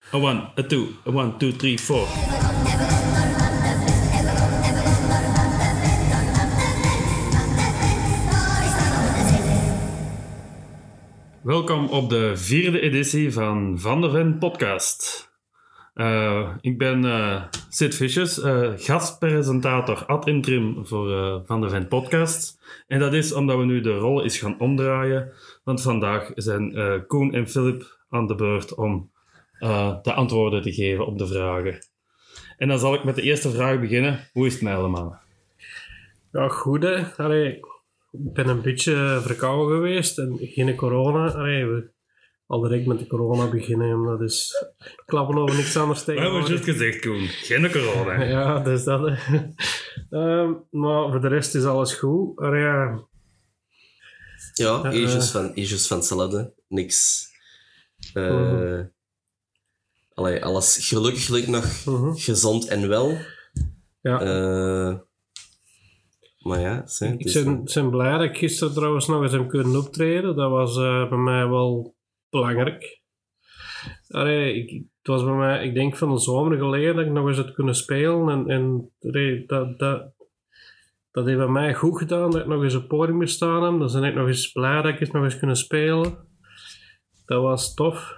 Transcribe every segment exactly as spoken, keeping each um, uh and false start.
A one, a two, a one, two, three, four. Welkom op de vierde editie van Van der Ven podcast. Uh, ik ben uh, Sid Vicious, uh, gastpresentator ad interim voor uh, Van der Ven podcast. En dat is omdat we nu de rol eens gaan omdraaien. Want vandaag zijn uh, Koen en Philip aan de beurt om uh, de antwoorden te geven op de vragen. En dan zal ik met de eerste vraag beginnen. Hoe is het mij allemaal? Ja, goed hè. Allee, ik ben een beetje verkouden geweest en geen corona. Allee, we al direct met de corona beginnen. Dat is klappen over niks anders tegen. We hebben juist gezegd, Koen. Geen corona. Ja, dus dat. um, maar voor de rest is alles goed. Allee, ja, ja uh, is van, is van hetzelfde. Niks. Uh, uh-huh. Allee, alles gelukkig, gelukkig nog uh-huh. gezond en wel. Ja. Uh, maar ja, zijn, ik ben, ben blij dat ik gisteren trouwens nog eens heb kunnen optreden. Dat was uh, bij mij wel belangrijk. Allee, ik, het was bij mij, ik denk van de zomer geleden dat ik nog eens had kunnen spelen. En, en allee, dat, dat, dat heeft bij mij goed gedaan dat ik nog eens op het podium gestaan heb. Dan ben ik nog eens blij dat ik eens nog eens kunnen spelen. Dat was tof.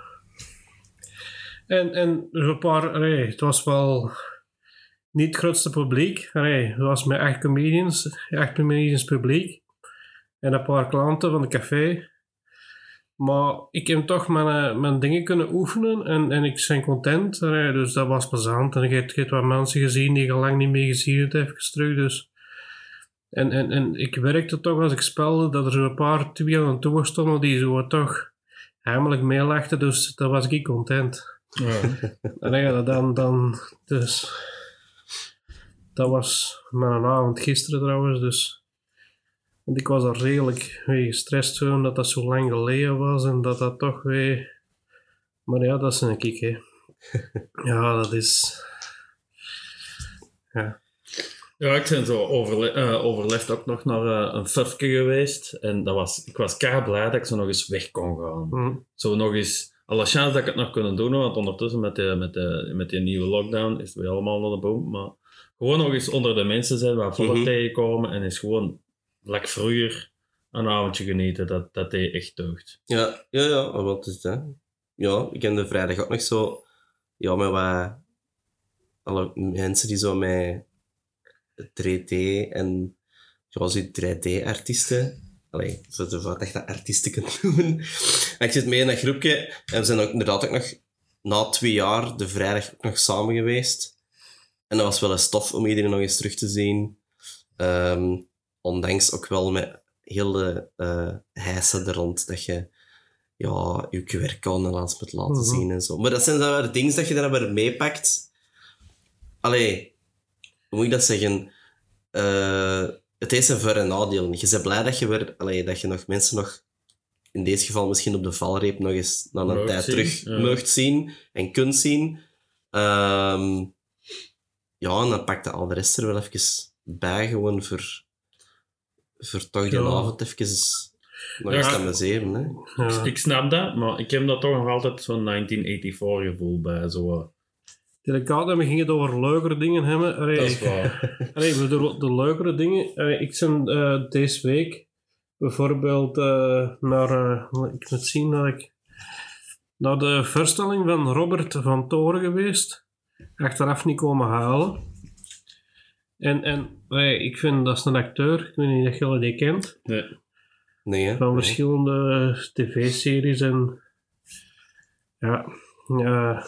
En, en er een paar, allee, het was wel niet het grootste publiek. Allee, het was met echt comedians, echt comedians publiek. En een paar klanten van het café. Maar ik heb toch mijn, mijn dingen kunnen oefenen en, en ik ben content. Allee, dus dat was plezant. En ik heb wat mensen gezien die ik al lang niet meer gezien heb, even terug. Dus. En, en, en ik werkte toch als ik spelde dat er zo een paar twee aan toe stonden die zo toch heimelijk meelachten. Dus daar was ik content. Ja. En ja, dan, dan, dus, dat was mijn avond gisteren trouwens, dus, want ik was er redelijk mee gestrest toen dat dat zo lang geleden was en dat dat toch weer, maar ja, dat is een kick, hè. Ja, dat is, ja. Ja, ik ben zo overle- uh, overlefd ook nog naar uh, een fufke geweest en dat was, ik was kei blij dat ik zo nog eens weg kon gaan. Mm. Zo nog eens. Alle chance dat ik het nog kunnen doen, want ondertussen met de, met de, met die nieuwe lockdown is het weer allemaal naar de boom. Maar gewoon nog eens onder de mensen zijn, waar volk mm-hmm. tegenkomen en is gewoon lekker vroeger een avondje genieten. Dat, dat deed echt deugd. Ja, ja, ja, wat is dat? Ja, ik heb de vrijdag ook nog zo, ja, met wat alle mensen die zo met drie D en zoals die drie D-artiesten. Allee, zo wat echt dat artiesten kunnen doen. En ik zit mee in dat groepje en we zijn ook inderdaad ook nog na twee jaar de vrijdag ook nog samen geweest. En dat was wel eens tof om iedereen nog eens terug te zien. Um, ondanks ook wel met heel de uh, hijsen er rond dat je ja, je Q R-code laatst moet laten mm-hmm. zien en zo. Maar dat zijn dan weer dingen dat je dan weer meepakt. Allee, hoe moet ik dat zeggen? Uh, Het heeft zijn voor- en nadelen. Je bent blij dat je, weer, allee, dat je nog mensen nog, in deze geval misschien op de valreep, nog eens na een Mocht tijd zien, terug ja. mocht zien en kunt zien. Um, ja, en dan pakt de al de rest er wel even bij, gewoon voor, voor toch die ja. avond even nog eens ja. te amuseren. Hè. Ja. Ik snap dat, maar ik heb dat toch nog altijd zo'n negentien vierennegentig gevoel bij. Zo. Delicaat, we gingen het over leukere dingen hebben. Allee, dat is waar. Allee, de, de leukere dingen. Allee, ik ben uh, deze week bijvoorbeeld uh, naar, uh, ik moet zien dat ik naar de voorstelling van Robert van Toren geweest. Achteraf niet komen halen. En, en allee, ik vind dat is een acteur, ik weet niet of jullie die kent. Nee. Nee, hè? Van verschillende tv-series en ja, ja.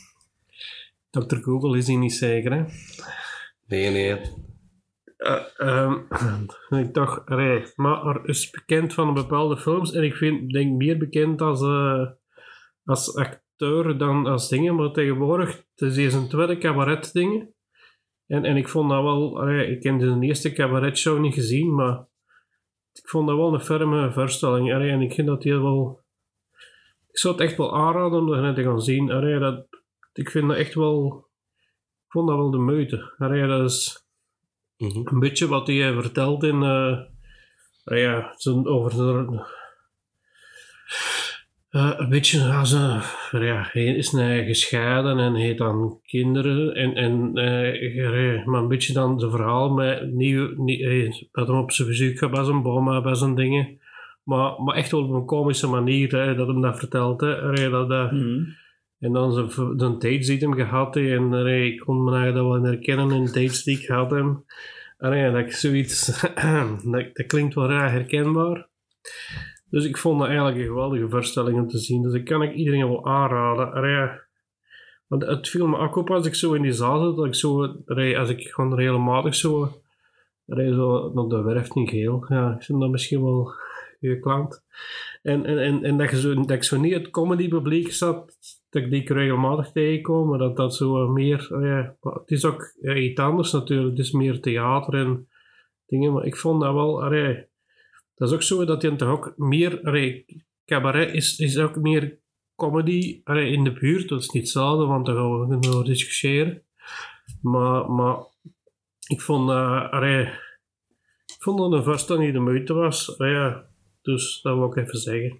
dokter Google is hier niet zeker, hè? Nee, nee. Uh, um, ik dacht, nee, maar er is bekend van bepaalde films en ik vind, denk meer bekend als, uh, als acteur dan als dingen, maar tegenwoordig, het is een tweede cabaret dingen. En, en ik vond dat wel, allee, ik heb de eerste cabaretshow niet gezien, maar ik vond dat wel een ferme voorstelling. Allee, en ik vind dat heel wel, ik zou het echt wel aanraden om dat te gaan zien. Allee, dat, ik vind dat echt wel, ik vond dat wel de moeite. Allee, dat is mm-hmm. een beetje wat hij vertelt in, uh, ja, over de, Uh, een beetje als een... Ja, hij is nou gescheiden en heeft dan kinderen. En, en, uh, maar een beetje dan zijn verhaal met nieuw... nieuw dat hem op zijn fysiek gaat bij zijn bommen, bij zijn dingen. Maar, maar echt wel op een komische manier, hè, dat hem dat vertelt. Hè, dat, dat, mm-hmm. En dan zijn, zijn dates die hem gehad heeft. En uh, ik kon me eigenlijk dat wel herkennen in dates die ik had hem. En uh, dat ik zoiets... dat, dat klinkt wel raar herkenbaar. Dus ik vond dat eigenlijk een geweldige voorstelling om te zien. Dus ik kan ik iedereen wel aanraden. Allee, want het viel me ook op als ik zo in die zaal zat, dat ik zo, allee, als ik gewoon regelmatig zo, allee, zo naar de werf in geel. Ja, ik vind dat misschien wel geklankt. En, en, en, en dat, je zo, dat ik zo niet het comedy publiek zat, dat ik die regelmatig tegenkom, maar dat dat zo meer, allee, het is ook ja, iets anders natuurlijk, het is meer theater en dingen, maar ik vond dat wel, allee, dat is ook zo dat je toch ook meer... Allee, cabaret is, is ook meer comedy allee, in de buurt. Dat is niet hetzelfde, want daar gaan we nog discussiëren. Maar, maar ik vond dat... Uh, ik vond dat een voorstel niet de moeite was. Uh, ja, dus dat wil ik even zeggen.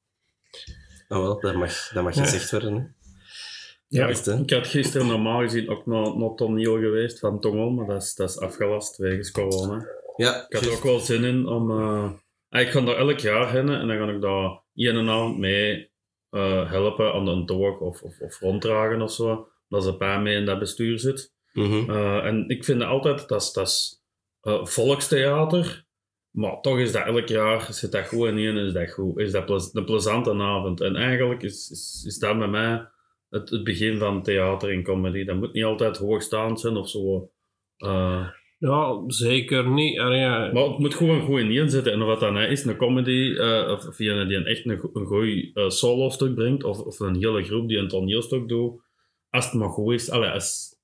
Oh wel, dat mag, dat mag gezegd ja. worden. Hè? Ja, ik, ik had gisteren normaal gezien ook nog, nog toneel geweest van Tongel, maar dat is, dat is afgelast wegens corona. Ja, ik had er ook wel zin in om... Uh, ik ga daar elk jaar heen en dan ga ik daar één avond mee uh, helpen aan de toog of, of, of ronddragen of zo. Dat ze bij mee in dat bestuur zit. Mm-hmm. Uh, en ik vind altijd, dat is, dat is uh, volkstheater, maar toch is dat elk jaar, zit dat goed in één, is dat goed. Is dat plez, een plezante avond. En eigenlijk is, is, is dat bij mij het, het begin van theater en comedy. Dat moet niet altijd hoogstaand zijn of zo. Uh, Ja, zeker niet. Ah, ja. Maar het moet gewoon goed in één zitten. En of dat dan is, een comedy, uh, of, of die, die een echt een, een goed uh, solo-stuk brengt, of, of een hele groep die een toneelstuk doet, als het maar goed is. Allee, als,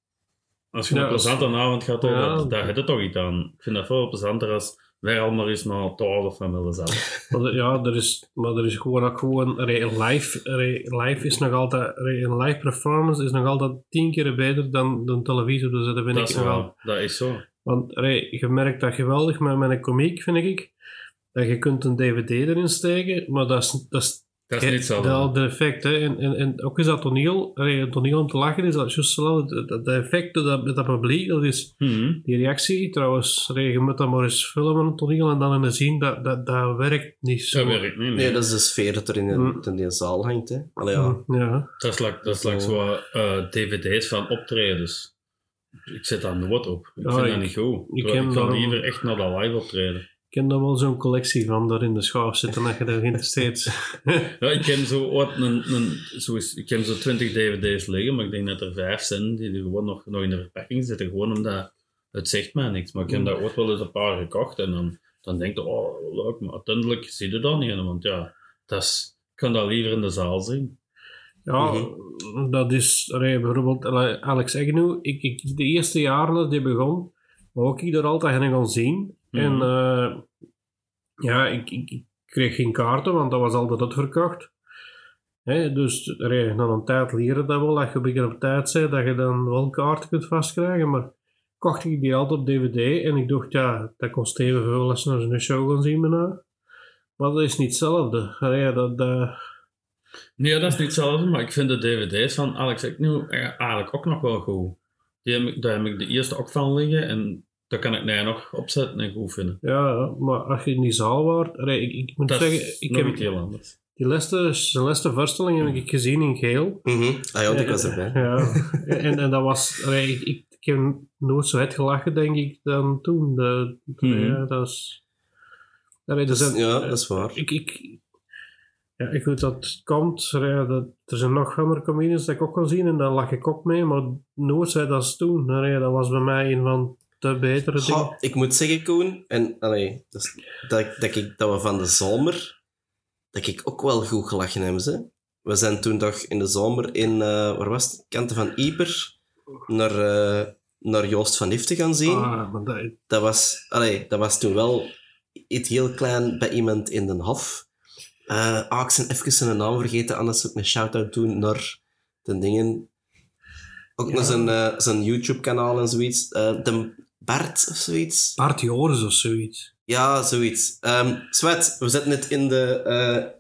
als je ja, een plezante als... avond gaat, ja. dat, dat heb je toch iets aan. Ik vind dat veel plezanter als wij allemaal eens naar twaalf van willen zijn. Ja, er is, maar er is gewoon ook gewoon... Live, live is nog altijd... Een live performance is nog altijd tien keer beter dan, dan televisie. Dus dat vind dat ik is wel. Wel, dat is zo. Want re, je merkt dat geweldig met, met een komiek, vind ik. Dat je kunt een dvd erin steken, maar dat is... Dat is Dat is niet zo. Dat is effect, hè. En, en, en ook is dat toneel, een toneel om te lachen is, dat is juist zo, dat effect, dat, dat publiek, dat is mm-hmm. die reactie. Trouwens, je moet dat maar eens filmen, een toneel, en dan in zien, dat, dat, dat werkt niet zo. Dat werkt niet, nee. Nee, dat is de sfeer dat er in, mm. in die zaal hangt, hè. Allee, ja. Mm, ja. Dat is like, dat is like zo uh, dvd's van optredens. Ik zet daar nooit op. Ik ja, vind ik, dat niet goed. Ik, ik ga liever echt naar dat live optreden. Ik ken daar wel zo'n collectie van, daar in de schaaf zitten, dat je daar geïnteresseerd is. Ja, ik ken zo ooit een, een, zo is, ik ken zo twintig dvd's liggen, maar ik denk dat er vijf zijn die er gewoon nog, nog in de verpakking zitten, gewoon omdat het zegt mij niks. Maar ik heb daar ooit wel eens een paar gekocht en dan, dan denk je, oh leuk, maar uiteindelijk zie je dat niet, want ja, dat is, ik kan dat liever in de zaal zien. Ja, mm-hmm. dat is, allee, bijvoorbeeld Alex Agnew, ik, ik, de eerste jaren dat die begon, wou ik er altijd heen gaan zien. En uh, ja, ik, ik, ik kreeg geen kaarten, want dat was altijd uitverkocht. He, dus allee, na een tijd leren dat wel, dat je een beetje op tijd zei, dat je dan wel kaarten kunt vastkrijgen. Maar kocht ik die altijd op dvd en ik dacht, ja, dat kost evenveel als naar zo'n show gaan zien bijna. Maar dat is niet hetzelfde. Allee, dat, dat... Nee, dat is niet hetzelfde, maar ik vind de dvd's van Alex Agnew eigenlijk ook nog wel goed. Die heb ik, daar heb ik de eerste ook van liggen en daar kan ik nee, nog opzetten en goed vinden. Ja, maar als je in die zaal wordt... Ik, ik moet dat zeggen... Is ik nog heb heel anders. Die laatste, laatste voorstelling heb ik gezien in geel. Mm-hmm. Ah ja, ik was erbij. Ja, en, en dat was... Allee, ik, ik, ik heb nooit zo hard gelachen, denk ik, dan toen. De, de, mm-hmm. Ja, dat is... Allee, dat is een, ja, dat is waar. Ik... ik Ja, ik weet dat het komt. Ja, dat, er zijn nog andere comedians dat ik ook kan zien en daar lag ik ook mee, maar nooit zei dat ze toen. Ja, dat was bij mij een van de betere dingen. Ha, ik moet zeggen, Koen, en allee, dat, dat, dat, ik, dat we van de zomer, dat ik ook wel goed gelachen hebben. Hè? We zijn toen toch in de zomer in, uh, waar was het, kanten van Ieper, naar, uh, naar Joost van Ifte gaan zien. Ah, maar dat... Dat, was, allee, dat was toen wel iets heel klein bij iemand in Den Hof. Uh, ah, ik ben even zijn naam vergeten, anders ook een shout-out doen naar de dingen. Ook ja. naar zijn, uh, zijn YouTube-kanaal en zoiets. Uh, de Bart of zoiets. Bart Joris of zoiets. Ja, zoiets. Um, Zwet, we zetten het in de, uh,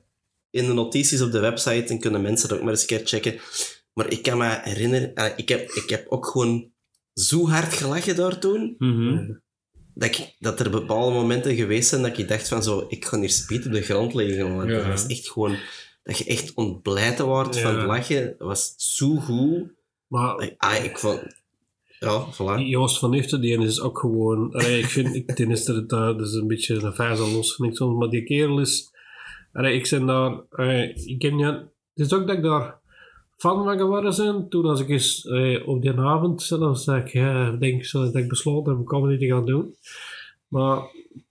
in de notities op de website en kunnen mensen dat ook maar eens een keer checken. Maar ik kan me herinneren, uh, ik, heb, ik heb ook gewoon zo hard gelachen daar toen, Mm-hmm. dat, ik, dat er bepaalde momenten geweest zijn dat ik dacht van zo, ik ga hier speed op de grond liggen. Want Ja. dat was echt gewoon, dat je echt ontblijten wordt Ja. van het lachen. Dat was zo goed. Maar Ah, ik vond... Ja, voilà. Joost van Iften, die is ook gewoon... Allee, ik vind, ik, ten eerste, dat, dat is een beetje een vijzel los, niks soms, maar die kerel is... Allee, ik ben daar... Allee, ik ken ja, het is ook dat ik daar fan van geworden ben, toen als ik eens allee, op die avond zelfs, dat ik ja, denk dat ik besloten heb om comedy te gaan doen. Maar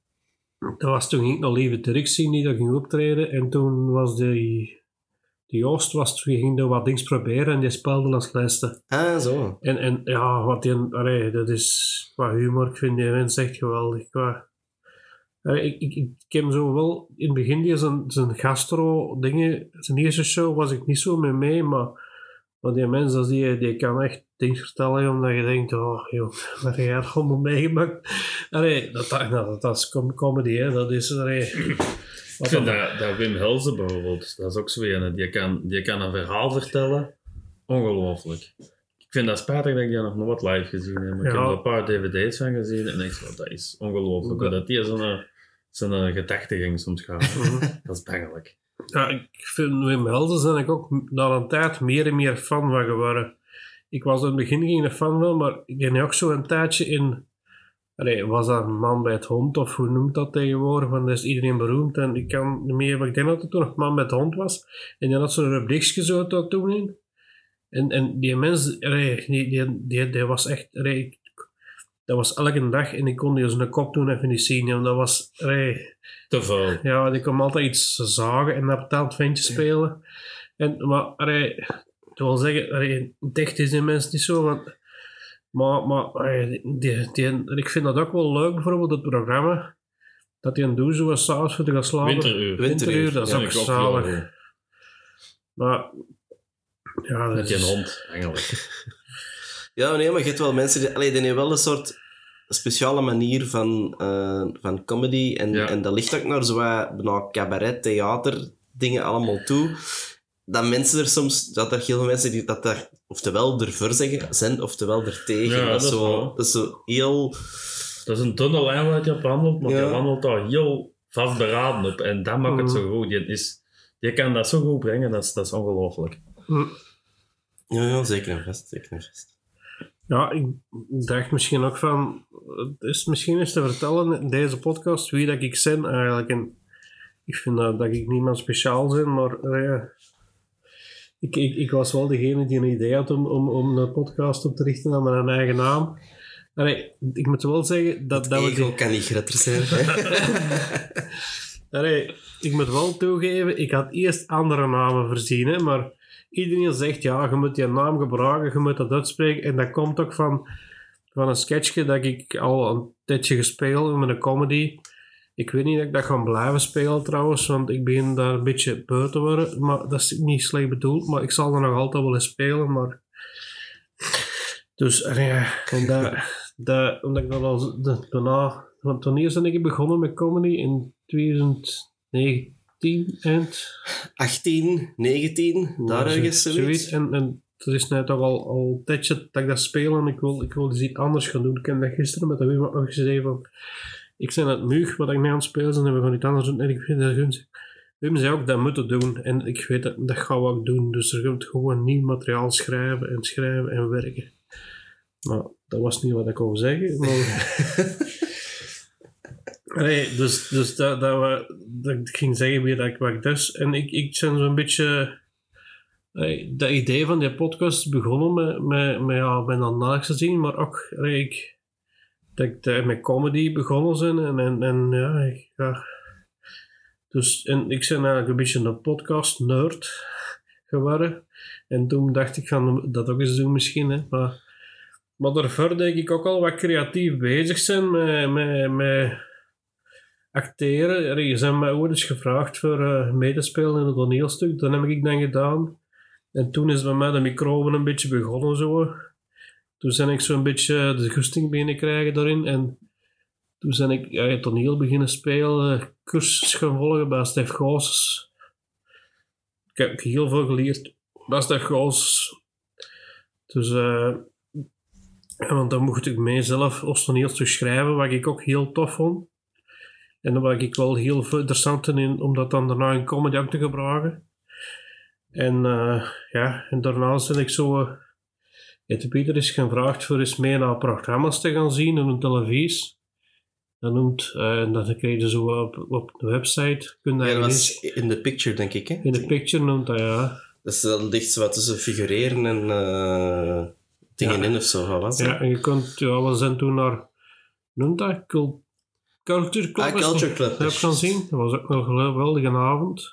dat was toen ging ik nog Lieve Turk zien, die dat ging optreden, en toen was die... Die Joost was, die ging er wat dingen proberen en die speelde als lijsten. Ah, zo. En, en ja, wat die, allee, dat is qua humor, ik vind die mens echt geweldig. Qua, allee, ik, ik, ik heb hem zo wel, in het begin die zijn, zijn gastro-dingen, zijn eerste show was ik niet zo mee mee, maar, maar die mens, als die, die kan echt dingen vertellen, omdat je denkt, oh joh, wat heb jij er allemaal meegemaakt? Allee, dat, dat, dat, dat is com- comedy, hè, dat is, allee... Ik vind dat, dat Wim Helsen bijvoorbeeld, dat is ook zo een, die kan, die kan een verhaal vertellen. Ongelooflijk. Ik vind dat spijtig dat ik die nog nooit live gezien heb. Maar ik Ja. heb er een paar D V D's van gezien en ik zo, dat is ongelooflijk. Ja. Dat die zo'n, zo'n gedachte ging soms gaan. Dat is bangelijk. Ja, ik vind Wim Helsen ben ik ook na een tijd meer en meer fan van geworden. Ik was in het begin geen fan van, maar ik ben ook zo een tijdje in... Allee, was dat een man bij het hond, of hoe noemt dat tegenwoordig? Want dat is iedereen beroemd en ik kan niet meer... Maar ik denk dat het toen nog man bij het hond was. En die had zo'n rubriekje zo tot toen in. En, en die mens, allee, die, die, die, die was echt... Allee, ik- dat was elke dag en ik kon die zijn kop toen even niet zien. En dat was... Allee, Te veel. ja, die kon altijd iets zagen en dat betaald ventje spelen. En, maar, allee, ik wil zeggen, allee, dicht is die mens niet zo, want, maar, maar allee, die, die, ik vind dat ook wel leuk, bijvoorbeeld, het programma, dat hij een doet zo was s'avonds voor te gaan slapen. Winteruur. Winteruur, dat is Ken ook ik ook zalig. heel goed. Maar, ja, dat Met die is... hond, eigenlijk. Ja, nee, maar je hebt wel mensen... Die, allee, die hebben wel een soort speciale manier van, eh, van comedy. En, Ja. en dat ligt ook naar zo'n nou, cabaret, theater, dingen allemaal toe. Dat mensen er soms... Dat er heel veel mensen die dat daar oftewel ervoor zeggen zijn, oftewel er tegen. Ja, dat, dat is is zo, waar. dat is zo heel... Dat is een dunne lijn waar je op wandelt, maar Ja. je wandelt daar heel vastberaden op. En dat maakt het zo goed. Je, is, je kan dat zo goed brengen, dat is, dat is ongelooflijk. Hm. Ja, ja, zeker en vast. Zeker en vast. Ja, ik dacht misschien ook van... Het is misschien eens te vertellen in deze podcast wie dat ik ben eigenlijk. En ik vind dat, dat ik niemand speciaal ben, maar eh, ik, ik, ik was wel degene die een idee had om, om, om een podcast op te richten aan mijn eigen naam. Allee, ik moet wel zeggen dat... dat we Ego die- kan niet groter zijn. Hè? Allee, ik moet wel toegeven, ik had eerst andere namen voorzien, hè, maar iedereen zegt, ja, je moet die naam gebruiken, je moet dat uitspreken. En dat komt ook van, van een sketchje dat ik al een tijdje gespeeld heb met een comedy. Ik weet niet dat ik dat ga blijven spelen trouwens, want ik begin daar een beetje beu te worden. Maar dat is niet slecht bedoeld, maar ik zal er nog altijd wel eens spelen, maar... Dus, ja, en dat, dat, omdat ik dat al de, daarna... Want toen eerst ben ik begonnen met comedy in twintig negentien, eind. achttien, negentien, daar Ja, ergens zoiets. En, en het is net toch al, al een tijdje dat ik dat speel en ik wil, ik wil dus iets anders gaan doen. Ik heb dat gisteren met de Wim ook nog gezegd van... Ik ben het Mug, wat ik mee aan het spelen ben, en we gaan iets anders doen. En ik vind dat goed. Wim zei ook, dat moeten doen. En ik weet dat, dat gaan we ook doen. Dus er komt gewoon nieuw materiaal schrijven en schrijven en werken. Maar dat was niet wat ik wou zeggen. Maar... Nee, dus, dus dat, dat, we, dat ik ging zeggen wie dat ik wat dus. En ik, ik ben zo'n beetje... Hey, dat idee van die podcast is begonnen met, met, met, ja, met analyse te zien, maar ook hey, ik, dat ik daar met comedy begonnen ben. En, en, en ja, ik, ja. Dus, en ik ben eigenlijk een beetje een podcast-nerd geworden. En toen dacht ik van dat ook eens doen misschien, hè. Maar, maar daarvoor denk ik ook al wat creatief bezig zijn met... met, met acteren. Er zijn mij ooit eens gevraagd voor uh, mee te spelen in een toneelstuk. Dat heb ik dan gedaan. En toen is bij mij de microfoon een beetje begonnen zo. Toen ben ik zo'n beetje de goesting beginnen krijgen daarin. En toen ben ik ja, toneel beginnen spelen. Cursus gaan volgen bij Stef Goossens. ik heb heel veel geleerd. Dat is dat goals. Dus, uh, want dan mocht ik mezelf als toneelstuk schrijven, wat ik ook heel tof vond. En daar was ik wel heel interessant in, om dat dan daarna in comedy ook te gebruiken. En uh, ja, en daarna ben ik zo... Uh, de Pieter is gevraagd voor eens mee naar programma's te gaan zien op televisie. Dat noemt, uh, en dan krijg je zo op, op de website. Kun je ja, dat was eens, in de picture, denk ik. Hè? in de picture noemt dat, ja. Dat is dan dicht wat tussen figureren en uh, dingen ja. in of zo. Wat was dat? Ja, en je kunt, ja, we zijn toen naar, noemt dat? Cult, Culture Club. Ah, Culture Club. Dat heb ik gaan zien. Dat was ook nog een geweldige avond.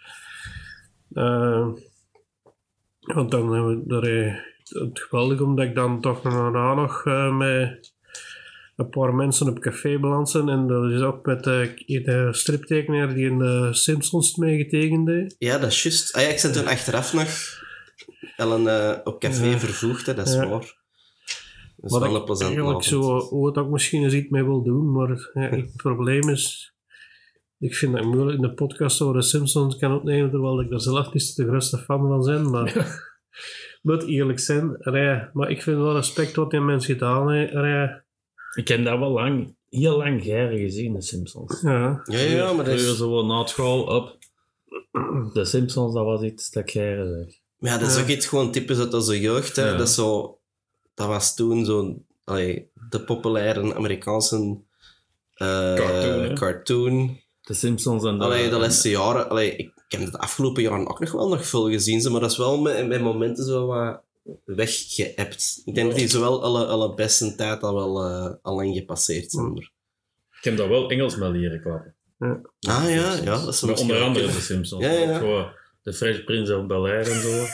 Uh, want dan hebben we daar... Uh, het geweldig omdat ik dan toch daarna nog uh, met een paar mensen op café beland zijn. En dat is ook met uh, de striptekenaar die in de Simpsons meegetekend heeft. Ja, dat is juist. Ah, ja, ik ben toen achteraf nog al een, uh, op café ja. vervoegd, hè, dat is ja. waar. Dat is wat wel ik een plezant eigenlijk avond. zo ooit ook misschien eens iets mee wil doen, maar ja, het probleem is... Ik vind het moeilijk in de podcast over de Simpsons kan opnemen, terwijl ik daar zelf niet de grootste fan van ben, maar... moet eerlijk zijn, rij. Maar ik vind wel respect wat die mensen gedaan hebben. Ik heb dat wel lang, heel lang geleden gezien, de Simpsons. Ja, ja, ja, maar dat is... Zo na school op. De Simpsons, dat was iets dat geleden zeg. Maar ja, dat is ja. ook iets gewoon typisch uit onze jeugd. Hè. Ja. Dat, is zo, dat was toen zo allee, de populaire Amerikaanse uh, Cartoon, cartoon. De Simpsons en de... Allee, de laatste jaren... Allee, ik heb het de afgelopen jaren ook nog wel nog veel gezien, maar dat is wel met, met momenten zo wat weggeëpt. Ik denk dat die zowel alle, alle beste tijd al wel uh, al lang gepasseerd zijn. Maar... Ik heb dat wel Engels mee leren klappen. Ja. Ah ja, ja. Dat is Maar onder andere de Simpsons. Ja, ja. Gewoon de Fresh Prince of Bel-Air en zo.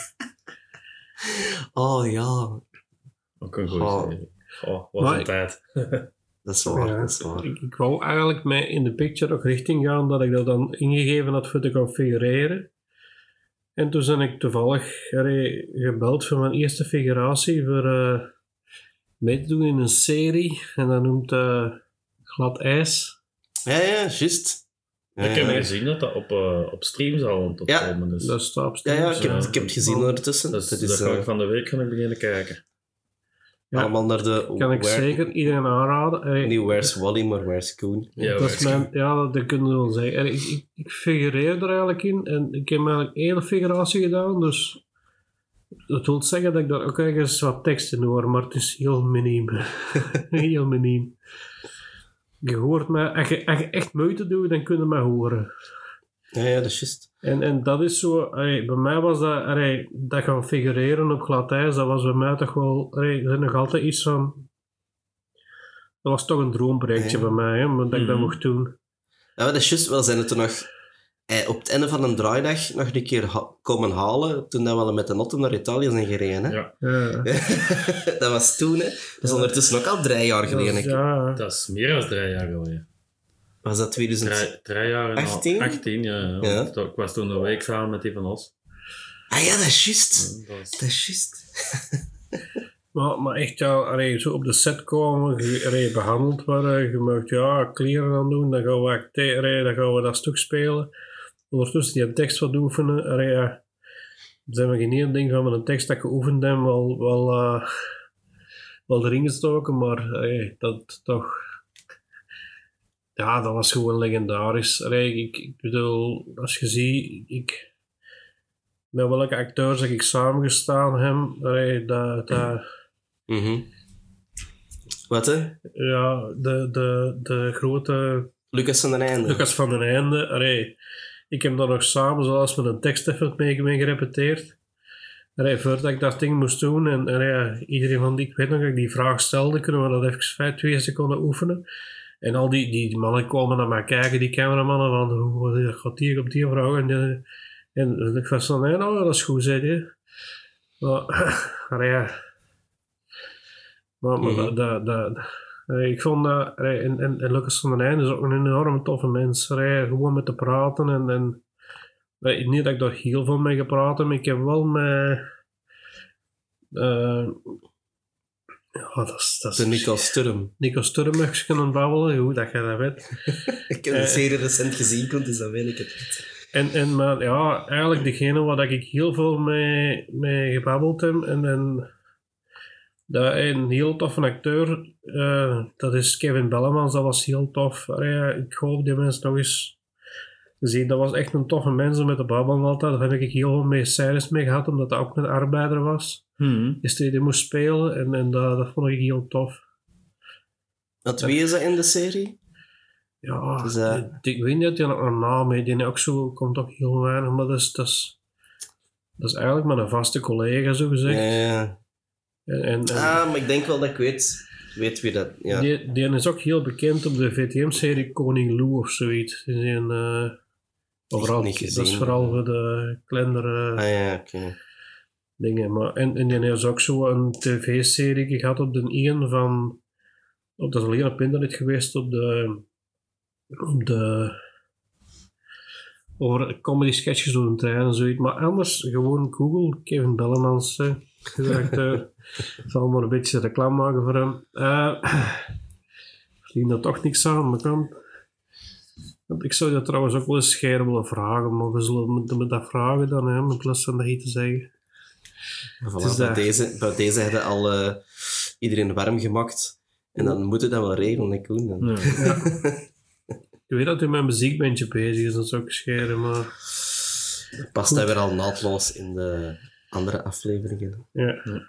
Oh ja. Ook een goede Oh. serie. Oh, wat Maar een ik- tijd. Dat is waar, Ja, dat is waar. ik, ik wou eigenlijk mij in de picture ook richting gaan dat ik dat dan ingegeven had voor te configureren. En toen ben ik toevallig allee, gebeld voor mijn eerste figuratie voor uh, mee te doen in een serie. En dat noemt uh, Glad IJs. Ja, ja, juist. Ja, Ik heb ja. gezien dat dat op, uh, op streams al aan het Ja. opkomen is. Dat staat op Ja, ja, ik Steam. heb, ik heb het gezien ondertussen. Dus dat dat is ga ik uh, van de week gaan ik beginnen kijken. Ja. allemaal naar de... Kan ik Where- zeker iedereen aanraden. Allee, Niet Where's Wally, maar Where's Coon. Ja, dat is mijn, ja, dat kun je wel zeggen. Allee, Ik, ik, ik figureer er eigenlijk in en ik heb eigenlijk één figuratie gedaan, dus dat wil zeggen dat ik daar ook ergens wat tekst in hoor, maar het is heel miniem. heel miniem. Je hoort mij, als je, als je echt moeite doet, dan kun je mij horen. Ja, ja, dat is juist. En, en dat is zo, allee, bij mij was dat, allee, dat gaan figureren op glad ijs, dat was bij mij toch wel, allee, er is nog altijd iets van, dat was toch een droomprojectje Ja. bij mij, hè, maar dat ik dat Mhm. mocht doen. Ja, maar dat is juist. Wel zijn het toen nog... Eh, op het einde van een draaidag nog een keer ha- komen halen, toen dat we wel met de auto naar Italië zijn gereden. Hè? Ja. Ja. Dat was toen, hè. Dat is ondertussen ook al drie jaar geleden. Dat is- hè. ja. Dat is meer dan drie jaar geleden. Was dat tweeduizend... Drie, drie jaar en al- achttien? achttien, ja. ja. Ja. Want Ik was toen een week samen met die van ons. Ah ja, dat is juist. Ja, dat was- Dat is juist. Maar, maar echt, ja, allee, zo op de set komen, je, allee, behandeld worden, je mag ja, kleren aan doen, dan gaan we acteren, allee, dan gaan we dat stuk spelen. Ondertussen die tekst wat oefenen, allee, ja. Dan zijn we geen één ding van met een tekst dat ik geoefend heb, wel, wel, uh, wel erin gestoken, maar allee, dat toch... Ja, dat was gewoon legendarisch. Allee, ik, ik bedoel, als je ziet, ik... Met welke acteurs heb ik samengestaan heb, allee, dat... dat Mhm. Wat, hè? Ja, de, de, de grote Lucas van den Einde. Lucas van den Einde. Allee, ik heb daar nog samen zelfs met een tekst even mee, mee gerepeteerd. Allee, voordat ik dat ding moest doen. En allee, iedereen van die, ik weet nog dat ik die vraag stelde, kunnen we dat even vijf, twee seconden oefenen. En al die, die mannen kwamen naar mij kijken, die cameramannen, van hoe gaat die op die vraag? En, en, en ik was van, nee, nou, dat is goed, zei je. Maar, allee, ja. Maar, maar Mhm. dat, dat, dat, eh, ik vond dat, eh, en, en, en Lucas van den Einde is ook een enorm toffe mens. Eh, gewoon met te praten en, en eh, niet dat ik daar heel veel mee gepraat heb, maar ik heb wel met uh, ja, dat is, dat is De Nico Sturm. Nico Sturm kunnen babbelen, hoe dat jij dat weet. Ik heb het Eh. zeer recent gezien, dus dan weet ik het niet. En, en maar ja, eigenlijk degene waar ik heel veel mee, mee gebabbeld heb en, en dat een heel toffe acteur, uh, dat is Kevin Bellemans, dat was heel tof. Allee, ik hoop die mensen nog eens te zien. Dat was echt een toffe mens om met de babbelen altijd. Daar heb ik heel veel mee scènes mee gehad, omdat dat ook een arbeider was. Hmm. Dus die, die moest spelen en, en dat, dat vond ik heel tof. Wat wie is dat in de serie? Ja, Dus, uh... die, ik weet niet dat hij nog een naam heeft. Die ook zo komt ook heel weinig, maar dat is, dat is, dat is eigenlijk maar een vaste collega, zo gezegd. Ja, ja. En, en, en, ah, maar ik denk wel dat ik weet, weet wie dat... Ja. Die, die is ook heel bekend op de V T M-serie Koning Lou of zoiets. Die zijn, uh, overal, niet gezien, dat is vooral voor de kleinere ah, ja, okay. dingen. Maar, en, en die heeft ook zo een tv-serie gehad op de Ian van... Op, dat is alleen op internet geweest op de... Op de over comedy sketches door een trein en zoiets. Maar anders gewoon Google, Kevin Bellemans, eh, de acteur. Zal maar een beetje reclame maken voor hem. Uh, verdient dat toch niks aan, maar kan. Want ik zou dat trouwens ook wel eens scheiden willen vragen, maar we zullen met, met dat vragen dan, hè, in plaats van dat hier te zeggen. Voilà, bij, deze, bij deze hebben al uh, iedereen warm gemaakt. En dan moet het dan wel regelen, hè, Koen. Dan. Ja. Ja. Ik weet dat hij met een muziekbandje bezig is, dat is ook scheiden, maar... Past hij weer al naadloos in de andere afleveringen. Ja. ja.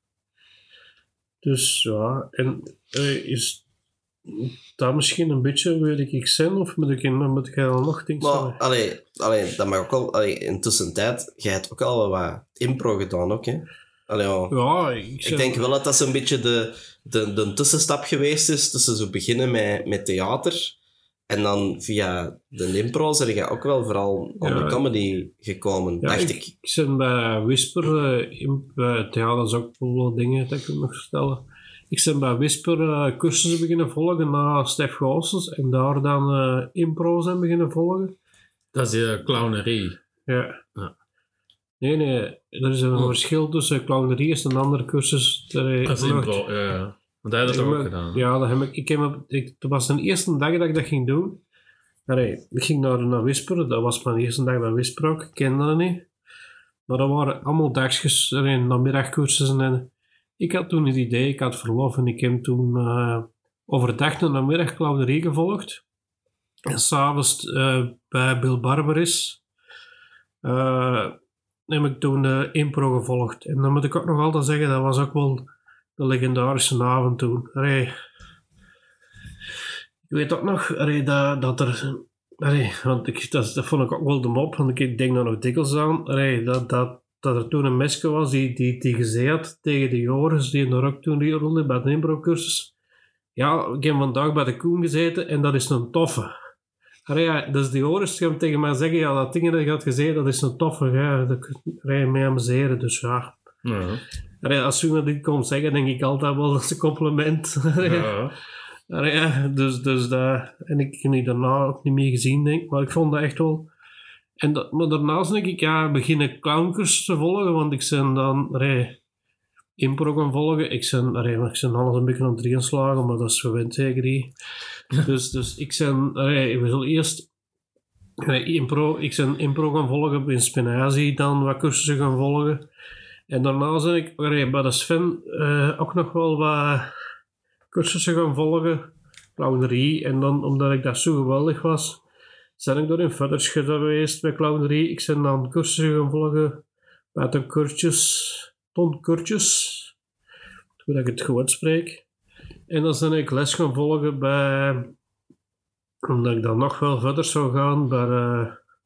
Dus ja, en uh, is dat misschien een beetje, weet ik, ik zijn, of moet ik, moet ik al nog dingen zeggen? Maar, allee, allee, dat mag ook al, allee, in tussentijd, jij hebt ook al wat impro gedaan ook, hè? Allee, ja, ja, ik, ik denk wel dat dat zo'n beetje de, de, de tussenstap geweest is tussen zo beginnen met, met theater en dan via de impro zijn je ook wel vooral aan ja, de comedy gekomen, ja, dacht ik. Ik, ik ben bij Whisper, uh, in, bij theater, dat is ook wel dingen dat ik nog vertellen. Ik ben bij Whisper uh, cursussen beginnen volgen na Stef Goossens en daar dan uh, impro zijn beginnen volgen. Dat is je uh, clownerie. Ja. ja. Nee, nee, er is een oh. verschil tussen clownerie is een andere cursus. Dat is impro, ja, ja. Want hij had dat ook me, gedaan. Ja, dat, heb ik, ik heb, ik, dat was de eerste dag dat ik dat ging doen. Nee, ik ging naar, naar Whisper, dat was mijn eerste dag bij Whisper ook, ik kende dat niet. Maar dat waren allemaal dagjes, namiddagcursussen en ik had toen het idee, ik had verlof en ik heb toen uh, overdag een namiddag clownerie gevolgd. En s'avonds uh, bij Bill Barberis uh, heb ik toen uh, impro gevolgd. En dan moet ik ook nog altijd zeggen, dat was ook wel de legendarische avond toen. Allee, ik weet ook nog allee, dat, dat er... Allee, want ik, dat, dat vond ik ook wel de mop, want ik denk daar nog dikwijls aan. Allee, dat, dat, dat er toen een meisje was die, die, die gezegd had tegen de Joris, die er ook toen rolde bij de impro-cursus. Ja, ik heb vandaag bij de Koen gezeten en dat is een toffe. Allee, ja, dus die Joris gaat tegen mij zeggen, ja, dat ding dat je had gezegd, dat is een toffe. Ja, dat kan je mee amuseren, dus ja. Ja. Allee, als je me dit komt zeggen, denk ik altijd wel dat is een compliment. Allee, ja. Allee, ja, dus, dus dat... En ik heb die daarna ook niet meer gezien, denk ik. Maar ik vond dat echt wel... En dat, maar daarnaast denk ik, ja, beginnen clowncursus te volgen, want ik ben dan... Allee, impro gaan volgen. Ik ben, allee, ik ben alles een beetje aan het drieën slagen, maar dat is verwend zeker niet. dus, dus ik ben... Allee, we zullen eerst... Allee, impro, ik ben impro gaan volgen in Spinazie, dan wat cursussen gaan volgen. En daarna ben ik allee, bij de Sven uh, ook nog wel wat cursussen gaan volgen, clownerie. En dan, omdat ik dat zo geweldig was, ben ik door in verder geweest met clownerie. Ik ben dan cursussen gaan volgen bij Ton Kurtjes, Ton Kurtjes, hoe ik het goed spreek. En dan ben ik les gaan volgen bij, omdat ik dan nog wel verder zou gaan, bij uh,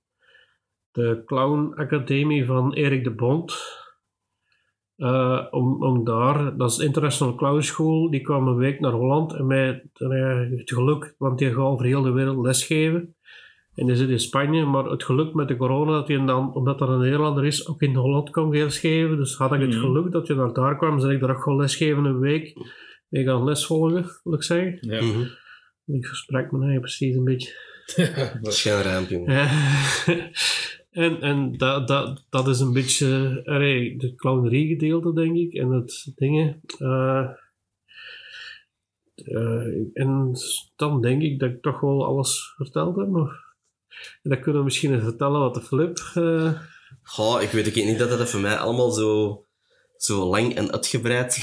de Clown Academie van Erik de Bond. Uh, om, om daar, dat is de International Clown School, die kwam een week naar Holland en mij uh, het geluk, want die gaat over heel de wereld lesgeven. En die zit in Spanje, maar het geluk met de corona, dat hij dan, omdat er een Nederlander is, ook in Holland kon lesgeven. Dus had ik het geluk dat je naar daar kwam, ben ik daar ook gewoon lesgeven een week. Ik ga les volgen, wil ik zeggen. Ja. Mm-hmm. Ik verspreek me eigen precies een beetje. Dat is geen ruimte, jongen. En, en dat, dat, dat is een beetje allee, de clownerie gedeelte, denk ik. En het dingen. Uh, uh, en dan denk ik dat ik toch wel alles verteld heb. Maar En dan kunnen we misschien eens vertellen wat de Flip... Uh... Goh, ik weet ook niet dat dat voor mij allemaal zo, zo lang en uitgebreid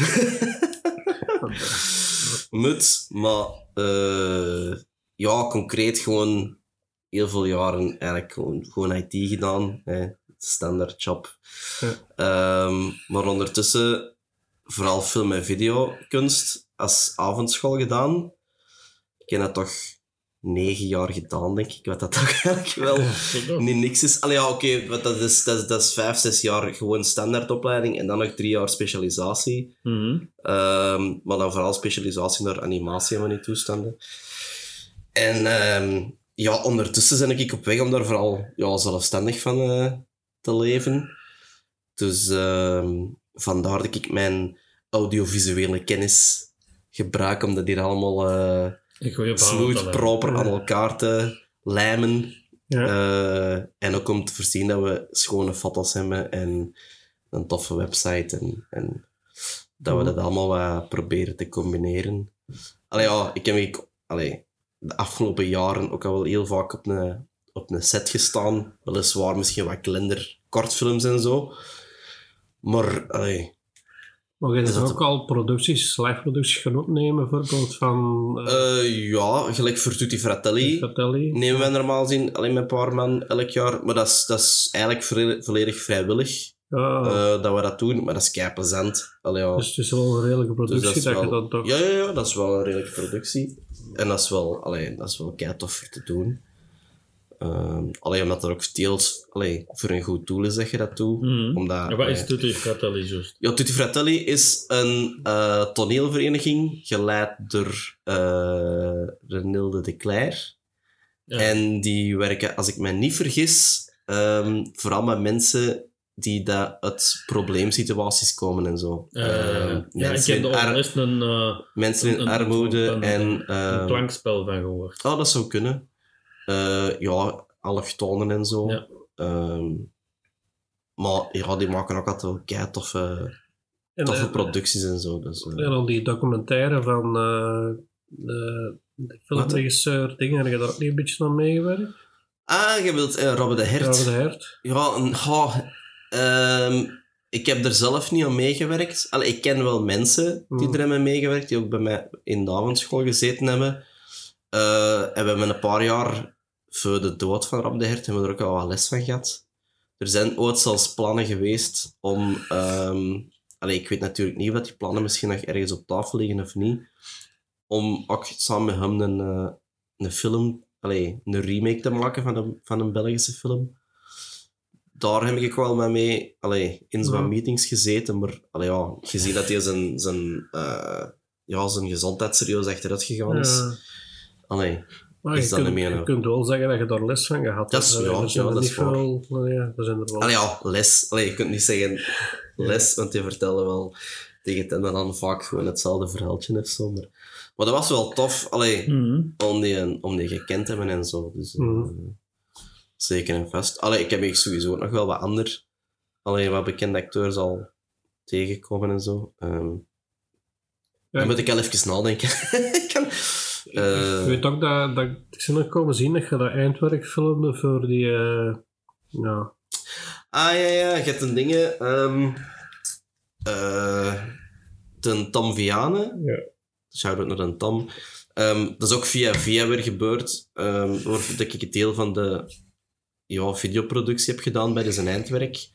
moet. Maar uh, ja, concreet gewoon heel veel jaren eigenlijk gewoon, gewoon I T gedaan. Hè. Standaard job. Ja. Um, maar ondertussen vooral film- en videokunst als avondschool gedaan. Ik heb dat toch negen jaar gedaan, denk ik. Wat dat toch eigenlijk wel ja, niet niks is. Allee, ja, oké, okay, dat, is, dat, is, dat is vijf, zes jaar gewoon standaardopleiding en dan nog drie jaar specialisatie. Mm-hmm. Um, maar dan vooral specialisatie naar animatie en van die toestanden. En um, ja, ondertussen ben ik op weg om daar vooral ja, zelfstandig van uh, te leven. Dus um, vandaar dat ik mijn audiovisuele kennis gebruik om dat hier allemaal uh, smooth, proper aan elkaar te lijmen. Ja. Uh, en ook om te voorzien dat we schone foto's hebben en een toffe website. En, en dat we dat allemaal wat proberen te combineren. Allee, ja, ik heb ik, allee, de afgelopen jaren ook al wel heel vaak op een, op een set gestaan. Weliswaar misschien wat kleiner kortfilms en zo. Maar, allee... Maar je dus ook de... al producties, live-producties gaan opnemen, bijvoorbeeld van... Uh... Uh, ja, gelijk voor Tutti Fratelli. Fratelli. Nemen wij normaal gezien alleen met een paar man elk jaar. Maar dat is, dat is eigenlijk volledig, volledig vrijwillig. Oh. Uh, dat we dat doen, maar dat is kei plezant. Allee, ja. Dus het is wel een redelijke productie dus dat, dat wel... je dan toch... Ja, ja, ja, dat is wel een redelijke productie. En dat is wel, allee, dat is wel kei tof te doen. Uh, allee, omdat er ook deels allee, voor een goed doel is dat je dat doet. Mm-hmm. Omdat, en wat is Tutti Fratelli juist? Ja, Tutti Fratelli is een uh, toneelvereniging geleid door uh, Renilde de Cler. Ja. En die werken, als ik me niet vergis, um, vooral met mensen die dat uit probleemsituaties komen en zo. Uh, uh, ja, ik heb er ar- een... Uh, mensen in een, armoede een, en... Een, uh, een klankspel van gehoord. Oh, dat zou kunnen. Uh, ja, allochtonen en zo. Ja. Um, maar ja, die maken ook altijd wel kei toffe, toffe en, producties en zo. Dus, uh. En dan die documentaire van uh, de, de filmregisseur dingen, heb je daar ook niet een beetje aan meegewerkt? Ah, je wilt uh, Robbe de Hert. Robbe de Hert. Ja, een, oh, um, ik heb er zelf niet aan meegewerkt. Allee, ik ken wel mensen die mm. er hebben meegewerkt, die ook bij mij in de avondschool gezeten hebben. Uh, en we hebben een paar jaar voor de dood van Rob de Hert hebben we er ook al wat les van gehad. Er zijn ooit zelfs plannen geweest om... Um, allee, ik weet natuurlijk niet wat die plannen misschien nog ergens op tafel liggen of niet. Om ook samen met hem een, uh, een film... Allee, een remake te maken van een, van een Belgische film. Daar heb ik wel mee allee, in zo'n ja. meetings gezeten. Maar allee, ja, gezien dat hij zijn, zijn, uh, ja, zijn gezondheid serieus achteruit gegaan is... Ja. Allee, maar is je, kunt, je kunt wel zeggen dat je daar les van gehad hebt. Dat is, ja, er zijn ja, er dat niet is veel... Nou ja, er zijn er wel... Allee, ja, les. Allee, je kunt niet zeggen les, want die vertellen wel tegen het en dan vaak gewoon hetzelfde verhaaltje of zo. Maar, maar dat was wel tof, allee, mm-hmm. om, die, om die gekend te hebben en zo. Dus, mm-hmm. uh, zeker en vast. Allee, ik heb hier sowieso nog wel wat ander, allee, wat bekende acteurs al tegengekomen en zo. Um, ja. Dan moet ik al even nadenken. ik kan... Uh, ik weet ook dat, dat ik ben nog komen zien dat je dat eindwerk filmde voor die... Uh, ja. Ah ja, ja, je hebt een dingen... Um, uh, ten Tom Vianen. Ja. Shout-out naar een Tom. Um, dat is ook via via weer gebeurd. Um, dat ik een deel van de ja, videoproductie heb gedaan bij zijn eindwerk.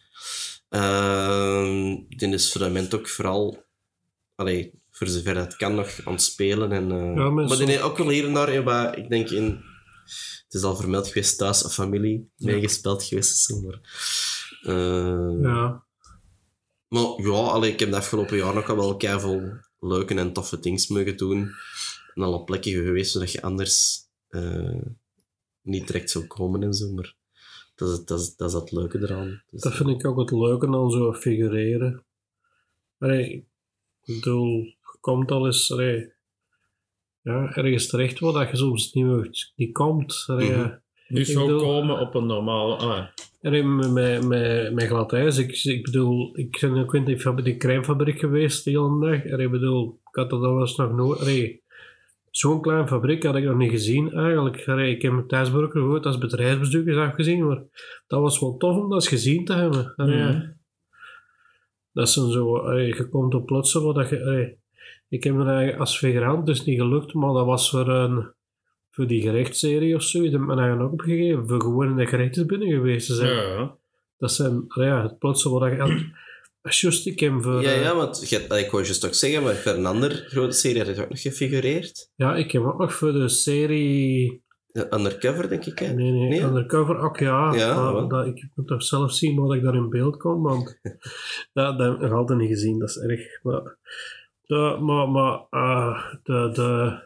Um, die is voor het moment ook vooral... Allee, voor zover dat kan nog aan het spelen. En, uh, ja, maar die heeft ook wel hier en daar, in, wat, ik denk in... Het is al vermeld geweest, thuis of familie, ja. meegespeeld geweest. Zo, maar, uh, ja. Maar ja, allee, ik heb de afgelopen jaar ook al wel keiveel leuke en toffe dingen mogen doen. En al op plekken geweest, zodat je anders uh, niet direct zou komen en zo. Maar dat is, dat is, dat is het leuke eraan. Dus, dat vind ik ook het leuke aan zo figureren. Allee, ik bedoel, je komt al eens allee, ja, ergens terecht waar dat je soms niet, meer, niet komt. Allee, mm-hmm. Nu zou bedoel, komen op een normale... Ah. Allee, met, met, met, met glad ijs. Ik, ik bedoel, ik ben ook in die, die crèmefabriek geweest de hele dag. Allee, ik bedoel, ik had er dan wel eens nog nooit... Allee, zo'n kleine fabriek had ik nog niet gezien eigenlijk. Allee, ik heb mijn thuisburger gehoord als bedrijfsbezoekers afgezien, maar dat was wel tof om dat eens gezien te hebben. Allee, Mhm. Dat zijn zo, allee, je komt op plotsen wat dat je... Allee, ik heb me eigenlijk als figurant dus niet gelukt, maar dat was voor, een, voor die gerechtsserie of zo. Die heb ik me eigenlijk ook opgegeven, voor gewoon in de gerechten binnen geweest te zijn. Ja, ja. Dat zijn, allee, ja, het plotsen wat je... Just, ik heb voor... Ja, eh, ja, want je, ik wou juist ook zeggen, maar voor een andere grote serie had je ook nog gefigureerd. ja, ik heb ook nog voor de serie... Ja, Undercover, denk ik, hè? Nee, nee, Nee? Undercover ook, ja. Ja, maar wel. dat, ik moet toch zelf zien wat ik daar in beeld kom, want dat, dat heb ik nog altijd niet gezien, dat is erg. Maar, de, maar, maar uh, de, de...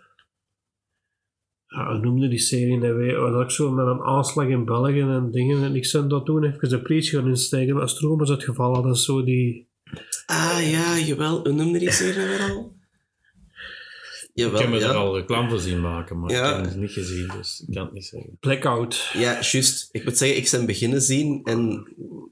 Ja, hoe noemde die serie nou weer? Was ook zo met een aanslag in België en dingen. En ik zei dat toen even de politie gaan insteken, maar stroom is uitgevallen. Dat is zo die... Ah, ja, jawel. Hoe noemde die serie nou weer al? Ik Jawel, heb me ja. er al reclame voor zien maken, maar Ja. ik heb het niet gezien, dus ik kan het niet zeggen. Blackout. Ja, juist. Ik moet zeggen, ik ben beginnen zien en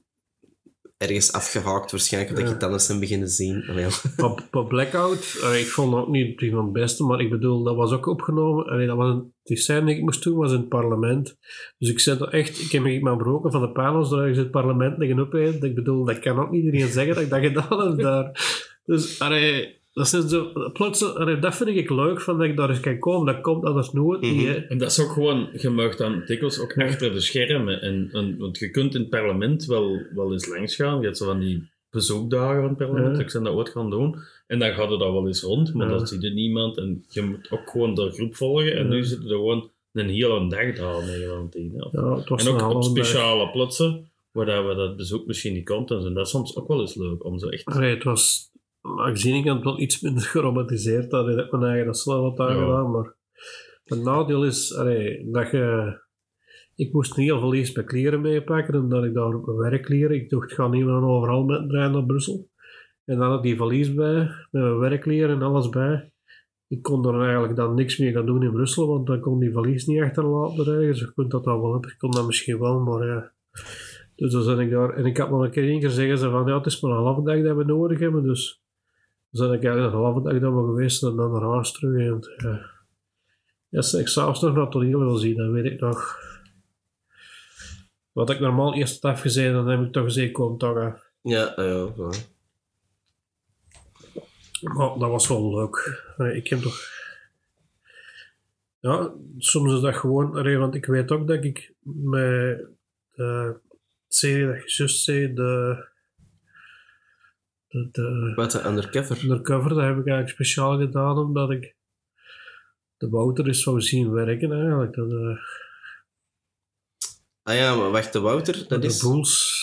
ergens afgehaakt waarschijnlijk, dat Ja. ik het anders ben beginnen zien. Allee, ja. Maar, maar Blackout, uh, ik vond het ook niet die van het beste, maar ik bedoel, dat was ook opgenomen. Allee, dat was een, die scène die ik moest doen was in het parlement. Dus ik zit er echt, ik heb me mijn broken van de panels door ergens in het parlement liggen opeten. Ik bedoel, dat kan ook niet iedereen zeggen dat ik dat gedaan heb daar. Dus, allee, dat zijn zo, plots, allee, dat vind ik leuk, van dat ik daar eens kan komen. Dat komt anders nooit niet, Mhm. hè. En dat is ook gewoon, je mag dan dikwijls ook achter de schermen. En, en, want je kunt in het parlement wel, wel eens langs gaan. Je hebt zo van die bezoekdagen van het parlement. Ja. Ik ben dat ooit gaan doen. En dan gaat het daar wel eens rond, maar Ja. dan zie je niemand. En je moet ook gewoon de groep volgen. En Ja. nu zitten er gewoon een hele dag daar, negen van tien. Hè. Ja, het was En ook een op halve dag. speciale plaatsen, waar dat, waar dat bezoek misschien niet komt. En zo. Dat is soms ook wel eens leuk om zo echt... Allee, het was, aangezien ik het wel iets minder geromantiseerd had, heb ik mijn eigen dat wel wat aan Ja. gedaan, maar het nadeel is, allee, dat je, ik moest niet heel veel eerst mijn kleren meepakken, omdat ik daar op mijn werkkleren, ik dacht, ik ga niet meer overal met rijden naar Brussel. En dan had ik die valies bij, met mijn werkkleren en alles bij. Ik kon er eigenlijk dan niks meer gaan doen in Brussel, want dan kon die valies niet achterlaten ergens. Je kunt dat dan wel hebben, ik kon dat misschien wel, maar ja. Dus dan ben ik daar, en ik had nog een keer één keer zeggen ze van, ja, het is maar een halve dag dat we nodig hebben, dus dan ben ik eigenlijk een halve dag dat we geweest en dan naar huis terug. En, ja. Ja, als ik s'avonds nog naar het toneel wil zien, dan weet ik nog. Wat ik normaal eerst had afgezien, dan heb ik toch gezegd, kom toch af. Ja, ah, ja, ja. Maar dat was wel leuk. Allee, ik heb toch... Ja, soms is dat gewoon... Allee, want ik weet ook dat ik met de serie dat je juist zei, de... de, de Wat, de Undercover? Undercover, dat heb ik eigenlijk speciaal gedaan, omdat ik de Wouter eens zou zien werken eigenlijk. Dat, eh, Ah ja, maar wacht, de Wouter, dat de is... Boels,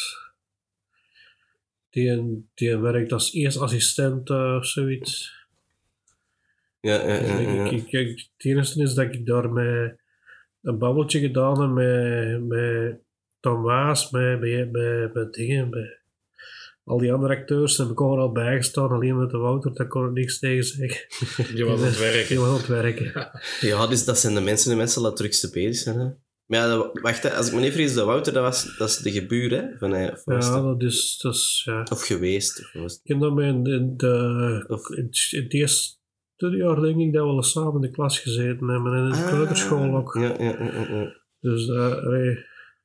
die, die werkt als eerst assistent eh, of zoiets. Ja, ja, ja, ja. Ik, ik, ik, het enige is dat ik daar met een babbeltje gedaan heb met, met Tom Waas, met, met, met, met dingen, met al die andere acteurs. Daar heb ik overal bijgestaan, alleen met de Wouter, daar kon ik niks tegen zeggen. Je was aan het werken. Die was aan het werken. Ja, dus dat zijn de mensen die mensen dat drukste bezig zijn. Hè. Maar ja, dat- wacht, hè, als ik me niet vergis, de Wouter, dat, was, dat is de gebuur, hè? Van, hij- of, was Ja, dat- dat is, dat is ja. of geweest. Of was het- Ik heb dat met in, in, de, Of- in, het- in het eerste jaar denk ik dat we al samen in de klas gezeten hebben en in de Ah, kleuterschool ook. Ja, ja, ja, ja, ja. Dus daar, allee.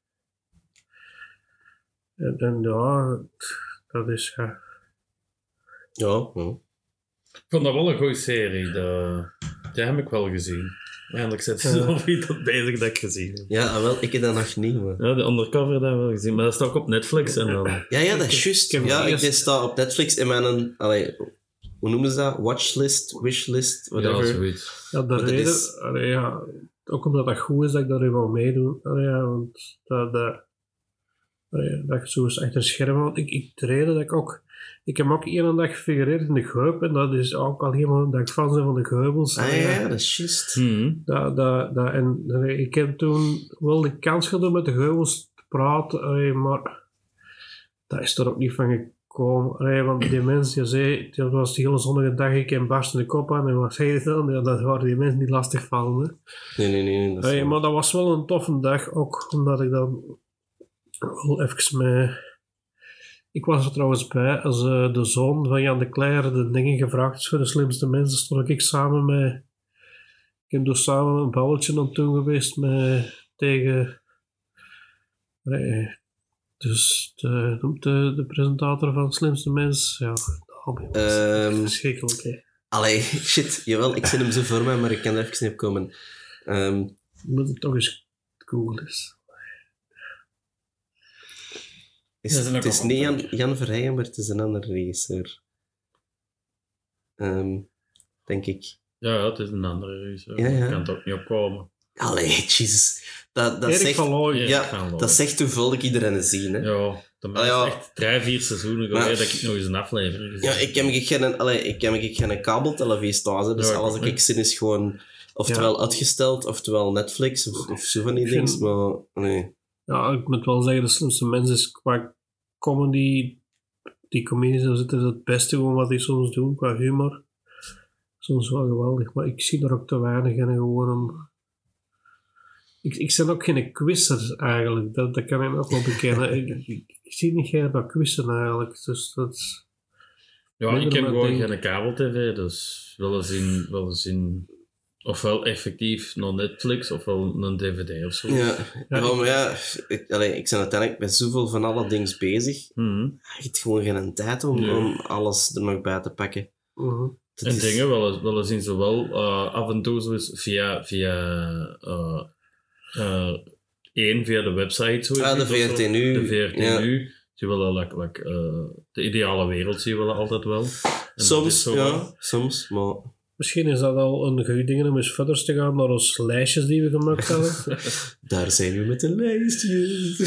En, en ja, dat is ja. Ja, ja. Ik vond dat wel een goede serie. De... Die heb ik wel gezien. Eindelijk zit ze Ja. zo iets bezig dat ik gezien heb. Ja, ah, wel, ik heb dat nog niet, man. Ja, de Undercover dat hebben we wel gezien. Maar dat staat ook op Netflix. En dan... Ja, ja, dat is juist. Ik heb Ja, ik eerst- sta op Netflix in mijn... Allee, hoe noemen ze dat? Watchlist, wishlist, Ja, whatever. zoiets. Ja, de Maar dat reden, is- allee, ja, ook omdat dat goed is dat ik daarin wil meedoen. Allee, ja, want dat, dat, allee, dat je zo eens achter schermen. Want ik, ik, de reden dat ik ook. Ik heb ook één dag gefigureerd in de Geup en dat is ook al helemaal dat ik fan ben van de Geubels. Ah Allee, ja, ja, dat is juist. Mhm. Dat, dat, dat, en allee, ik heb toen wel de kans gehad om met de Geubels te praten, allee, maar dat is er ook niet van gekomen. Allee, want die mensen, die zei, dat was die hele zonnige dag, ik heb barst in de kop aan en wat zei je dan? Ja, dat waren die mensen niet lastig vallen. Hè. Nee, nee, nee. nee, dat is Allee, wel- maar dat was wel een toffe dag, ook omdat ik dan wel even mee... Ik was er trouwens bij als eh, de zoon van Jan de Cler de dingen gevraagd is voor de slimste mensen, stond ik samen met heb dus samen een balletje aan toen geweest met, tegen... Nee, dus de, de, de presentator van Slimste Mens. Ja, oh, Um, verschrikkelijk, hè. Allee, shit. Jawel, ik zit hem zo voor mij, maar ik kan er even niet op komen. Um, Je moet het toch eens googlen. is, Dat is een het is ook niet wel Jan, Jan Verheijen, maar het is een andere regisseur. Um, denk ik. Ja, ja, het is een andere regisseur. Ja, ja. Ik kan het ook niet opkomen. Allee, jezus. Dat, dat Erik zegt... van Looy. Erik Ja, van Looy. dat zegt toevallig iedereen zien, hè. Ja, dat Ah, ja. is echt drie, vier seizoenen geleden Maar- dat ik nog eens een aflevering gezien Ja, ik heb ik geen, allee, ik heb ik geen kabeltelevisie thuis, hè, dus Ja, ik alles ook wat ik niet. zie is gewoon oftewel uitgesteld, oftewel Netflix, of, of zo van die Ik dingen, vind- maar nee. Ja, ik moet wel zeggen, de Slimste Mens is qua comedy, die comedies zitten is het beste gewoon wat die soms doen, qua humor. Soms wel geweldig, maar ik zie er ook te weinig in gewoon om... Ik, ik ben ook geen quizzer eigenlijk, dat, dat kan ik ook wel bekennen. ik, ik, ik zie niet graag dat quizzen eigenlijk, dus dat is... Ja, Minder ik heb maar gewoon denk- geen kabel-tv, dus wel eens in, wel eens in ofwel effectief naar Netflix, ofwel een D V D of zo. Ja, Ja, ja, ik- maar ja, ik, allee, ik ben uiteindelijk met zoveel van alle dingen bezig. Mhm. Je hebt gewoon geen tijd om, Nee. om alles er nog bij te pakken. Mhm. Dat En is- dingen wel eens, wel eens in zowel uh, af en toe zo eens via, via uh, uh, één, via de website. Zo Ah, de of zo. V R T nu. De V R T Ja. nu. Ze willen like, like, uh, de ideale wereld zien we altijd wel. En dat is Soms, zo ja, wel. soms, maar... Misschien is dat al een goed ding om eens verder te gaan naar onze lijstjes die we gemaakt hadden. Daar zijn we met de lijstjes.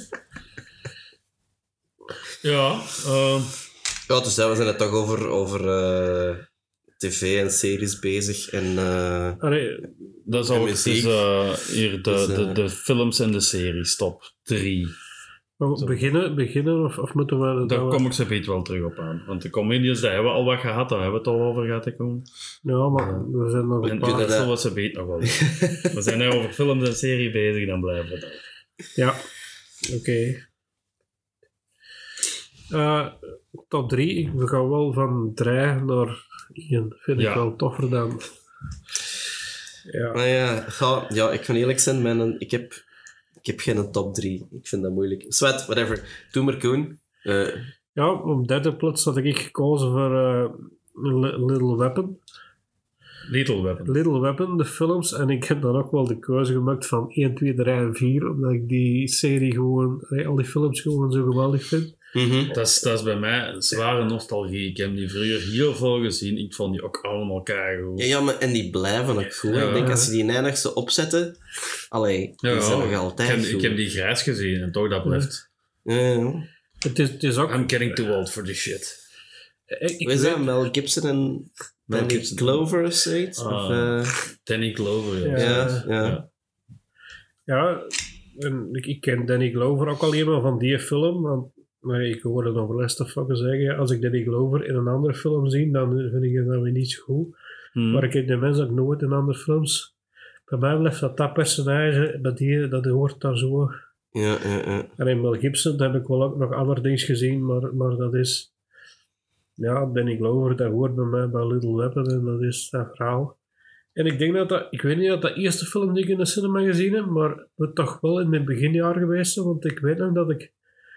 Ja, uh, Ja, dus ja, we zijn het toch over, over uh, tv en series bezig. En uh, Allee, dat is En ook muziek. dus, uh, hier de, Dus, uh, de, de films en de series, top drie. Maar we beginnen, beginnen of, of moeten we... Daar dat kom we- ik zo beetje wel terug op aan. Want de comedians, daar hebben we al wat gehad, daar hebben we het al over gehad. Ik kom. Ja, maar we zijn nog een En paar... dat- dat zullen we ze beetje nog wel doen. We zijn nu over films en series bezig, dan blijven we dat. Ja, oké. Eh, top drie. We gaan wel van drie naar één. Vind ik Ja. wel toffer dan... Ja. maar ja, ga, ja, ik ga eerlijk zijn, mijn, ik, heb, ik heb geen top drie. Ik vind dat moeilijk. Sweat, whatever. Doe maar, Koen. Uh, ja, op derde plaats had ik gekozen voor eh, Li- Little Weapon. Little Weapon. Little Weapon, de films. En ik heb dan ook wel de keuze gemaakt van één, twee, drie en vier. Omdat ik die serie gewoon, eh, al die films gewoon zo geweldig vind. mm-hmm. Dat is, dat is bij mij een zware nostalgie. Ik heb die vroeger heel veel gezien. Ik vond die ook allemaal keigoed. ja, ja, maar en die blijven ook goed. Ja. Ik denk, als ze die eindig zo opzetten... Allee, die Ja, zijn nog altijd ik heb, goed. ik heb die grijs gezien en toch dat blijft. Ja, ja. Het is, het is ook... I'm getting too old for this shit. ik, ik Wie is weet- dat? Mel Gibson en Mel Danny Gibson. Glover of zoiets? Ah. Of, uh, Danny Glover, ja. Ja. ja, ja. Ja. Ja, en ik, ik ken Danny Glover ook alleen maar van die film. Want, maar ik hoorde nog Lester zeggen, als ik Danny Glover in een andere film zie, dan vind ik dat weer niet zo goed. Hmm. Maar ik ken die mensen ook nooit in andere films. Bij mij blijft dat dat personage, bij die, dat hoort daar zo. Ja, ja, ja. En in Mel Gibson daar heb ik wel ook nog andere dingen gezien, maar, maar dat is... Ja, Danny Glover, dat hoort bij mij bij Little Weapon en dat is dat verhaal. En ik denk dat dat... Ik weet niet dat dat eerste film die ik in de cinema gezien heb, maar het moet toch wel in mijn beginjaar geweest zijn, want ik weet nog dat ik...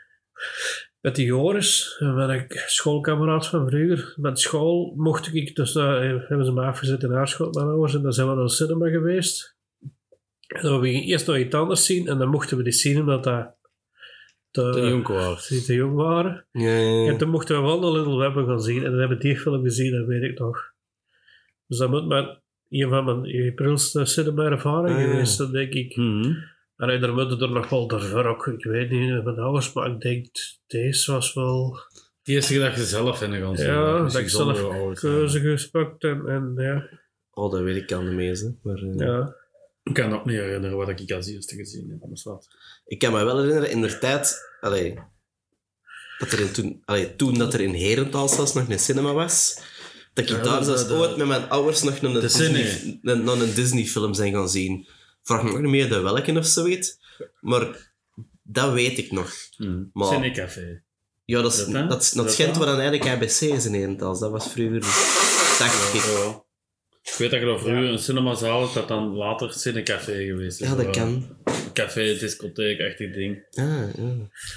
Met die Joris, met een schoolkameraad van vroeger, met school mocht ik... Dus uh, hebben ze me afgezet in Aarschot, mijn ouders, en dan zijn we naar de cinema geweest. En dan we gingen eerst nog iets anders zien, en dan mochten we die zien omdat dat... Te, De Jonkwaard. die te jong waren. Ja, ja, ja. En toen mochten we wel een Little Weapon gaan zien. En dan hebben we die film gezien, dat weet ik nog. Dus dat moet maar een van mijn prilste cinema-ervaringen Ah, ja. geweest, dat denk ik. Mhm. En daar moeten er nog wel daarvoor ook, ik weet niet, mijn ouders, maar ik denk, deze was wel... Die eerste keer dat je zelf in de gaan zien. Ja, dus dat ik zelf zonder ouders zijn. keuze gespakt en, en ja. Oh, dat weet ik al de meeste. Maar, uh, ja. Ik kan ook niet herinneren wat ik als eerste gezien heb. Maar wat. Ik kan me wel herinneren, in de tijd... Allee, dat er in toen, allee, toen dat er in Herentaal zelfs nog een cinema was... Dat ik Ja, daar dat- zelfs dat- ooit met mijn ouders nog een, De Disney, Cine. een, nog een Disney-film zijn gaan zien. Vraag me ook niet meer de welke of zoiets. Maar dat weet ik nog. Hmm. Maar- Cinecafé. Ja, dat, is, Dat dat, dan? is- dat Dat schijnt dan? wat dan eigenlijk A B C is in Herentaal. Dat was vroeger... Dacht ik. Ja. Ik weet dat je dat vroeger een cinemazaal had, dat dan later cinecafé geweest is. Ja, dat Zo, kan. Café, discotheek, echt die ding. Ah, ja.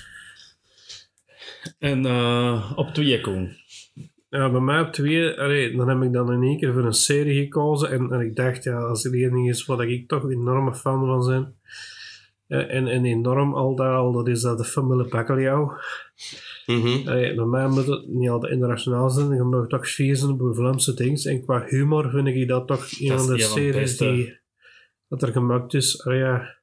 En uh, op twee Koen. Ja, bij mij op twee, allee, dan heb ik dan in één keer voor een serie gekozen. En, en ik dacht, ja, als er één ding is wat ik toch een enorme fan van ben. Uh, en, en enorm al dat, al, dat is dat de familie Bacalhau. Mm-hmm. Allee, bij mij moet het niet altijd internationaal zijn. Je mag toch vier zijn op Vlaamse dingen. En qua humor vind ik dat toch een Dat van is de een van de series beste. die dat er gemaakt is. Allee, ja.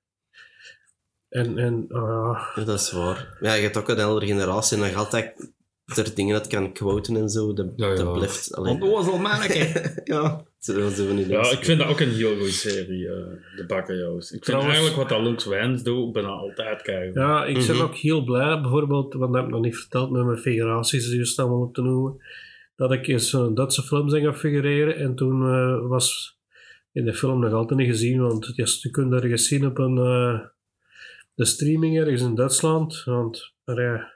En, en uh, Ja, dat is waar. Ja, je hebt ook een oudere generatie en dan gaat altijd er dingen dat kan quoten en zo. Dat, Ja, ja. dat blijft... Alleen... Onnozel manneke. ja, zo, zo van die Ja, dingen. ik vind dat ook een heel goede serie, uh, de Bacalhau's. Ik vind Trouwens- eigenlijk wat dat Lux Wijns doet, bijna altijd kijken. ja, ik ben Mhm. ook heel blij, bijvoorbeeld, want dat heb ik nog niet verteld met mijn figuraties, die juist allemaal op te noemen, dat ik eens een Duitse film ben gaan figureren. En toen uh, was in de film nog altijd niet gezien, want ja, je kunt dat ergens zien op een uh, de streaming ergens in Duitsland. Want, maar ja.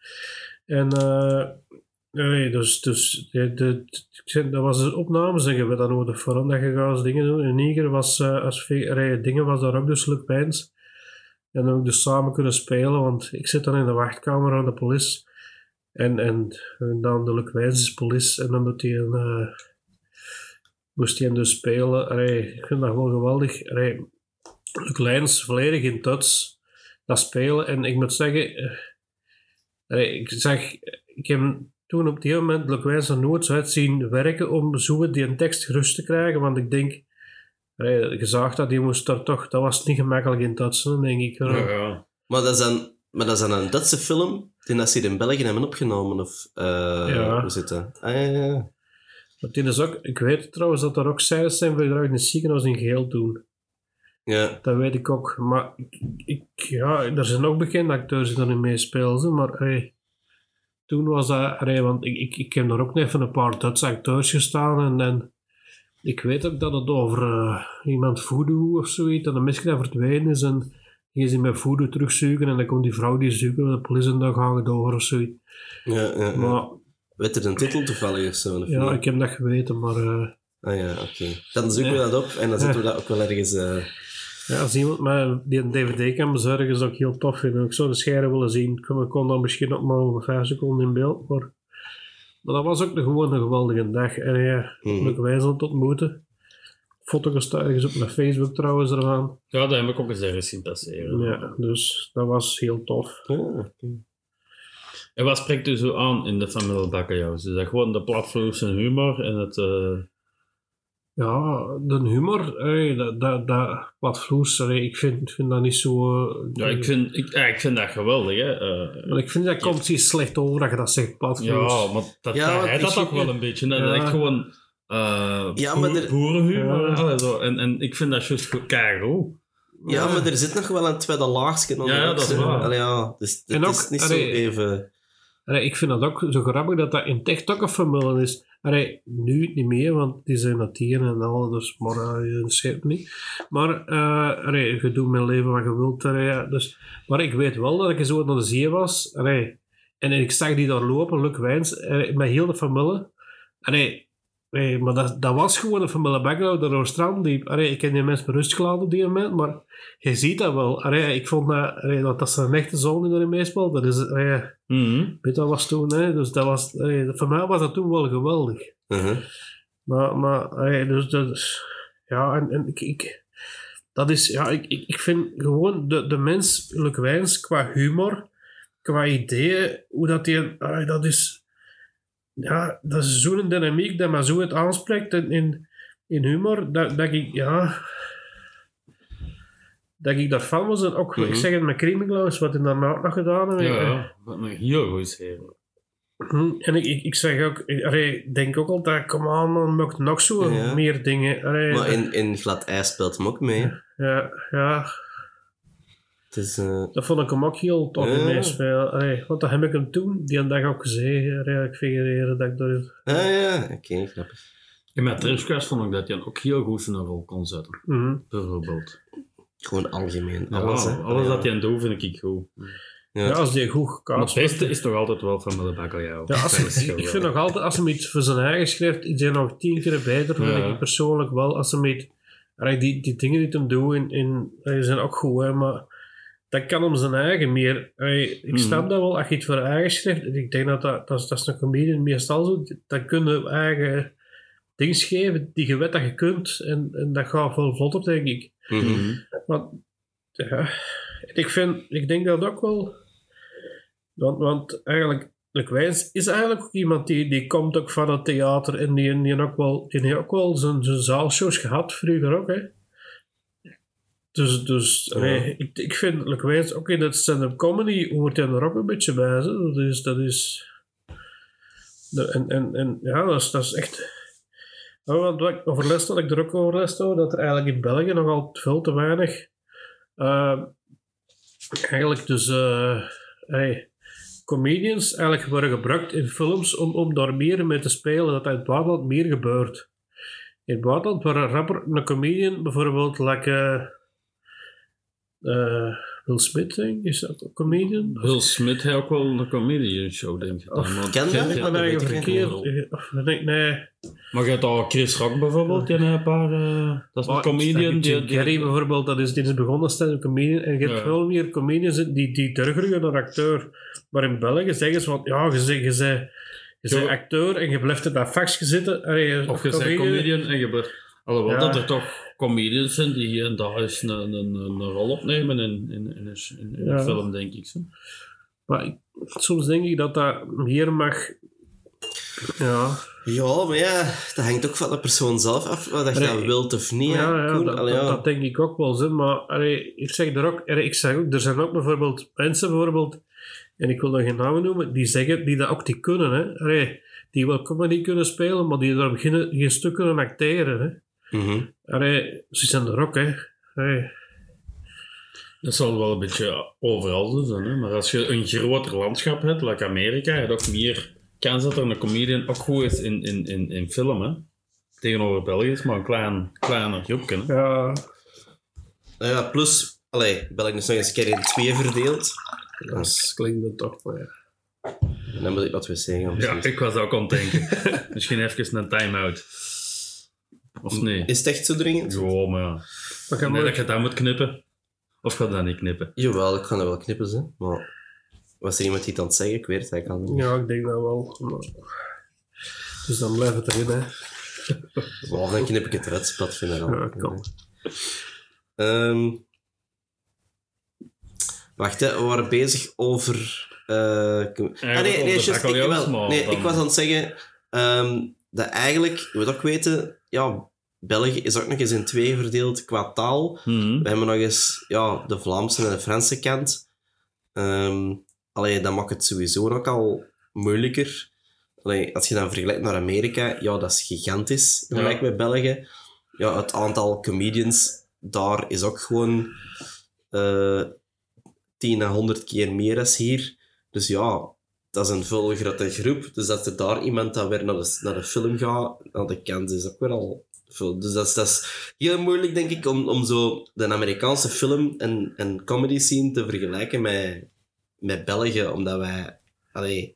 En uh, nee, dus, dus de, de, ik zeg, dat was een opname, zeggen we dan over de vorm dat je gaat dingen doen. En Niger was uh, als figureren dingen was daar ook dus Luc Wijns. En dan heb ik dus samen kunnen spelen, want ik zit dan in de wachtkamer aan de politie. En, en, en dan de Luc Wijns is politie en dan moet hij een, uh, moest hij hem dus spelen. Allee, ik vind dat gewoon geweldig. Allee, Luc Wijns volledig in Duits, dat spelen. En ik moet zeggen, uh, allee, ik zeg, ik heb toen op die moment Luc Wijns er nooit zo uit zien werken om zo die een tekst gerust te krijgen, want ik denk, allee, je zag dat, die moest daar toch, dat was niet gemakkelijk in Duits, denk ik. Ja, ja. Maar dat is dan, maar dat is dan een Duitse film die dat ze hier in België hebben opgenomen, of uh, Ja. hoe zit dat? Ah, ja, ja. Want die is ook, ik weet trouwens dat er ook scènes zijn voor in het ziekenhuis in geheel doen. Ja. Dat weet ik ook. Maar ik, ik, ja, er zijn ook bekende acteurs die erin meespelen. Maar hey, toen was dat... Hey, want ik, ik, ik heb er ook even een paar Duitse acteurs gestaan. En, en ik weet ook dat het over uh, iemand voodoo of zoiets. Dat een meisje dat verdwenen is. En die is die met voodoo terugzoeken. En dan komt die vrouw die zoeken. De politie en dan gaan door of zoiets. Ja, ja, ja. Maar Weet er een titel toevallig of zo? Of ja, niet? ik heb dat geweten. Maar... Uh, Ah ja, oké. Dan zoeken Nee. we dat op en dan zetten we dat ook wel ergens... Uh... Ja, als iemand mij die een D V D kan bezorgen, is dat ook heel tof vinden. Ik zou de scheren willen zien. Ik kon, ik kon dan misschien nog maar over vijf seconden in beeld. Maar, maar dat was ook de, gewoon een geweldige dag. En ja, Mhm. Luc Wijns aan het ontmoeten. Foto's staan ergens op mijn Facebook trouwens ervan. Ja, dat heb ik ook eens ergens zien passeren. Ja, dus dat was heel tof. Oh, oké. En wat spreekt u zo aan in de familie Bacalhau's? Is dat gewoon de platvloerse humor en het... Uh... Ja, de humor, hey, dat, dat, dat wat vloers, hey, ik vind, vind dat niet zo... Uh, Ja, ik vind, ik, ja, ik vind dat geweldig, hè. Uh, maar ik vind dat komt iets slecht over dat je dat zegt, platvloers. ja, maar dat, Ja, dat, want hij ik dat zie- ook wel een beetje. Hè. Dat is Ja. echt gewoon... Uh, Ja, maar er- boerenhumor. Ja. Allee, zo. En, en ik vind dat juist goed keigoed. Ja, maar er zit nog wel een tweede laagje onder. Ja, ja, dat is hè. waar. Allee, ja, dus het En ook, is niet allee, zo even... Allee, ik vind dat ook zo grappig dat dat in echt ook een familie is. Allee, nu niet meer, want die zijn dat hier en al, dus maar uh, je interesseert me niet. Maar uh, allee, je doet mijn leven wat je wilt. Allee, ja, dus, maar ik weet wel dat ik zo naar de zee was. Allee, en ik zag die daar lopen, Luc Wijns, allee, met heel de familie. Allee, allee, maar dat, dat was gewoon een familie Bacalhau dat door het strand liep. Allee, ik heb die mensen berust gelaten op die moment, maar je ziet dat wel. Allee, ik vond dat, allee, dat, dat zijn echte zoon die erin meespeelt. Dat is... Allee, Mm-hmm. weet dat was toen, hè? Dus dat was, allee, voor mij was dat toen wel geweldig. Uh-huh. Maar, maar allee, dus dat is, ja, en, en ik, ik, dat is, ja, ik, ik, ik vind gewoon de, de mens, Luc Wijns, qua humor, qua ideeën, hoe dat die, allee, dat is, ja, dat is zo'n dynamiek dat me zo het aanspreekt in, in, in humor, dat, dat ik, ja, dat ik daarvan was. En ook, Mhm. ik zeg het met Kriemenglaus, wat hij daarna ook nog gedaan heeft. Ja, ja. Wat een heel goed serie. Hm, En ik, ik, ik zeg ook, ik allee, denk ook altijd, kom aan man, mag nog zo Ja. meer dingen. Allee, Maar in, in glad ijs speelt hem ook mee. ja, ja, Het is... uh, dat vond ik hem ook heel tof in Ja. meespelen. Allee, want dat heb ik hem toen, die een dag ook gezegd, eigenlijk figureren, dat ik door... Ah ja, oké, grappig. En met Tripscast vond ik dat hij ook heel goed zijn rol kon zetten. Mhm. Bijvoorbeeld. Gewoon algemeen, Ja, alles. hè. alles Ja. dat hij aan doet, vind ik goed. Ja. Ja, als die goed Maar gecast het beste is toch altijd wel van de Bacalhau. Ja, als hij, ik vind nog altijd, als hij iets voor zijn eigen schrijft, is hij nog tien keer beter, vind Ja. ik persoonlijk wel. Als hij met, allee, die, die dingen die hij doet, in, in, die zijn ook goed, hè, maar dat kan om zijn eigen meer. Allee, ik snap Mhm. dat wel, als je iets voor eigen schrijft, ik denk dat dat, dat, is, dat is een comedian meestal zo, dan kun je eigen dingen geven die je weet dat je kunt, en, en dat gaat veel vlotter, denk ik. Mhm. Mhm. Maar ja, ik, vind, ik denk dat ook wel. Want, want eigenlijk, de Kwijns is eigenlijk ook iemand die, die komt ook van het theater en die, die, ook wel, die heeft ook wel zijn, zijn zaalshows gehad vroeger ook. Hè. Dus, dus Ja. nee, ik, ik vind de Kwijns ook in het stand-up comedy hoort hij er ook een beetje bij. Hè. Dat is. Dat is de, en, en, en ja, dat is, dat is echt. Oh, want wat ik overlast had, ik er ook overlast had, dat er eigenlijk in België nogal veel te weinig. Uh, eigenlijk dus. Uh, hey, comedians eigenlijk worden gebruikt in films om, om daar meer mee te spelen, dat in het buitenland meer gebeurt. In het buitenland waar een rapper, een comedian bijvoorbeeld, like, uh, uh, Will Smith, denk ik, is dat een comedian? Will Smith heeft ook wel een comedian show, denk ik. Of- Maar- Ken je dat? Ik Ja, ben dat eigenlijk weet ik verkeerd. Of, nee, nee. Maar je hebt al Chris Rock bijvoorbeeld, die heeft een paar... eh, dat is een Maar comedian. Die, Jim Carrey bijvoorbeeld, dat is, die is begonnen als een comedian. En je hebt Ja. veel meer comedians die, die teruggroeien naar acteur. Maar in België zeggen ze van, ja, je bent, je bent, je bent Ja. acteur en je blijft in dat vakje zitten. Allee, Of je bent comedian en je blijft... Alhoewel Ja. dat er toch comedians zijn die hier en daar eens een, een, een, een rol opnemen in, in, in, een, in een Ja. film, denk ik. Zo. Maar ik- soms denk ik dat dat meer mag... Ja, Ja, maar ja, dat hangt ook van de persoon zelf af, wat dat je Nee. dat wilt of niet. hè. ja, ja, Koen. dat, Allee, dat, ja. dat denk ik ook wel. Zin, maar allee, ik zeg er ook, allee, ik zeg ook, er zijn ook bijvoorbeeld mensen, bijvoorbeeld, en ik wil nog geen namen noemen, die zeggen, die dat ook die kunnen. Hè. Allee, die wel comedy kunnen spelen, maar die daar beginnen geen stuk kunnen acteren. Hè. Mhm. Allee, ze zijn er ook, hè. Allee. Dat zal wel een beetje overal zo zijn, hè? Maar als je een groter landschap hebt, like Amerika, heb je ook meer kans dat er een comedian ook goed is in, in, in, in film. Hè? Tegenover België is maar een klein, kleiner groepje. Hè? Ja, Nou ja, plus, allee, België is nog eens een keer in twee verdeeld. dat klinkt het toch, maar ja. Dan moet ik wat we zeggen. Ja, ik was ook aan het denken. Misschien even een time-out. Of nee? Is het echt zo dringend? Ja, maar ja. Maar kan Nee, maar- dat je dat moet knippen. Of ga je dat niet knippen? Jawel, ik kan dat wel knippen, hè. Maar was er iemand die het aan het zeggen? Ik weet het eigenlijk al niet. Ja, ik denk dat wel. Maar... Dus dan blijft het erin, hè. Wow, dan knip ik het eruit, plat generaal. Ja, kom. Ehm, wacht, hè, we waren bezig over... eh, com- ah, nee, over nee, de juist, ik, bacalhau's, wel. maar nee dan- ik was aan het zeggen ehm, dat eigenlijk, je moet ook weten, ja, België is ook nog eens in twee verdeeld qua taal. Mhm. We hebben nog eens ja, de Vlaamse en de Franse kant. Ehm allee, dat maakt het sowieso ook al moeilijker. Allee, als je dan vergelijkt naar Amerika, ja, dat is gigantisch, Ja. gelijk bij België. Ja, het aantal comedians daar is ook gewoon eh tien à honderd keer meer dan hier. Dus ja, dat is een veel grote groep. Dus dat er daar iemand dan weer naar de, naar de film gaat, nou, de kans is ook weer al veel. Dus dat is, dat is heel moeilijk, denk ik, om, om zo de Amerikaanse film- en, en comedy scene te vergelijken met, met België. Omdat wij... Allee,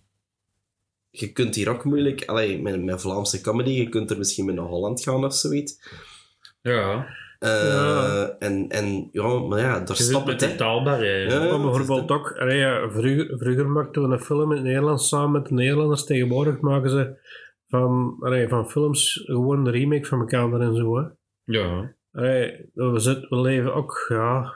je kunt hier ook moeilijk... Allee, met, met Vlaamse comedy, je kunt er misschien met naar Holland gaan of zoiets. Ja, Eh, Ja. En, en ja, maar ja, daar je zit stopt met het, die hè. taalbarrière. Ja. Maar bijvoorbeeld ook, allee, ja, vroeger, vroeger maakten we een film in het Nederlands samen met de Nederlanders. Tegenwoordig maken ze van, allee, van films gewoon een remake van elkaar en zo. Hè. Ja. Allee, we, zitten, we leven ook, ja...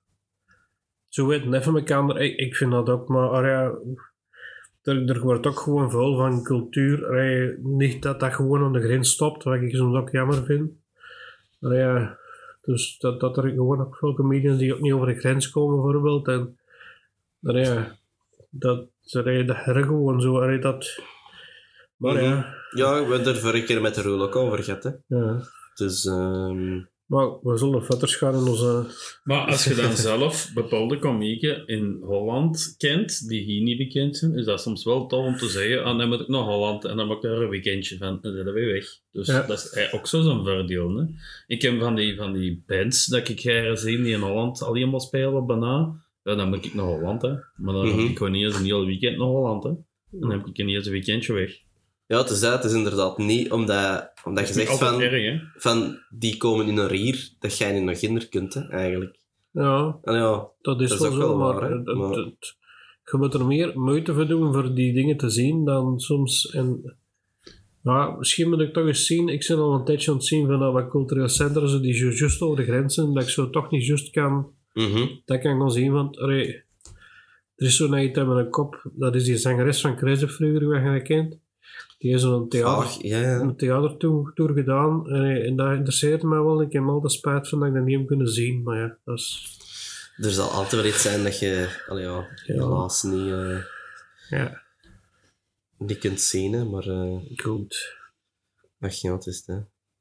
Zo weten net van elkaar. Ik, ik vind dat ook, maar allee, ja, er, er wordt ook gewoon veel van cultuur. Allee, niet dat dat gewoon aan de grens stopt, wat ik soms ook jammer vind. Allee, ja, dus dat, dat er gewoon ook veel comedians die ook niet over de grens komen, bijvoorbeeld. En allee, ja, dat, allee, dat her gewoon zo. Allee, dat, maar ja, Ja, we hebben er vorige keer met de rol ook over gehad, hè. ja. Dus... ehm, Maar we zullen verder gaan in onze... Maar als je dan zelf bepaalde komieken in Holland kent, die hier niet bekend zijn, is dat soms wel tof om te zeggen, ah, dan moet ik naar Holland en dan maak ik daar een weekendje van en dan zijn we weer weg. Dus Ja. dat is eigenlijk ook zo zo'n voordeel. Hè? Ik heb van die, van die bands dat ik hier zie die in Holland alleen maar spelen bijna, Ja, dan moet ik naar Holland, hè. Maar dan Mhm. heb ik gewoon niet eens een heel weekend naar Holland, hè. Dan heb ik niet eens een weekendje weg. Ja, het is dat. Het is inderdaad niet omdat, omdat je Dat is zegt niet altijd van, erg, hè. van die komen in een rier, dat jij niet nog kinder kunt, hè, eigenlijk. Ja, En ja, dat is Dat is wel ook zo, wel maar, waar, hè. het- het- Maar- het- je moet er meer moeite voor doen voor die dingen te zien dan soms. En, ja, misschien moet ik toch eens zien. Ik ben al een tijdje aan het zien van dat wat cultureel centra, zo die zo juist over de grenzen, dat ik zo toch niet juist kan, mhm. dat kan gaan zien. Want allee, er is zo'n iets in mijn kop, dat is die zangeres van Crazy vroeger, wat je kent. Die heeft zo'n theater, Vaag, ja, ja. een theatertour tour gedaan. En, en dat interesseert me wel. Ik heb altijd spijt van dat ik dat niet heb kunnen zien. Maar ja, dat is... Er zal altijd wel iets zijn dat je, allee, ja, helaas niet, eh, Ja, niet kunt zien, hè, maar eh goed. ach ja, het is het, hè.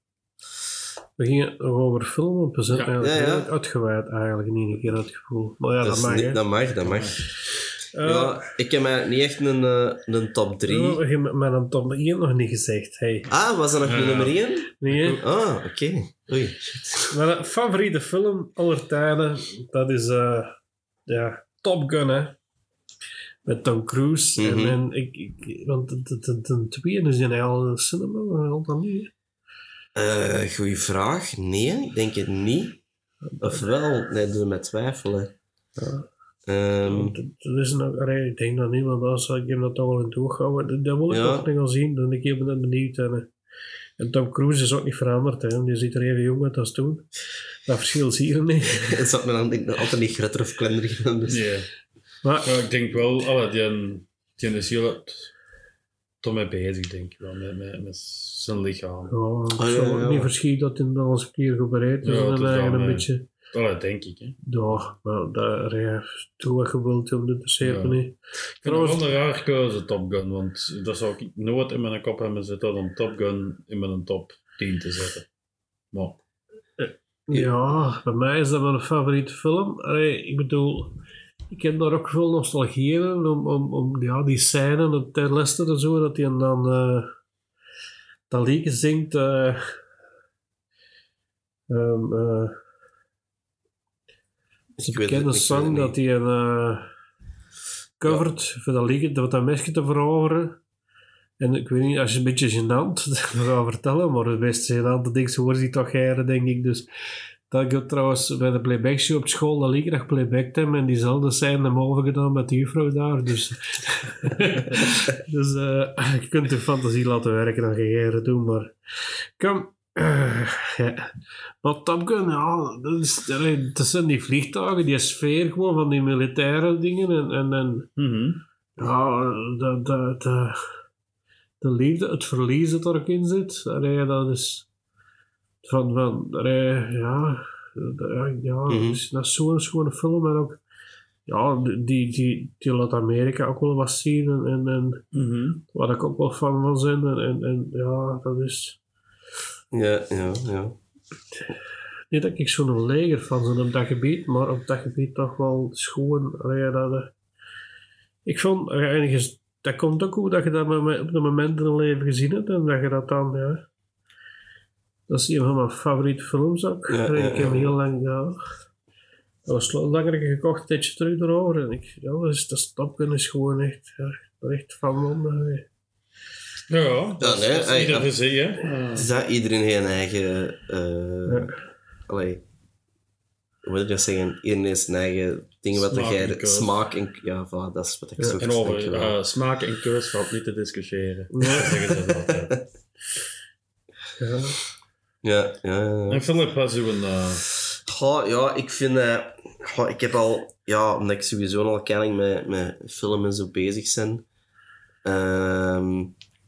We gingen nog over filmen, want we zijn Ja. eigenlijk Ja, ja. redelijk uitgeweid eigenlijk, niet een keer het gevoel. Maar ja, dat, dat, is mag, niet- hè. dat mag, dat mag. Eh, Ja, ik heb mij niet echt een, eh, een top drie. ja, we hebben met een top één nog niet gezegd. Hey. Ah, was dat nog Ja, een ja. nummer één? Nee, hè? Ah, oké. Oei, shit. Mijn favoriete film aller tijden, dat is eh, ja, Top Gun, hè. Met Tom Cruise. Mhm. En, en ik, ik, want de, de, de, de tweede is in al in de cinema, maar al dan niet. Eh, goeie vraag. Nee, ik denk het niet. Of wel? Nee, doe met twijfelen. Ja. Ehm, Want het- het is nog, allee, ik denk dat niet, want anders zou ik hem dat toch wel in toog houden. Dat, dat wil ik Ja. nog niet gaan zien, dan ben ik even benieuwd. En, eh, en Tom Cruise is ook niet veranderd, hè. Die ziet er even jong uit als toen. Dat verschil zie je niet. het zat me dan denk ik nog altijd niet groter of kleiner gedaan. Dus. Nee. Maar Maar ik denk wel, allee, die, die is heel toch mee bezig, denk ik wel, met, met, met zijn lichaam. ja, ik ja, zou ja, ja. niet verschieten dat hij nog eens een keer goed bereid is. Ja, en het is eigen dan, een eh, beetje... Allee, denk ik, hè. Ja, maar dat, ja, doe wat je wilt, om dit interesseert Ja. me niet. Ik vind het Trouwens- wel een raar keuze, Top Gun, want dat zou ik nooit in mijn kop hebben zitten om Top Gun in mijn top tien te zetten. Maar, Ja, bij mij is dat mijn favoriete film. Allee, ik bedoel, ik heb daar ook veel nostalgie in, om, om, om ja, die scène, dat Ted Lester en zo, dat hij dan uh, dat liedje zingt. Uh, um, uh, het is een Ik weet het- bekende ik weet song het dat niet. hij uh, covert voor dat liedje, dat dat meisje te veroveren. En ik weet niet, als je een beetje gênant dat ga vertellen, maar het best gênante ding, zo hoort hij toch heren, denk ik. Dus dat ik trouwens bij de playback show op school dat liedje nog playbacked hem en diezelfde scène hem overgedaan met de juffrouw daar. Dus, dus uh, je kunt de fantasie laten werken dan geheren doen, maar kom. Uh, ja. Maar Top Gun, ja, dat, is, dat zijn die vliegtuigen, die sfeer gewoon van die militaire dingen en, en, en mm-hmm. ja, dat, dat, dat de liefde, het verlies dat er ook in zit, allee, dat is van, van allee, ja, dat, ja Mhm. dus dat is zo'n schone film en ook, ja, die, die, die laat Amerika ook wel wat zien en, en, en Mm-hmm. waar ik ook wel fan van ben en, en, en ja, dat is Ja, ja, ja. niet dat ik zo'n leger van ben op dat gebied, maar op dat gebied toch wel schoon, allee, dat, uh, ik vond, uh, dat komt ook goed dat je dat op de momenten in je leven gezien hebt en dat je dat dan, ja. Dat is een van mijn favoriete films ook. Ja, En ja, ik heb hem ja. heel lang, ja. Dat was langer gekocht, een tijdje terug erover. En ik, ja, dat is, dat is Top Gun is gewoon echt, ja, ik ben echt van man. eh. Ja, dat is, nee, dat is ey, ieder ja. te zeggen, hè. Het is dat iedereen heeft een eigen... eh Ja. Allee, hoe moet ik dat zeggen? Iedereen heeft zijn eigen dingen wat Smaak jij... en keus. Smaak en... Ja, voilà, dat is wat ik Ja. zo En over denk, uh, smaak en keus valt niet te discussiëren. Ja. Dat zeggen ze altijd. Ja. Ja, ja, ja. En Philip, wat is uw... Uh, Goh, ja, ik vind... eh, goh, ik heb al... Ja, omdat ik sowieso al kenning met, met film en zo bezig ben... ehm,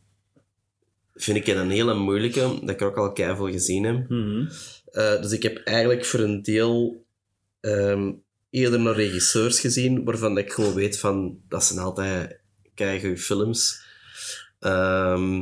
vind ik het een hele moeilijke, dat ik er ook al keiveel gezien heb. mm-hmm. Uh, dus ik heb eigenlijk voor een deel ehm, eerder naar regisseurs gezien, waarvan ik gewoon weet van, dat zijn altijd keigoede films. Ehm,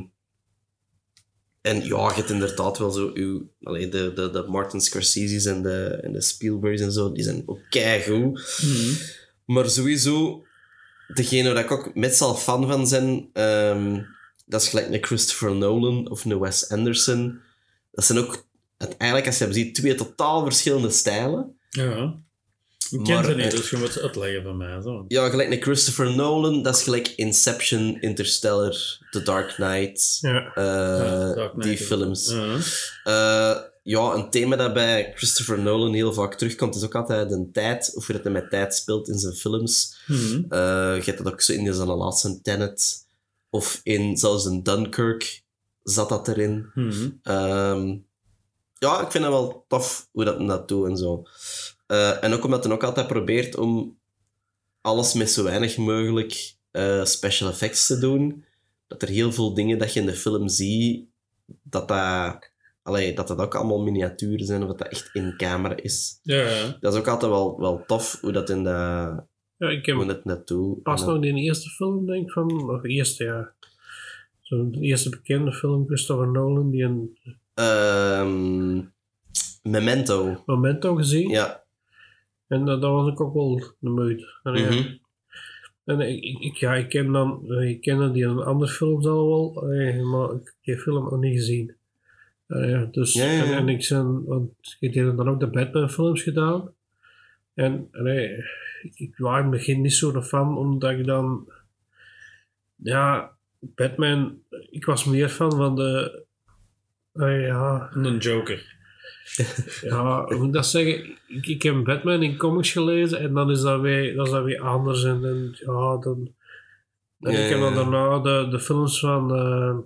en ja, je hebt inderdaad wel zo uw, allee, de, de, de Martin Scorsese's en de, en de Spielberg's en zo, die zijn ook keigoed. Mm-hmm. Maar sowieso, degene waar ik ook met zal fan van ben, ehm, dat is gelijk een Christopher Nolan of een Wes Anderson. Dat zijn ook, uiteindelijk als je hem ziet, twee totaal verschillende stijlen. Ja. Ik ken Maar, ze niet, eh, dus je moet ze uitleggen van mij. Zo. Ja, gelijk een Christopher Nolan, dat is gelijk Inception, Interstellar, The Dark Knight, Ja. eh, Ja, Dark Knight die is- films. Ja. Eh, ja, een thema dat bij Christopher Nolan heel vaak terugkomt, is ook altijd een tijd, of hoe dat hij met tijd speelt in zijn films. Mhm. Eh, je hebt dat ook zo in zijn laatste Tenet, of in zelfs in Dunkirk zat dat erin. Mhm. Ehm, ja, ik vind het wel tof hoe dat dat doet en zo. Eh, en ook omdat hij ook altijd probeert om alles met zo weinig mogelijk eh, special effects te doen. Dat er heel veel dingen dat je in de film ziet, dat dat, allee, dat, dat ook allemaal miniaturen zijn, of dat dat echt in camera is. Ja, ja. Dat is ook altijd wel, wel tof, hoe dat in de... Ja, ik Hoe heb dat net doet. pas En nog die eerste film, denk ik, van... Of eerste, ja. Zo'n eerste bekende film, Christopher Nolan, die een Ehm, Memento. Memento gezien. Ja. En dat, dat was ik ook wel de moeite. En, ja. Mhm. En ik, ik, ik- ja, ik ken dan, ik ken die in een andere film al wel, eh, maar ik heb die film nog niet gezien. Eh, ja, dus, Ja, ja, ja. En, en ik zijn, want ik heb dan ook de Batman films gedaan. En nee, ik, ik was in het begin niet zo fan, omdat ik dan, ja, Batman, ik was meer fan van de, eh, ja, Een Joker. ja, hoe moet ik dat zeggen? Ik, ik heb Batman in comics gelezen en dan is dat weer, dat is dat weer anders. En, en ja, dan... En Ja, ik heb dan ja, ja. daarna de, de films van... eh,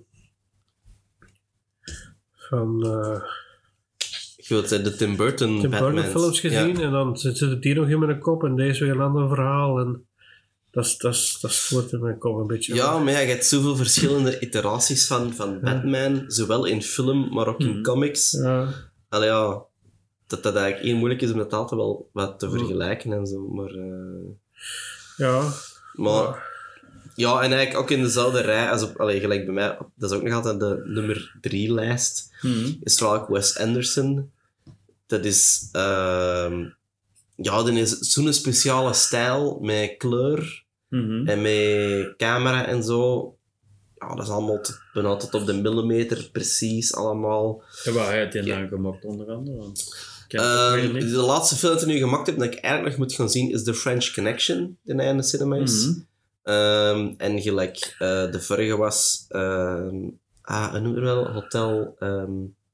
van uh, Goed, de Tim Burton Tim Burton Batmans. films gezien. Ja. En dan zit zit het hier nog in mijn kop en deze weer een ander verhaal. En dat is- dat is- dat spoort in mijn kop een beetje. Ja, maar ja, je hebt zoveel verschillende iteraties van, van Batman, zowel in film, maar ook in Mhm. comics. Ja. Allee, ja, dat dat eigenlijk heel moeilijk is om dat altijd wel wat te Mhm. vergelijken en zo, maar... eh, Ja. maar ja, en eigenlijk ook in dezelfde rij als op... Allee, gelijk bij mij, dat is ook nog altijd de nummer drie lijst, Mhm. is vooral ook Wes Anderson. Dat is... ehm, ja, die is zo'n speciale stijl met kleur Mhm. en met camera en zo. Ja, dat is allemaal tot, bijna tot op de millimeter precies allemaal. Ja, waar hij het in Ja. dan gemaakt, onder andere. Want ik ken het ook Ehm, weer niet. de laatste film die ik nu gemaakt heb, dat ik eigenlijk nog moet gaan zien, is The French Connection, die hij in de cinema is. Mhm. Ehm, en gelijk eh, de vorige was... ehm ah, hoe noem je het wel? Hotel... ehm,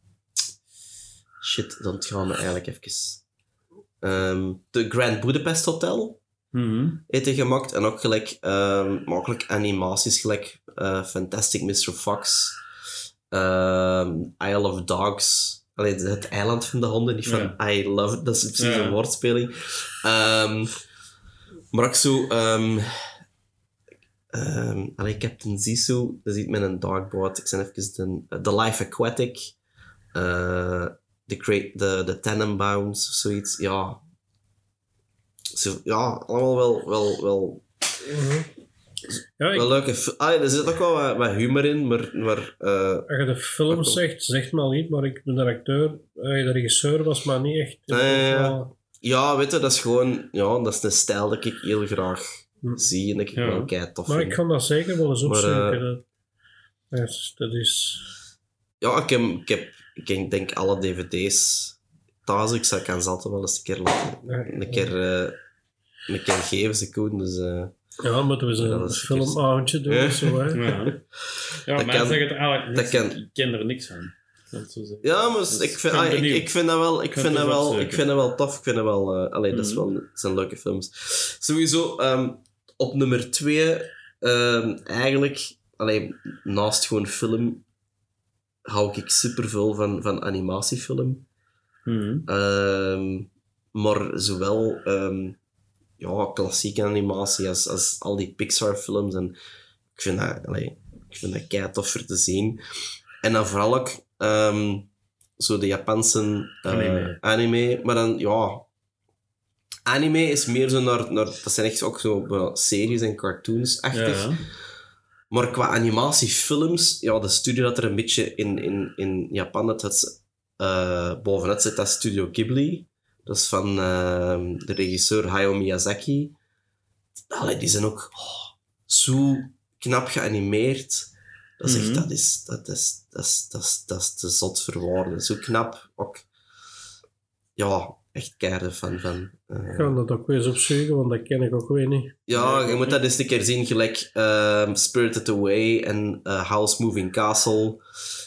shit, dat ontgaan me eigenlijk even. Ehm, de Grand Budapest Hotel Mhm. heeft hij gemaakt. En ook gelijk ehm mogelijk animaties, gelijk eh, Fantastic mister Fox, ehm, Isle of Dogs. Allee, het eiland van de honden, niet van Ja. I love it. Dat is precies Ja. een woordspeling. Ehm, maar ook zo... ehm ehm allee, Captain Zissou, dat ziet met een dartboard. Ik zijn even de... The Life Aquatic. eh The, Great, the, the Tannenbaums, of zoiets. Ja. Zo, ja, allemaal wel... wel, wel Ja, ik, Wel leuke... fi- Ah, er zit ook wel wat, wat humor in, maar... maar eh, als je de film zegt, zegt me al niet, maar ik ben de acteur, eh, de regisseur was maar niet echt. Ja, ja, ja. wel- ja, weet je, dat is gewoon... Ja, dat is een stijl dat ik heel graag Hm. zie en dat ik Ja. wel kei tof Maar vind. ik kan dat zeker wel eens Maar, opzoeken. eh, dat, dat is, dat is... Ja, ik heb, ik heb... Ik denk- denk alle D V D's thuis. Ik zou kan ze altijd wel eens een keer laten... Een keer... eh, een keer geven, ze koen, dus... eh, Ja, moeten we eens Ja, een dat is filmavondje doen Ja. of zo, hè. Ja, ja Dat mij kan- zegt het eigenlijk dat niks. kan. Ik ken er niks van. Ik zal het zo zeggen. Ja, maar Dus ik, vind, ben ah, ik, benieuwd. ik vind dat wel, ik Ga vind het dat eens wel, opzoeken. ik vind dat wel tof. Ik vind dat wel, eh allee, dat is Mhm. wel, dat zijn leuke films. Sowieso, ehm, op nummer twee, ehm, eigenlijk, allee, naast gewoon film, hou ik superveel van, van animatiefilm. Mhm. Ehm, maar zowel ehm, ja, klassieke animatie als, als al die Pixar-films. En ik vind dat, allee, ik vind dat kei tof voor te zien. En dan vooral ook ehm, zo de Japanse eh, Anime. anime. Maar dan, ja... Anime is meer zo naar... naar dat zijn echt ook zo uh, series en cartoons-achtig. Ja. Maar qua animatiefilms, ja, de studio dat er een beetje in, in, in Japan het, het uh, bovenuit zit, dat is Studio Ghibli. Dat is van uh, de regisseur Hayao Miyazaki. Allee, die zijn ook oh, zo knap geanimeerd. Dat is echt, Mhm. dat is, dat is, dat is, dat is, dat is te zot voor woorden. Zo knap, ook... Ja, echt keiharde fan van. Uh, Ik ga dat ook weer eens opzoeken, want dat ken ik ook weer niet. ja, Nee, je moet dat eens een keer zien, gelijk um, Spirited Away en uh, House Moving Castle.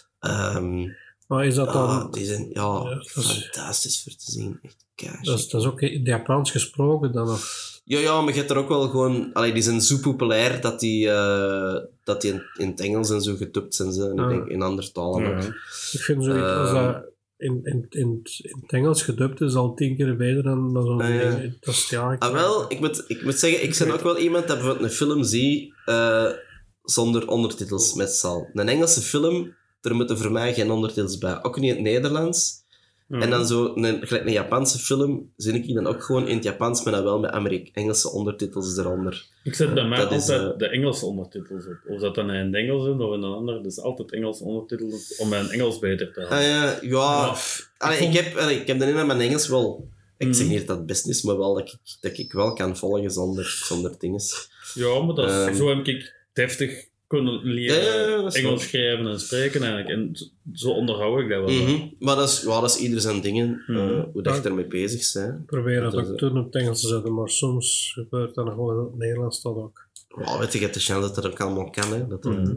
Um, Maar is dat dan... ah, die zijn ja, Ja, dat is- fantastisch voor te zien. Echt kei. Dat is, dat is ook in het Japans gesproken dan, of... Ja, ja, maar je hebt er ook wel gewoon... Allee, die zijn zo populair dat die, uh, dat die in, in het Engels en zo gedubt zijn. Ze, en Ah. ik denk in andere talen Ja. ook. Ik vind zoiets, als Ehm. dat in, in, in, het- in het Engels gedubt is, al tien keer beter dan, dan zo'n Ah, ja. ding. Dat is, ja, ik- Ah, wel, ik moet, ik moet zeggen, ik ben ook wel iemand dat bijvoorbeeld een film zie uh, zonder ondertitels meestal. Een Engelse film, er moeten voor mij geen ondertitels bij. Ook niet in het Nederlands. Ja. En dan zo, een, gelijk een Japanse film, zie ik die dan ook gewoon in het Japans, maar dan wel met Amerika- Engelse ondertitels eronder. Ik zet bij mij Dat is, altijd uh, de Engelse ondertitels op. Of dat dan in het Engels is of in een ander, dus altijd Engelse ondertitels om mijn Engels beter te Ah houden. ja, ja. Ja, Allee, ik ik, vond- heb, allee, ik heb dan in mijn Engels wel... Ik zeg Mhm. niet dat het best is, maar wel dat ik, dat ik wel kan volgen zonder, zonder dinges. Ja, maar dat is, Ehm. zo heb ik deftig kunnen leren Ja, ja, ja, dat is Engels waar. schrijven en spreken eigenlijk. En zo- zo onderhoud ik dat wel. Mhm. Maar dat is, ja, dat is ieder zijn dingen, eh, Mhm. hoe dat je Ja. ermee bezig bent. ik probeer dat Dat ook is- toen op het Engels te zetten, maar soms gebeurt dat nog wel in het Nederlands dat ook. Ja, weet je, je hebt de chance dat dat ook allemaal kan. Hè. Dat, eh, Mhm.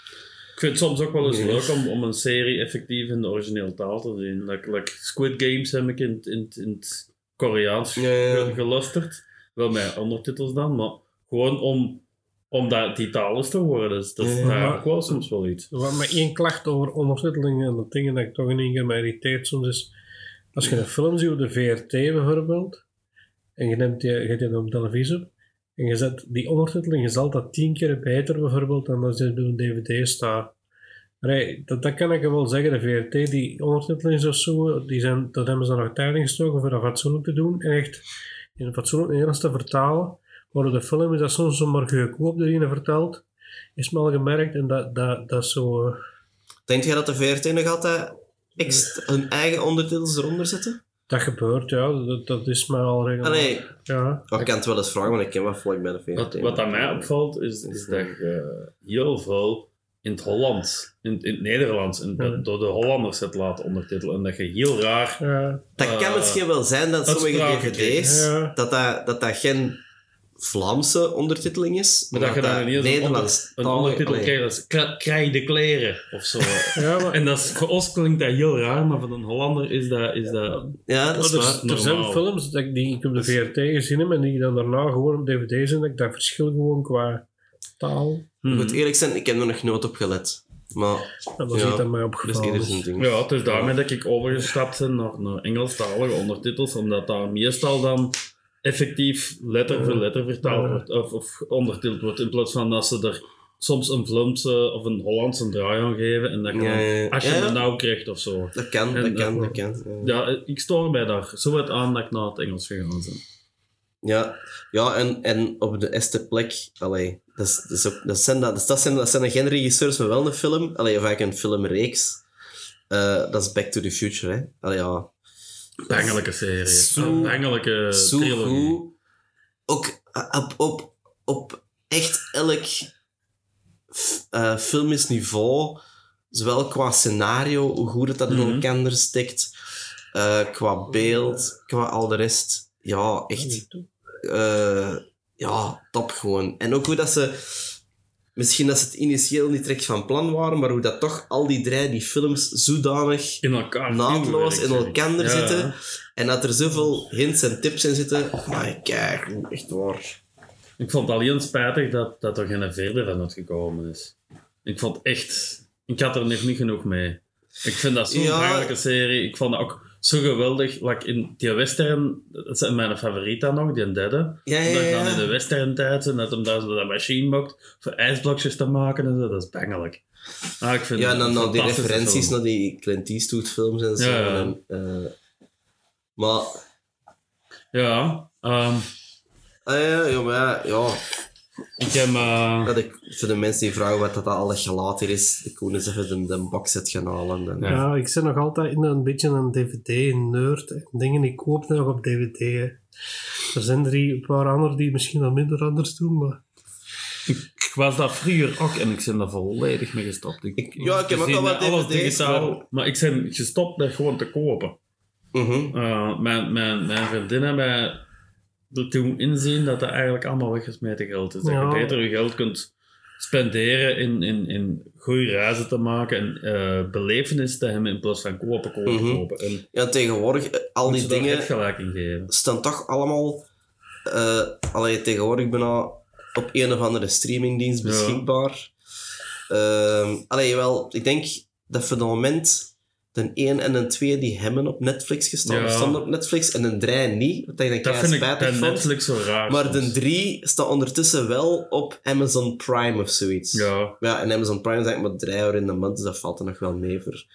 Ik vind het soms ook wel eens Ja. leuk om, om een serie effectief in de originele taal te zien. Like, like Squid Games heb ik in, het- in, het- in het Koreaans Ja, ja, ja. ge- gelusterd. Wel met ondertitels dan, maar gewoon om, om dat, die taal eens te horen. Dus dat is Ja, daar maar- ook wel soms wel iets. Wat met één klacht over ondertitelingen en dat dingen dat ik toch in één keer me irriteert soms is, als je een film ziet op de V R T bijvoorbeeld, en je neemt die, je hebt die op televisie op, en je zet die ondertiteling is altijd tien keer beter bijvoorbeeld dan als je op een D V D staat. Nee, dat, dat kan ik je wel zeggen, de V R T, die ondertitelingen of zo, die zijn, dat hebben ze nog tijd in gestoken voor dat fatsoenlijk te doen, en echt in een fatsoenlijk Nederlands te vertalen. Maar op de film is dat soms zomaar goedkoop door je vertelt, is me al gemerkt, en dat, dat, dat is zo... eh, Denk jij dat de V R T nog altijd extra, hun eigen ondertitels eronder zetten? Dat gebeurt, ja. Dat, dat is mij al regelmatig. Allee, Ja. ik kan het wel eens vragen, want ik ken wat volk bij de V R T. Wat, wat aan mij opvalt, is, is dat je heel veel in het Hollands, in, in het Nederlands, in, Ja. door de Hollanders het laten ondertitelen. En dat je heel raar... Ja. Dat kan Eh, misschien wel zijn dat sommige uitspraken D V D's, Ja. dat, dat, dat dat geen Vlaamse ondertiteling is, Maar dat je dan ineens een, Nederlands onder, een ondertitel allee. krijgt, dat is kra- krijg de kleren, of zo. Ja, maar, En dat is, voor ons klinkt dat heel raar, maar voor een Hollander is dat... Is dat Ja, dat is maar waar. er, er zijn normaal. films dat ik, die ik op de V R T gezien heb en die dan daarna gewoon op D V D zijn, dat ik dat verschil gewoon qua taal. Ik Hmm. moet eerlijk zijn, ik heb er nog nooit op gelet. Maar En dat is Ja, iets dat mij dat is opgevallen ieder is. zijn ding. Ja, het is daarmee dat ik overgestapt ben naar, naar Engelstalige ondertitels, omdat daar meestal dan effectief letter voor letter vertaald Ja. wordt, of, of ondertiteld wordt, in plaats van dat ze er soms een Vlaamse of een Hollandse draai aan geven en dat je Ja, dan, ja, ja. als je Ja, ja. het nou krijgt of zo. Dat kan, En, dat kan, eh, dat kan. Ja, Ja, ik stoor mij daar zo wat aan dat ik naar het Engels gegaan ben. ja, ja en, en op de eerste plek, allee, dat, is, dat, is ook, dat, zijn, dat, dat, zijn, dat zijn geen regisseurs met wel een film, allee, of eigenlijk een filmreeks. Eh, dat is Back to the Future, hè. Allee, ja. Bangelijke serie. Zo- Een bangelijke Zo trilogie. goed. Ook eh, op, op, op echt elk f- eh, filmisch niveau, zowel qua scenario, hoe goed het dat in Mhm. elkaar steekt, eh, qua beeld, qua al de rest. Ja, echt. eh, ja, top gewoon. En ook hoe dat ze... Misschien dat ze het initieel niet direct van plan waren, maar hoe dat toch al die drie, die films, zodanig In elkaar. naadloos in ingewerkt zijn. elkaar Ja. zitten. En dat er zoveel hints en tips in zitten. Maar kijk, echt waar. Ik vond het alleen spijtig dat, dat er geen vierde van uitgekomen is. Ik vond echt... Ik had er nog niet genoeg mee. Ik vind dat zo'n Ja. bangelijke serie. Ik vond dat ook zo geweldig. Like in die western... Dat zijn mijn favorieten nog, die derde. Ja, ja, Omdat je dan ja. in de western tijd zit, dat hem daar zo dat machine maakt voor ijsblokjes te maken en zo. Dat is bangelijk. Ah, ik vind Ja, en het dan een al die fantastische referenties film. naar die Clint Eastwood films en zo. Ja, ja. En, eh, maar... Ja. ehm, ah, ja, ja, maar ja, ja. ik heb... eh, Dat ik, voor de mensen die vragen wat dat al gelaten is, ik kon eens even de, de boxset gaan halen. En, Ja. Ja, ik zit nog altijd in een beetje een D V D-nerd. En dingen, ik koop nog op D V D. Hè. Er zijn drie, een paar anderen die misschien wat minder anders doen, maar... Ik was dat vroeger ook en ik ben daar volledig mee gestopt. Ik, Ik- ja, ik heb ook zie al wat alles D V D's, digitaal, maar- maar ik ben gestopt met gewoon te kopen. Mhm. Uh, mijn, mijn, mijn vriendin en mij toen inzien dat dat eigenlijk allemaal weggesmeten geld is. Dat Ja. je beter je geld kunt spenderen in, in, in goede reizen te maken en uh, belevenis te hebben in plaats van kopen, kopen, Mhm. kopen. En Ja, tegenwoordig, eh, al die dingen gelijk in geven. staan toch allemaal... Uh, allee, tegenwoordig bijna op een of andere streamingdienst Ja. beschikbaar. Uh, allee, wel, ik denk dat voor het moment de één en de twee die hebben op Netflix gestaan, Ja. stonden op Netflix, en de drie niet, wat ik dan Dat vind ik spijtig bij vond. Netflix zo raar. Maar de soms. drie staat ondertussen wel op Amazon Prime of zoiets. Ja. Ja, en Amazon Prime is eigenlijk maar drie euro in de maand, dus dat valt er nog wel mee voor.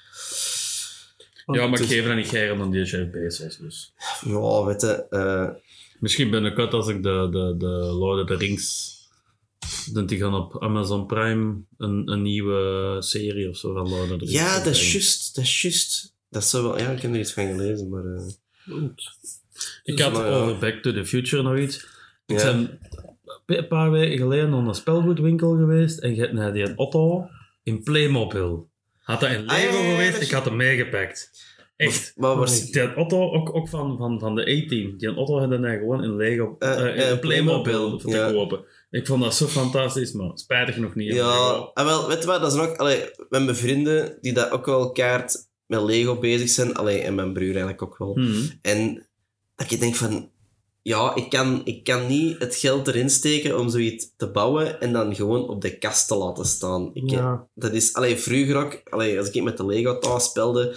ja, maar ik Dus- geef dat niet graag dan die Jeff Bezos. Dus. Ja, weet je... eh, Misschien binnenkort als ik de, de, de Lord of the Rings... Dat die gaan op Amazon Prime een, een nieuwe serie of zo van Lord of the Rings. ja, dat is brengen. juist, dat is juist. Dat zou wel... Ja, ik heb er iets van gelezen, maar... eh, Goed. Ik had Maar ja. over Back to the Future nog iets. Ik Ja. ben een paar weken geleden naar een spelgoedwinkel geweest en je hebt naar die Otto in Playmobil. Had dat in Lego Ah, ja, ja, ja, geweest, dat is- ik had hem meegepakt. Echt. Maar was... Die Otto, ook, ook van, van, van de A-team, die Otto hadden hij gewoon in Lego, Eh, eh, in eh, Playmobil Playmobil, te ja. kopen. Ik vond dat zo fantastisch, maar spijtig nog niet. in Lego. Ja, en wel, weet je wat, dat is nog... Allee, met mijn vrienden, die dat ook wel kaart met Lego bezig zijn, allee, en mijn broer eigenlijk ook wel. Hmm. En dat ik denk van... Ja, ik kan, ik kan niet het geld erin steken om zoiets te bouwen en dan gewoon op de kast te laten staan. Ik, Ja. Dat is... Allee, vroeger ook... Allee, als ik met de Lego thuis speelde...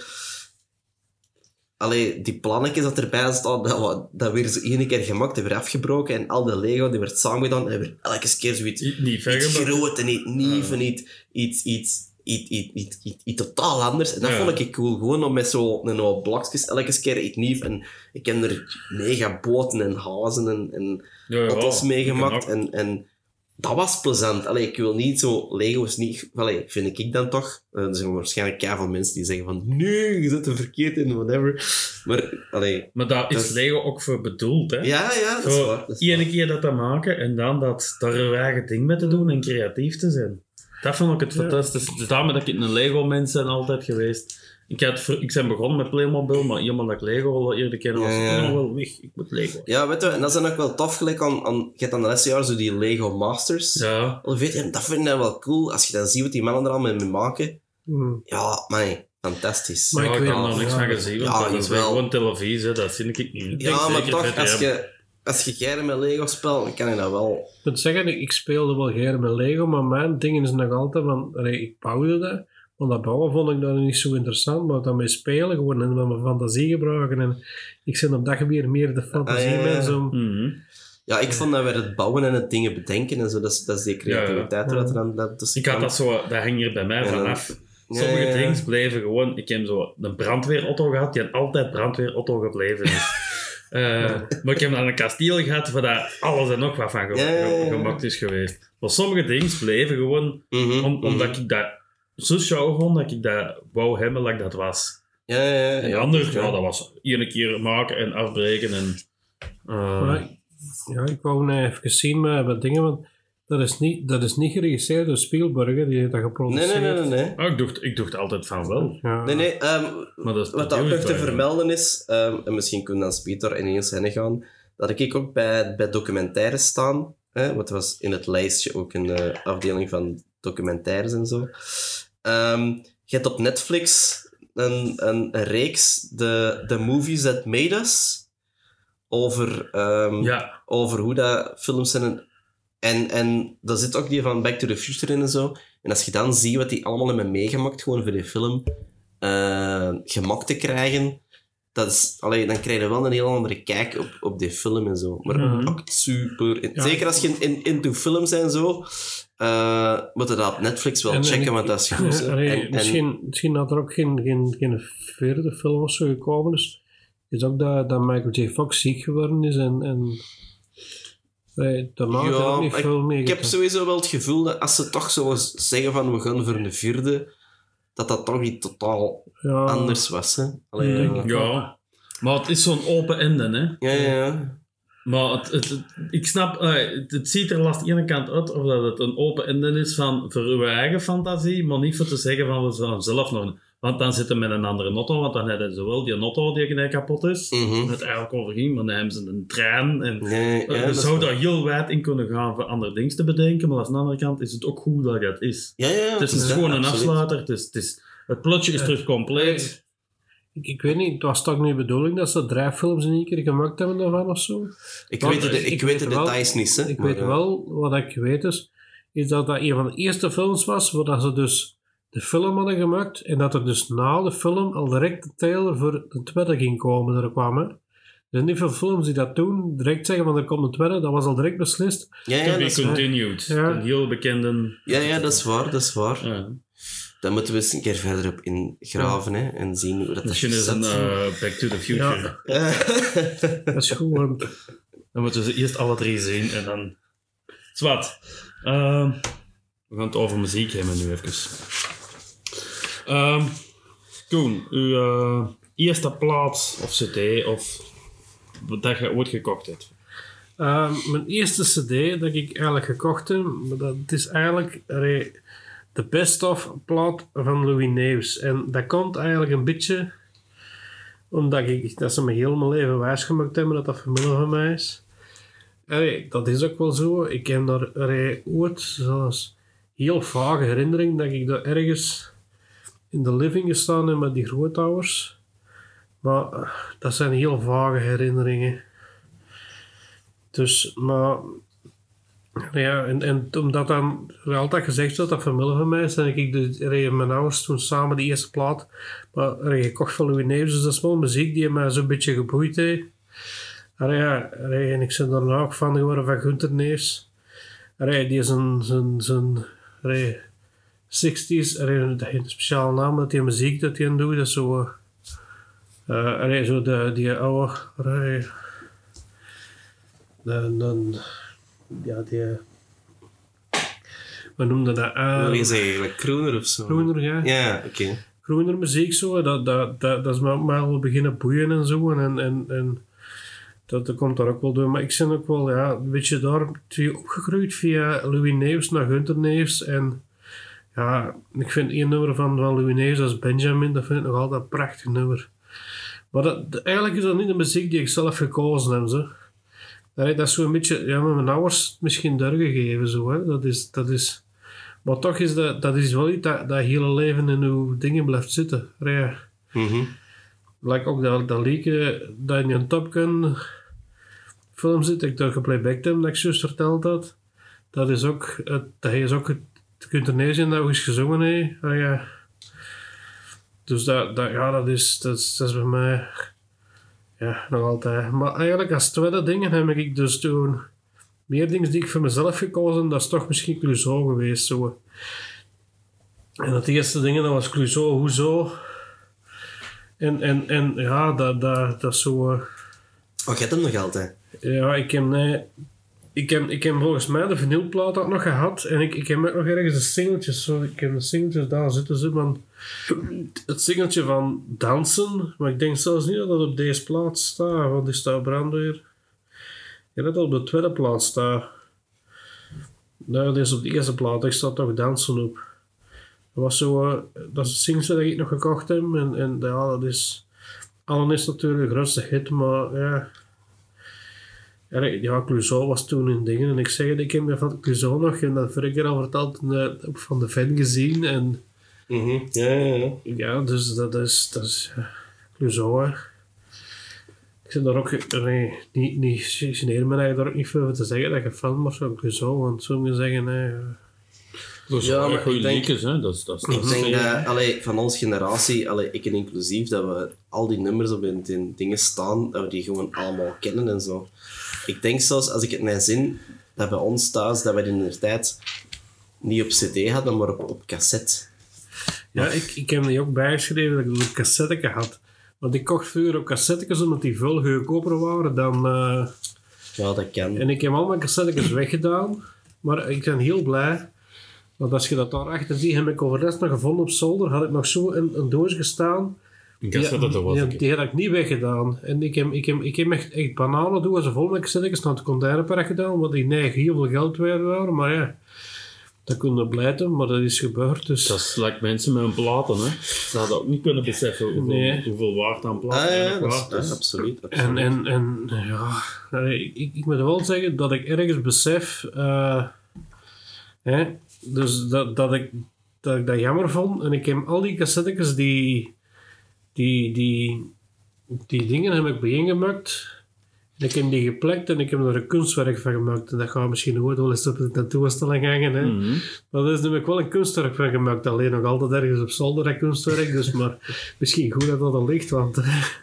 Allee, die plannetjes dat erbij staan, dat, wa- dat werd zo één keer gemaakt en weer afgebroken. En al de Lego, die werd samengedaan en weer elke keer zoiets... Niet, niet Iets vergebouwd. groot en iets nieuw Ah. en iets, iets, iets, iets, iets, iets, iets, iets totaal anders. En dat Ja. vond ik cool. Gewoon om met zo'n oude blokjes elke keer iets nieuw. En ik ken er mega boten en hazen en, en Ja, ja, auto's ik meegemaakt. kan ook- En, en dat was plezant. Allee, ik wil niet zo... Lego's niet... Allee, vind ik dan toch. Eh, Er zijn waarschijnlijk keiveel mensen die zeggen van... Nee, je zit er verkeerd in, whatever. Maar, allee... Maar daar is Dat is- Lego ook voor bedoeld, hè? Ja, ja, dat is Zo, waar. Dat is waar. Iedere keer dat te maken en dan dat, daar een eigen ding mee te doen en creatief te zijn. Dat vond ik het Ja. fantastisch. Dus daarom dat ik een Lego-mens ben altijd geweest. Ik, had, vr- ik ben begonnen met Playmobil, maar iemand dat ik Lego wilde eerder kennen was Ja, ja. oh, wel weg, ik moet Lego. Ja, weet je, en dat is dan ook wel tof, gelijk aan... aan je hebt dan de laatste jaar zo die Lego Masters. Ja, Of weet je, dat vind ik dan wel cool. Als je dan ziet wat die mannen er allemaal mee maken. Hmm. Ja, man, fantastisch. Maar maar ik ik weet- heb er nog niks ja. van gezien, want Ja, dat is jawel. wel gewoon televisie, dat zie ik niet. Ik denk ja, maar zeker toch, V T M. als je, als je geiren met Lego speelt, dan kan je dat wel. Ik moet zeggen, ik ik speelde wel graag met Lego, maar mijn ding is nog altijd van, allee, ik bouwde dat, want dat bouwen vond ik dan niet zo interessant, maar dan mee spelen gewoon en met mijn fantasie gebruiken. En ik ben op dat gebied meer de fantasie Ah, ja, ja. mens om... Mhm. Ja, ik vond dat weer het bouwen en het dingen bedenken en zo, dat is, dat is die creativiteit Ja, ja. dat er dan dat tussen Ik had kwam. dat zo, dat hing hier bij mij Ja, vanaf. ja, Sommige ja, ja. dingen bleven gewoon... Ik heb zo een brandweerauto gehad, die altijd brandweerauto gebleven is. Eh, maar ik heb dan een kasteel gehad waar daar alles en nog wat van ge- Ja, ja, ja, ja. gemaakt is geweest. Maar sommige dingen bleven gewoon Mhm, om, mhm. omdat ik dat zo show vond dat ik dat wou hebben like dat was. Ja, ja, ja. En ja, anders, ja. ja, dat was iedere keer maken en afbreken en... eh, Maar, ja, ik wou nou even zien met, met dingen, want dat is niet, dat is niet geregisseerd door Spielberg, hè, die heeft dat Nee, geproduceerd. nee, nee, nee. nee. oh, ik, dacht, ik dacht altijd van wel. Ja. Nee, nee, ehm, Maar dat is wat dat ook nog produced te by- vermelden is, ehm, en misschien kunnen dan Peter ineens heen gaan, dat ik ook bij, bij documentaires staan, hè, want er was in het lijstje ook een eh, afdeling van documentaires en zo. Ehm, je hebt op Netflix een, een, een reeks, de, the Movies That Made Us, over, ehm, Ja, over hoe dat films zijn. En, en, en daar zit ook die van Back to the Future in en zo. En als je dan ziet wat die allemaal hebben meegemaakt, gewoon voor die film eh, gemaakt te krijgen, dat is, allee, dan krijg je wel een heel andere kijk op, op die film en zo. Maar Mhm. ook super... Ja. Zeker als je in, in, into films en zo, eh moet je dat op Netflix wel En- en checken, ik- want dat is goed. hè. Allee, En- en- misschien, misschien had er ook geen, geen, geen vierde film of zo gekomen is. Is ook dat, dat Michael J. Fox ziek geworden is en... en allee, daarna heeft hij ook niet ik, veel mee ik heb gedaan. sowieso wel het gevoel dat als ze toch zo zeggen van we gaan voor een vierde, dat dat toch iets totaal Ja, anders was. Hè? Allee, denk ja. ik. ja. Maar het is zo'n open ende, hè. Ja, ja, ja. Maar het, het, het- ik snap, eh, het, het ziet er langs de ene kant uit of dat het een open ende is van, voor uw eigen fantasie, maar niet voor te zeggen van we zullen zelf nog... Want dan zit hij met een andere auto, want dan hebben ze zowel die auto die gelijk kapot is, Mhm. het eigenlijk overging, maar dan hebben ze een trein. En Nee, ja, je dat zou is daar waar. heel wijd in kunnen gaan voor andere dingen te bedenken, maar aan de andere kant is het ook goed dat het is. Ja, ja, Het is een dat, gewoon een absoluut. afsluiter, het, is, het, is, het plotje is terug compleet. Ik, ik weet niet, het was toch niet de bedoeling dat ze drijffilms in één keer gemaakt hebben daarvan of zo? Ik Want, weet de, eh, ik ik weet de weet wel- details niet, hè. Ik maar, weet eh, wel, wat ik weet is, is dat dat een van de eerste films was waar dat ze dus de film hadden gemaakt en dat er dus na de film al direct de trailer voor de tweede ging komen. Er kwam, hè. Er zijn niet veel films die dat doen, direct zeggen van er komt een tweede, dat was al direct beslist. Ja, ja, To dat be is waar. continued. Ja. Een heel bekende... Ja, ja, dat is waar, dat is waar. Ja. Daar moeten we eens een keer verder op ingraven, hè, en zien hoe dat Misschien is is een gezet. eh, Back to the Future. Ja. Dat is goed, want Dan moeten we ze eerst alle drie zien en dan... Zwat. Ehm, we gaan het over muziek hebben nu even. Ehm Koen, uw eh, eerste plaat of cd of wat dat je ooit gekocht hebt? Uh, mijn eerste cd dat ik eigenlijk gekocht heb, maar dat is eigenlijk allee, de best-of plaat van Louis Neefs. En dat komt eigenlijk een beetje omdat ik, dat ze me heel mijn leven wijsgemaakt hebben dat dat familie van mij is. Allee, dat is ook wel zo. Ik heb daar allee, ooit zelfs heel vage herinnering dat ik daar ergens in de living gestaan heb met die grootouders. Maar uh, dat zijn heel vage herinneringen. Dus, maar... Ja, en, en omdat dan altijd gezegd werd dat familie van mij is, en ik dus, reden mijn ouders toen samen die eerste plaat, maar er gekocht van Louis Neefs, dus dat is wel muziek die mij zo'n beetje geboeid heeft. Allee, ja, allee, en ik ben daarna ook fan geworden van Gunther Neefs. Allee, die is een, zijn, zijn, allee, zestig's, allee, dat heeft een speciale naam, dat die muziek dat hij doet, dat is zo, uh, allee, zo de, die oude, allee, de, de, ja, die, we noemden dat, uh, Wil je zeggen, like Kroener of zo? groener, ja. Ja, oké. Groener muziek zo, dat, dat, dat, dat is me mij wel beginnen boeien en zo, en, en, en dat, dat komt daar ook wel door, maar ik ben ook wel, ja, een beetje daar opgegroeid via Louis Neefs naar Gunther Neefs, en ja, ik vind één nummer van, van Louis Neefs, dat is Benjamin, dat vind ik nog altijd een prachtig nummer. Maar dat, de- eigenlijk is dat niet de muziek die ik zelf gekozen heb, zo. Nee, dat is zo'n beetje, ja, met mijn ouders misschien doorgegeven, zo, hè. Dat is, dat is, maar toch is dat, dat is wel iets dat, dat hele leven in uw dingen blijft zitten. Ja. Mhm. Like ook dat, dat liedje dat in een Top Gun film zit, dat ik daar geplaybacked heb, dat ik juist verteld had. Dat is ook, het, dat is ook het Kunterneesje dat ook eens gezongen heeft. Ah, ja. Dus dat, dat, ja, dat is, dat is, dat is bij mij, ja, nog altijd. Maar eigenlijk als tweede dingen heb ik dus toen meer dingen die ik voor mezelf gekozen, dat is toch misschien Clouseau geweest, zo. En het eerste ding, dat was Clouseau, hoezo? En, en, en ja, dat, dat, dat is zo... eh, Oh, je hebt hem nog altijd? ja, ik heb, nee, ik heb, ik heb volgens mij de vinylplaat ook nog gehad. En ik, ik heb ook nog ergens de singeltjes. Zo, ik heb de singeltjes daar zitten. Zo, van het singeltje van Dansen. Maar ik denk zelfs niet dat dat op deze plaat staat. Want die staat brandweer. Ja, dat op de tweede plaat staat. Nou, dat is op de eerste plaat. Daar staat toch Dansen op. Dat was zo... eh, dat is een singeltje dat ik nog gekocht heb. En, en ja, dat is... Allen is natuurlijk de grootste hit, maar ja... Ja, ja, Clouseau was toen in dingen. En ik zeg het, ik heb me van Clouseau nog, en dat vorige keer al verteld, uh, van de fan gezien. En Mhm. Ja, ja, ja. ja, dus dat is... Dat is uh, Clouseau, hè. Ik zit daar ook... Nee, niet, niet geneer me eigenlijk daar ook niet veel over te zeggen dat je fan was van Clouseau. Want sommigen zeggen... Nee, uh, Dat is Ja, ja, maar goede ik denk- liedjes, hè. Dat is, dat is, Ik dat is- denk dat allee, van onze generatie, allee, ik en inclusief, dat we al die nummers op in, in dingen staan, dat we die gewoon allemaal kennen en zo. Ik denk zelfs, als ik het mij zin, dat bij ons thuis, dat we die in de tijd niet op cd hadden, maar op, op cassette. ja, ik, ik heb die ook bijgeschreven dat ik een cassette had. Want ik kocht vroeger ook cassettes omdat die veel goedkoper waren dan... Uh, Ja, dat kan. En ik heb al mijn cassettes weggedaan, maar ik ben heel blij. Want als je dat daar achter ziet, heb ik overrest nog gevonden op zolder, had ik nog zo een, een doos gestaan. Een cassette, dat was die, ik. die had ik niet weggedaan. En ik heb, ik heb, ik heb echt, echt bananen doen, ze vol met cassettes naar het containerpark gedaan, wat die nee heel veel geld waard waren, maar ja. dat kunnen blijten, maar dat is gebeurd. Dus. Dat is like mensen met een platen, hè. Ze hadden ook niet kunnen beseffen hoeveel, Nee. hoeveel waard aan platen Ah, ja, eigenlijk dat is, waard ja, is. absoluut. absoluut. En, en, en ja, nee, ik, ik moet wel zeggen dat ik ergens besef, uh, hè, dus dat, dat, ik, dat ik dat jammer vond. En ik heb al die cassettekes die, die, die, die dingen heb ik bijeengemaakt. En ik heb die geplakt en ik heb er een kunstwerk van gemaakt. En dat gaat misschien ooit wel eens op de tentoonstelling hangen. Hè. Mhm. Maar daar is natuurlijk wel een kunstwerk van gemaakt. Alleen nog altijd ergens op zolder, dat kunstwerk. Dus maar misschien goed dat dat er ligt, want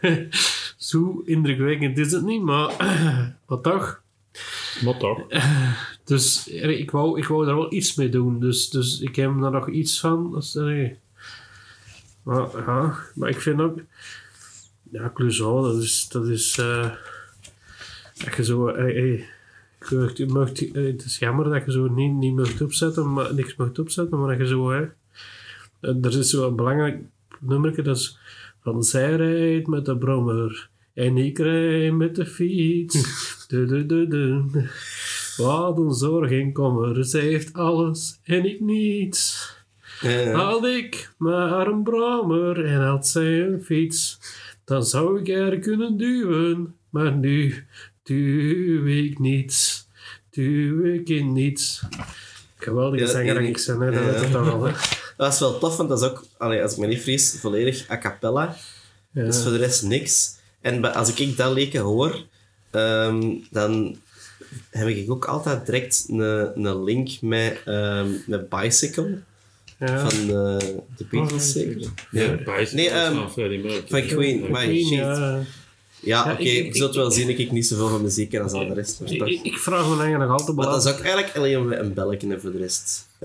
zo indrukwekkend is het niet. Maar, maar toch. Maar toch. Dus ik wou, ik wou daar wel iets mee doen. Dus, dus ik heb daar nog iets van. Dus, nee. Maar, ja, maar ik vind ook... Ja, Clouseau, dat is... Dat is uh, dat je zo... Hey, hey, je, je mag, het is jammer dat je zo niet, niet mag opzetten, maar niks mag opzetten, maar dat je zo... Hè, er is zo een belangrijk nummerke, dat is... Van zij rijdt met de brommer en ik rijd met de fiets. Du, du, du, du. Wat een zorg en kommer, zij heeft alles en ik niets. Ja, ja. Had ik maar een brommer en had zij een fiets, dan zou ik er kunnen duwen, maar nu duw ik niets, duw ik in niets. Geweldige Ja, zanger dat ik- ik zijn, hè, dat ja. weet ik toch al. Hè. Dat is wel tof, want dat is ook, allee, als ik me niet vries, volledig a cappella. Ja. Dus voor de rest niks. En bij- als ik dat leken hoor, ehm, dan heb ik ook altijd direct een, een link met, ehm, met Bicycle Ja. van uh, de Beatles, zeker? Ja, Ja. Bicycle Nee, is ehm, van Freddie Mercury. van Queen. Ja. Maar Queen, shit. ja. Ja, Ja, oké, ik- je ik- zult wel zien dat ik niet zoveel van muziek ken als al de rest. Maar, Ik, toch. ik, ik vraag me eigenlijk nog altijd Maar dat is wel ook eigenlijk alleen een belletje en voor de rest uh,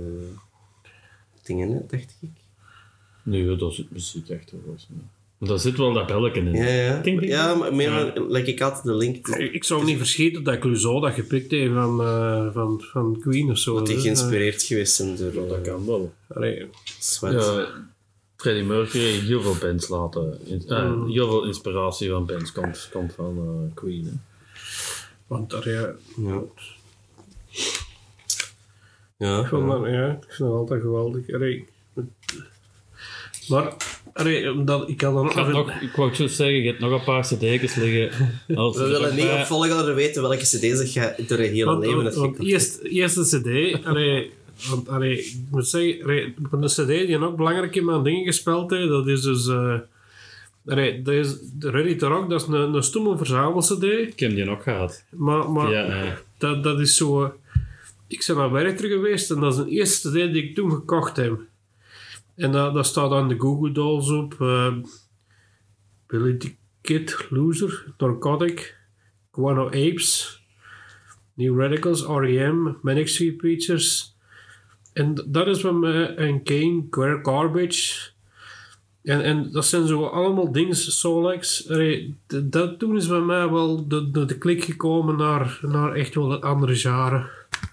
dingen, hè, dacht ik. Nee, dat zit muziek echt volgens mij. Maar daar zit wel dat belletje in. Ja, ja. Ding, ding, Ja, ding. maar meer, Ja. like, ik had de link. Ik, ik zou niet verschieten dat Clouseau dat gepikt heeft van, uh, van, van Queen of zo. Dat hij hè. geïnspireerd geweest is door Dat uh, kan wel. Allee, Sweat. Ja, Freddie Mercury heeft heel veel bands laten. in- eh, Mm. Heel veel inspiratie van bands komt, komt van eh, Queen. Hè. want daar, ja, Ja. Ja, ik vond ja. dat, ja, ik vind dat altijd geweldig. Allee, maar, allee, omdat, ik kan dan Ik, had nog, ik wou het zo zeggen, je hebt nog een paar cd's liggen. Als We er willen ook niet bij- op volgorde weten welke cd's dat je door je hele Want, leven want, hebt want gekocht. eerst, eerste cd, allee, want, allee, ik moet zeggen, allee, van de cd die ook belangrijk in mijn dingen gespeeld heeft, dat is dus, uh, allee, dat is Ready to Rock, dat is een, een stomme verzamel-cd, Ik heb die nog gehad. maar, maar Ja, eh, dat, dat is zo, uh, ik ben naar Werchter geweest en dat is de eerste cd die ik toen gekocht heb. En dat, dat staat aan de Google Dolls op, uh, Billy the Kid, Loser, Narcotic, Guano Apes, New Radicals, R E M, Manic Street Preachers. En d- dat is bij mij en Kane, Gar- Garbage. En, en dat zijn zo allemaal dingen, Solex. Allee, d- dat toen is bij mij wel de, de, de klik gekomen naar, naar echt wel andere jaren.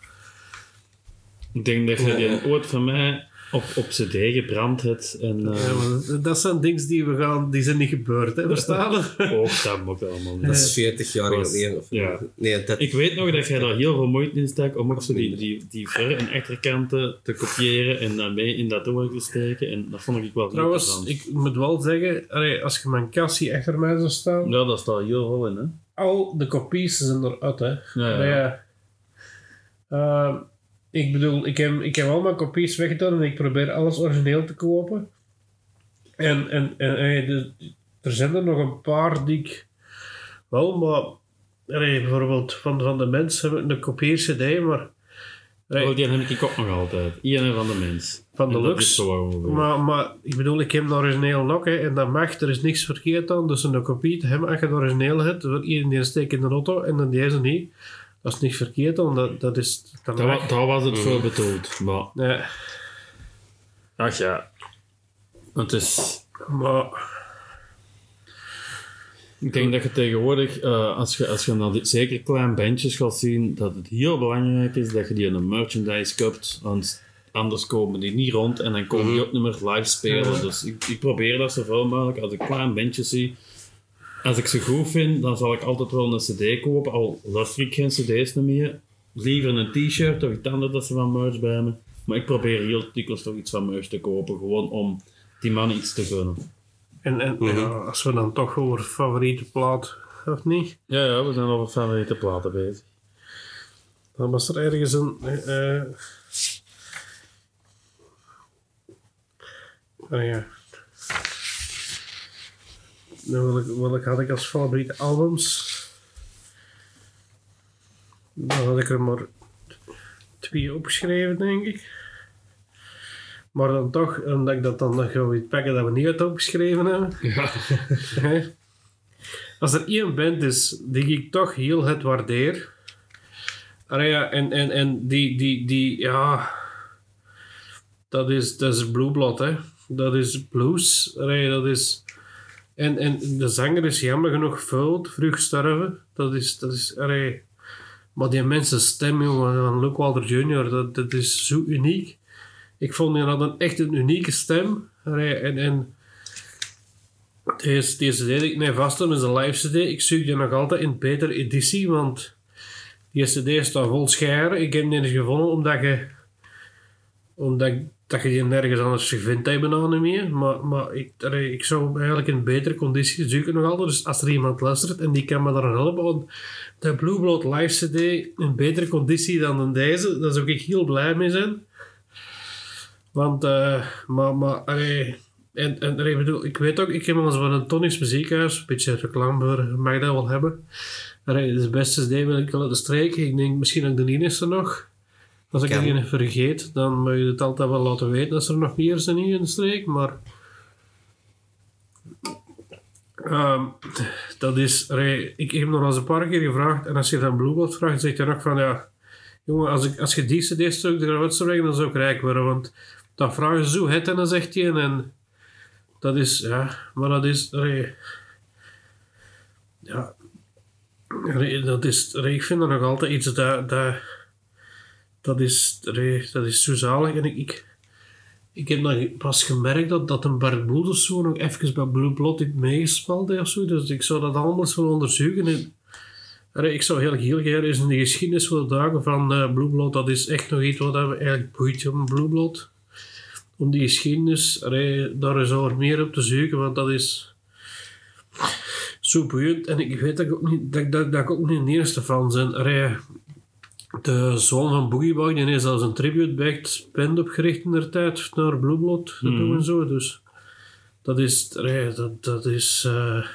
ik denk dat je die ooit van mij op, op cd gebrand hebt. En eh, Ja, maar dat zijn dingen die we gaan, die zijn niet gebeurd, hè, verstaan we? ook dat mag allemaal niet. Dat is veertig jaar Was- geleden. Of, ja. Nee, dat, Ik weet nog dat jij daar heel veel moeite in stak om ook zo die, die, die voor- en achterkanten te kopiëren en dan mee in dat oor te steken. En dat vond ik wel heel Trouwens, interessant. ik moet wel zeggen, allee, als je mijn kassie achter mij zou staan, Ja, dat staat heel veel in, hè. al de kopies zijn eruit, hè. Ja, ja. Maar ja, eh, ik bedoel, ik heb, ik heb al mijn kopies weggedaan en ik probeer alles origineel te kopen. En, en, en, en de- er zijn er nog een paar die ik wel, maar allee, bijvoorbeeld van, van de mens heb ik een kopieer-cd, maar allee, Oh, die heb ik ook nog altijd. Ian van de mens. van de En dat Lux. is zo ongeveer. Maar, maar ik bedoel, ik heb de origineel nog, hè, en dat mag, er is niks verkeerd aan. Dus een kopie te hebben als je de origineel hebt, voor iedereen die steekt in de auto en dan deze niet. Dat is niet verkeerd aan, dat, dat is... Dat Daar, mag. wa- daar was het voor bedoeld. Maar, Nee, ach ja. Het is... maar... Ik denk dat je tegenwoordig, eh, als je, als je naar die, zeker klein bandjes gaat zien, dat het heel belangrijk is dat je die in een merchandise koopt. Want anders komen die niet rond en dan komen die ook niet meer live spelen. Ja. Dus ik, ik probeer dat zoveel mogelijk. Als ik klein bandjes zie, als ik ze goed vind, dan zal ik altijd wel een cd kopen. Al luister ik geen cd's meer. liever een t-shirt of iets anders dat ze van merch bij me. Maar ik probeer heel dikwijls toch iets van merch te kopen, gewoon om die man iets te gunnen. En, en Mhm. ja, als we dan toch over favoriete plaat, of niet? Ja, ja, we zijn over favoriete platen bezig. Dan was er ergens een... eh uh, oh ja. Nou, welke, welke had ik als favoriete albums? Dan had ik er maar twee opgeschreven, denk ik. Maar dan toch, omdat ik dat dan nog ga pakken dat we niet uit opgeschreven hebben. Ja. Als er één band is die ik toch heel het waardeer. Ah ja, en, en, en die, die, die, ja... Dat is, dat is Blue Blood, hè. Dat is blues. Ah ja, dat is... En, en de zanger is jammer genoeg veel vroeg sterven. Dat is... Dat is ah ja. Maar die mensen stem, jongen, van Luke Walter junior, dat, dat is zo uniek. Ik vond die had een echt een unieke stem. Ah ja, en... en Deze, deze cd die ik nee vast heb is een live cd. Ik zoek die nog altijd in betere editie, want die cd staat vol scharen. Ik heb die niet gevonden omdat je omdat ik, dat je die nergens anders vindt hebben niet meer. Maar, maar ik, ik zou hem eigenlijk in betere conditie zoeken nog altijd. Dus als er iemand luistert en die kan me daar helpen, want de Blue Blood live cd in betere conditie dan deze, daar zou ik heel blij mee zijn. Want, uh, maar, maar, allee, En, en ik bedoel, ik weet ook, ik heb wel eens van een Tonisch muziekhuis, een beetje reclame voor, mag dat wel hebben. Allee, de beste C D wil ik laten strijken. Ik denk misschien ook de enige nog. Als ik er een vergeet, dan moet je het altijd wel laten weten als er nog meer zijn in de streek. Maar um, dat is, allee, ik heb nog eens een paar keer gevraagd en als je dan Blue Blood vraagt, zegt hij nog van ja, jongen, als, ik, als je die C D's terug eruit zou brengen, dan zou ik rijk worden. Want dat vragen ze zo het en dan zegt hij en dat is, ja, maar dat is, allee, ja, allee, dat is, allee, ik vind dat nog altijd iets dat, dat, dat is, allee, dat is zo zalig. En ik, ik, ik heb nog pas gemerkt dat, dat een Bart Bloed of zo nog even bij Blue Blood heeft meegespeeld of zo, dus ik zou dat allemaal eens willen onderzoeken. En, allee, ik zou heel, heel graag eens in de geschiedenis willen duiken van uh, Blue Blood. Dat is echt nog iets wat we eigenlijk boeit om Blue Blood. Om die geschiedenis, allee, daar is al meer op te zoeken, want dat is zo boeiend. En ik weet dat ik ook niet, dat, dat, dat ik ook niet de eerste van ben. Allee, de zoon van Boogie Boy, die heeft zelfs een tribute band opgericht in der tijd naar Blue Blood mm. en zo. Dus dat is, allee, dat, dat is, uh,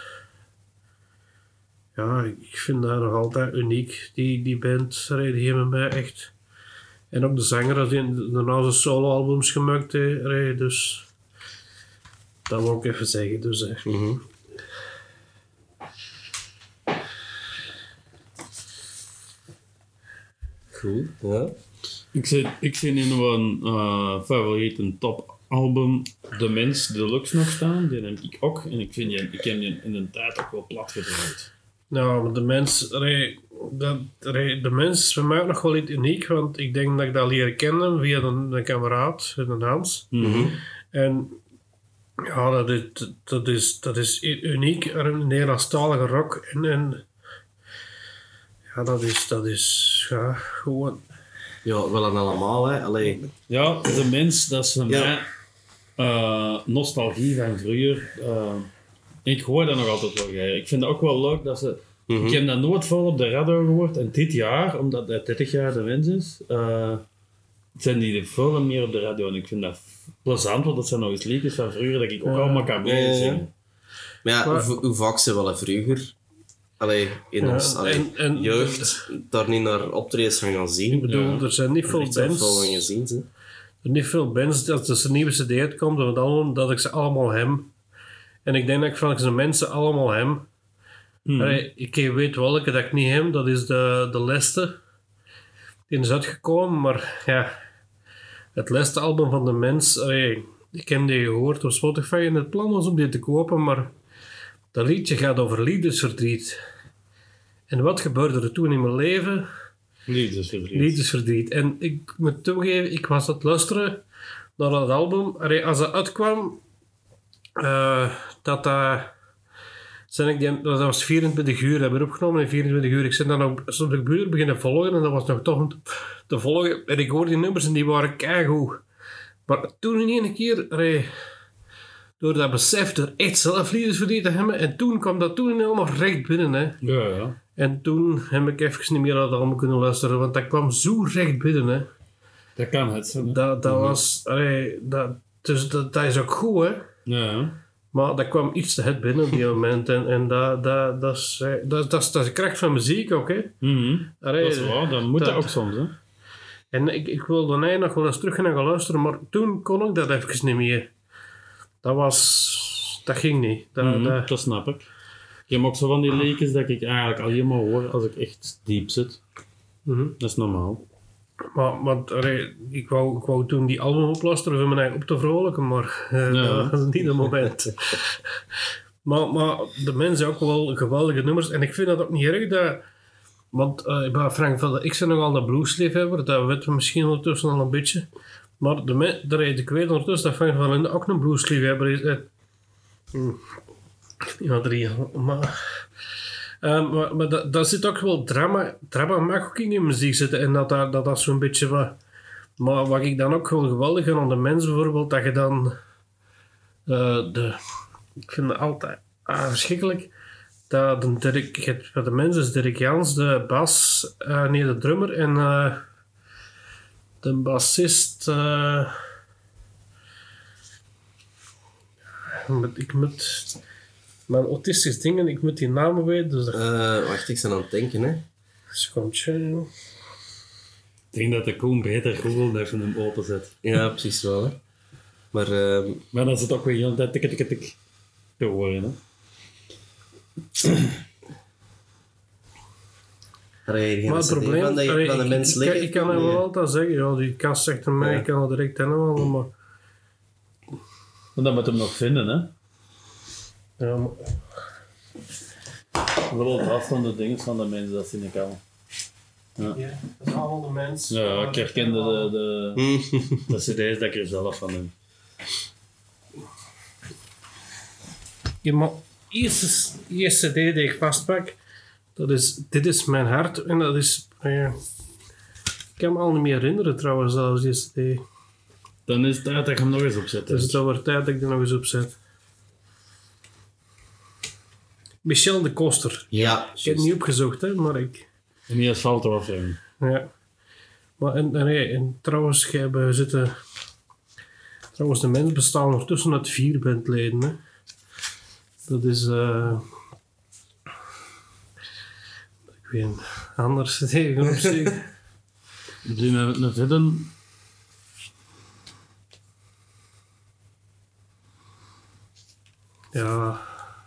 ja, ik vind dat nog altijd uniek, die, die band. Allee, die hebben mij echt. En ook de zanger, als die daarna zijn solo-albums gemaakt heeft, dus dat wil ik even zeggen. Dus, eh. Mm-hmm. Goed, ja. Ik zie, ik zie in een uh, favoriete topalbum De Mens Deluxe nog staan, die heb ik ook. En ik, vind die, ik heb die in een tijd ook wel plat gedraaid. Nou, de mens, allee, dat, allee, de mens is voor mij ook nog wel iets uniek, want ik denk dat ik dat leren kennen via een, een kameraad, een Hans. Mm-hmm. En ja, dat is, dat is, dat is uniek, een Nederlandstalige rock. En, en ja, dat is, dat is ja, gewoon... Ja, wel en allemaal, hè. Allee. Ja, De Mens, dat is voor ja. mij uh, nostalgie van vroeger. Uh, Ik hoor dat nog altijd wel graag. Ik vind het ook wel leuk dat ze... Mm-hmm. Ik heb dat nooit vol op de radio gehoord. En dit jaar, omdat het dertig jaar de mens is, uh, zijn die veel en meer op de radio. En ik vind dat plezant, want dat zijn nog eens liedjes van vroeger dat ik ook uh, allemaal kan meezingen. Maar ja, maar, hoe, hoe vaak ze wel vroeger... Allee, in ja, ons allee, en, en, jeugd de, daar niet naar optredens van gaan zien. Ik bedoel, ja. er zijn niet veel bands... Er veel van gezien, hè. Er niet veel bands, als er een nieuwe cd uitkomt, dan, dat ik ze allemaal heb. En ik denk dat ik van de mensen allemaal heb. Hmm. Allee, ik weet welke dat ik niet heb, dat is de, de Leste. Die is uitgekomen, maar ja, het Leste album van de Mens, allee, ik heb die gehoord op Spotify en het plan was om die te kopen, maar dat liedje gaat over liefdesverdriet. En wat gebeurde er toen in mijn leven? Liefdesverdriet. Liefdesverdriet. En ik moet toegeven, ik was aan het luisteren naar dat album. Allee, als dat uitkwam, uh, dat dat... zijn ik die, dat was vierentwintig uur, hebben we opgenomen in vierentwintig uur. Ik ben dan ook op de buurt beginnen volgen en dat was nog toch te volgen. En ik hoorde die nummers en die waren keigoed. Maar toen in één keer, allee, door dat besef er echt zelf liedjes verdiend te hebben, en toen kwam dat toen helemaal recht binnen. Hè. Ja, ja. En toen heb ik even niet meer naar dat allemaal kunnen luisteren, want dat kwam zo recht binnen. Hè. Dat kan het zo. Dat, dat was, allee, dat, dus dat, dat is ook goed, hè. Ja. Maar dat kwam iets te het binnen op die moment. En, en dat, dat, dat, is, dat, dat, is, dat is de kracht van muziek ook, hè. Mm-hmm. Allee, Dat is waar, dat moet dat ook soms, hè. En ik, ik wilde nee, nog wel eens terug gaan gaan luisteren, maar toen kon ik dat even niet meer. Dat was... Dat ging niet. Dat, Mm-hmm, dat, dat snap ik. Je hebt ook zo van die leekjes dat ik eigenlijk alleen maar hoor als ik echt diep zit. mm-hmm. Dat is normaal. Maar, want, allee, ik, wou, ik wou toen die album oplasteren om mijn eigen op te vrolijken, maar uh, Ja. dat was niet het moment. maar, maar de mensen ook wel geweldige nummers. En ik vind dat ook niet erg dat... Want uh, bij Frank van der ik ben nogal de bluesliefhebber, dat weten we misschien ondertussen al een beetje. Maar de me, de, ik weet ondertussen dat Frank van der Linden ook een bluesliefhebber is. En, mm, ja, drie. Maar, uh, maar, maar dat, dat zit ook wel drama. Drama mag ook in je muziek zitten. En dat dat, dat, dat zo'n beetje wat... Maar wat ik dan ook wel geweldig vind aan de mens bijvoorbeeld, dat je dan... Uh, de, ik vind het altijd ah, verschrikkelijk. Dat de, Dirk, de mens is Dirk Jans, de bas, uh, nee, de drummer en uh, de bassist. Uh, ik moet. Mijn autistische dingen, ik moet die namen weten. Dus uh, wacht, ik ben aan het denken, hè. Schontje. Ik denk dat de Koen beter Google even hem openzet. Ja, precies wel, hè. Maar, uh, maar dan zit ook weer heel tijd tik tik tik te horen, hè. maar het probleem van, dat je, allee, van de ik, mens ik, liggen. ik, ik kan hem wel altijd zeggen, ja, die kast zegt aan mij, Ja. ik kan het direct inhalen, maar... Maar dan moet hem nog vinden, hè. Ja, maar... Wel het van de dingen van de mensen, dat zie ik al. Ja, ja dat is allemaal de mens. ja ik herkende de, de, de cd's dat ik er zelf van heb. Ja, maar eerste, eerste C D die ik vastpak, dat is Dit is mijn hart. En dat is... Uh, ik kan me al niet meer herinneren trouwens, zelfs die C D. Dan is het tijd dat je hem nog eens opzet. Dus het wordt tijd dat ik die nog eens opzet. Michel de Koster. Ja, Ik heb het juist. niet opgezocht, hè, maar ik... En die asfalt eraf. Ja. Maar en, en, nee, en trouwens, jij hebt, we zitten... Trouwens, de mens bestaan ondertussen uit vier bandleden, hè. Dat is... Uh, ik weet niet, anders tegen opzicht. Die een, een vidden. Ja.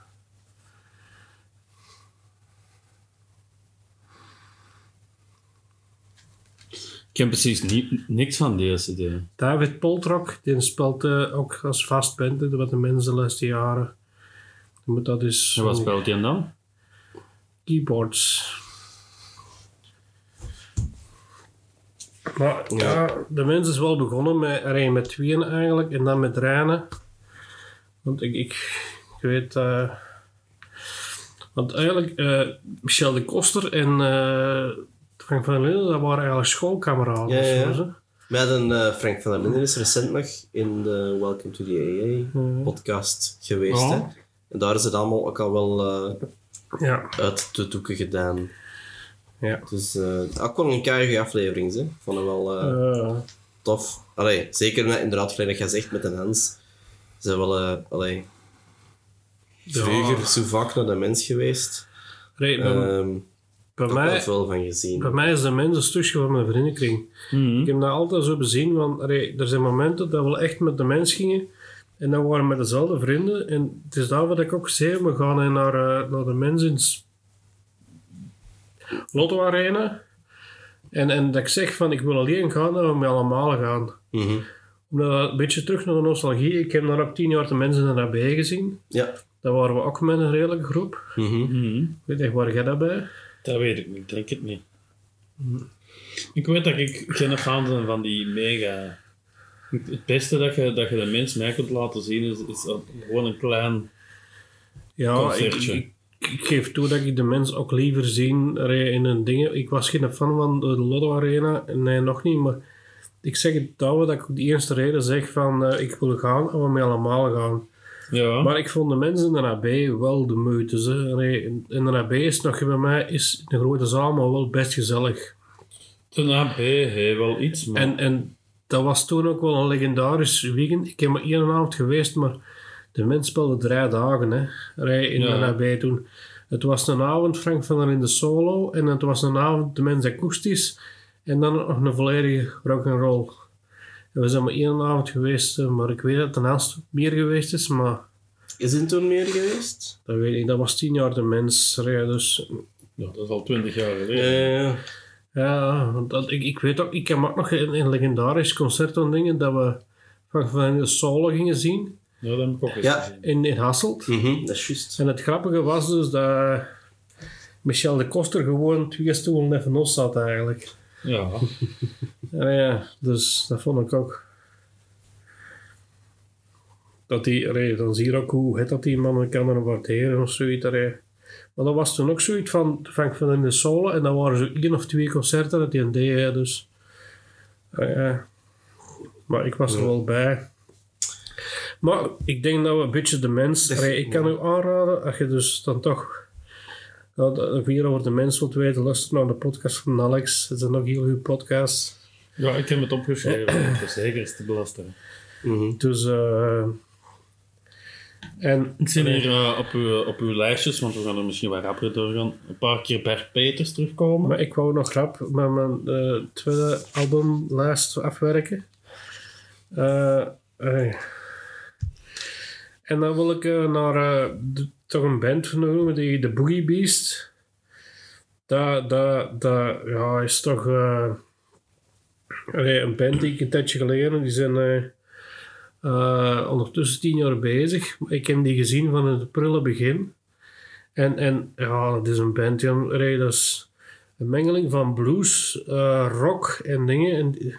Ik ken precies niet, niks van deze cd. David Poltrok, die speelt uh, ook als vast band, hè, wat de mensen de laatste jaren. Maar dat is... En wat speelt hij dan? Keyboards. Maar ja, de mens is wel begonnen met, allee, met tweeën eigenlijk en dan met Rijnen. Want ik, ik, ik weet... Uh, want eigenlijk, uh, Michel de Koster en uh, Frank van der Linden, dat waren eigenlijk schoolkameraden. Ja, ja, ja. Zo, We hadden uh, Frank van der Linden is recent nog in de Welcome to the A A podcast geweest. Oh. Hè? En daar is het allemaal ook al wel uh, ja. uit de doeken gedaan. Ja. Dus uh, ook wel een keurige aflevering. Hè? Ik vond het wel uh, Uh, tof. Allee, zeker net inderdaad, wat je zegt met een Hans. Ze zijn wel uh, allee, Ja. vroeger zo vaak naar de mens geweest. nee, bij, Um, bij, ik heb er mij, veel van gezien. bij mij is de mens een stukje van mijn vriendenkring. Mm-hmm. Ik heb dat altijd zo bezien, want allee, er zijn momenten dat we echt met de mens gingen en dan waren we met dezelfde vrienden. En het is daar wat ik ook zei, we gaan naar, uh, naar de mens in S- Lotto Arena. En, en dat ik zeg van, ik wil alleen gaan dat we met allemaal gaan. Mhm. Omdat een beetje terug naar de nostalgie. Ik heb daar ook tien jaar de mensen in nabij gezien. Ja. Daar waren we ook met een redelijke groep. Mhm. Mm-hmm. Ik weet niet, waar jij dat bij? Dat weet ik niet, ik denk het niet. Ik weet dat ik geen fan ben van die mega... Het beste dat je, dat je de mens mij kunt laten zien is, is gewoon een klein Ja, ik, concertje. ik, ik geef toe dat ik de mens ook liever zie in een ding. Ik was geen fan van de Lotto Arena. Nee, nog niet. Maar ik zeg het touwen dat ik de eerste reden zeg van uh, ik wil gaan en we met allemaal gaan. Ja. Maar ik vond de mensen in de A B wel de moeite. Hè. Nee, in de A B is nog bij mij is een grote zaal, maar wel best gezellig. De A B heeft wel iets, maar... En, en dat was toen ook wel een legendarisch weekend. Ik heb maar één avond geweest, maar de mens speelde drie dagen hè, in Ja. de A B toen. Het was een avond Frank van der in de solo en het was een avond de mens akoestisch en dan nog een volledige rock'n'roll. En we zijn maar één avond geweest, maar ik weet dat het daarnaast meer geweest is, maar Is het toen meer geweest? dat weet ik. Dat was tien jaar de mens, dus Ja, dat is al twintig jaar geleden. Ja, ja. ja, want dat, ik, ik weet ook, ik heb ook nog een, een legendarisch concert aan dingen dat we Frank van der in de solo gingen zien Ja, dat heb ik ook eens ja. gezien. in, in Hasselt. Mhm, dat is juist. En het grappige was dus dat Michel de Koster gewoon twee stoelen even los zat eigenlijk. Ja. Ja, ja, dus dat vond ik ook. Dat die, allee, dan zie je ook hoe het dat die mannen kan er waarderen of zoiets. Allee. Maar dat was toen ook zoiets van Frank van in de solo en dan waren zo één of twee concerten dat hij deed. Dus. Ja. Maar ik was er wel bij. Maar ik denk dat we een beetje de mens... Allee, ik kan u aanraden, als je dus dan toch... Nou, dat je hier over de mens wilt weten, luister naar de podcast van Alex. Het zijn ook heel goede podcasts. Ja, ik heb het opgeschreven om verzekers te belasteren. Mhm. Dus... Uh, en, Ik zie hier uh, op, uw, op uw lijstjes, want we gaan er misschien wat rapper doorgaan, een paar keer Bert Peters terugkomen. Maar ik wou nog rap met mijn uh, tweede albumlijst afwerken. Uh, uh, en dan wil ik uh, naar uh, de, toch een band noemen, die de Boogie Beast. Dat, dat, dat ja, is toch uh, allee, een band die ik een tijdje geleden, die zijn uh, uh, ondertussen tien jaar bezig. Ik heb die gezien van het prille begin. En, en ja, dat is een band, ja, allee, dat is een mengeling van blues, uh, rock en dingen. En,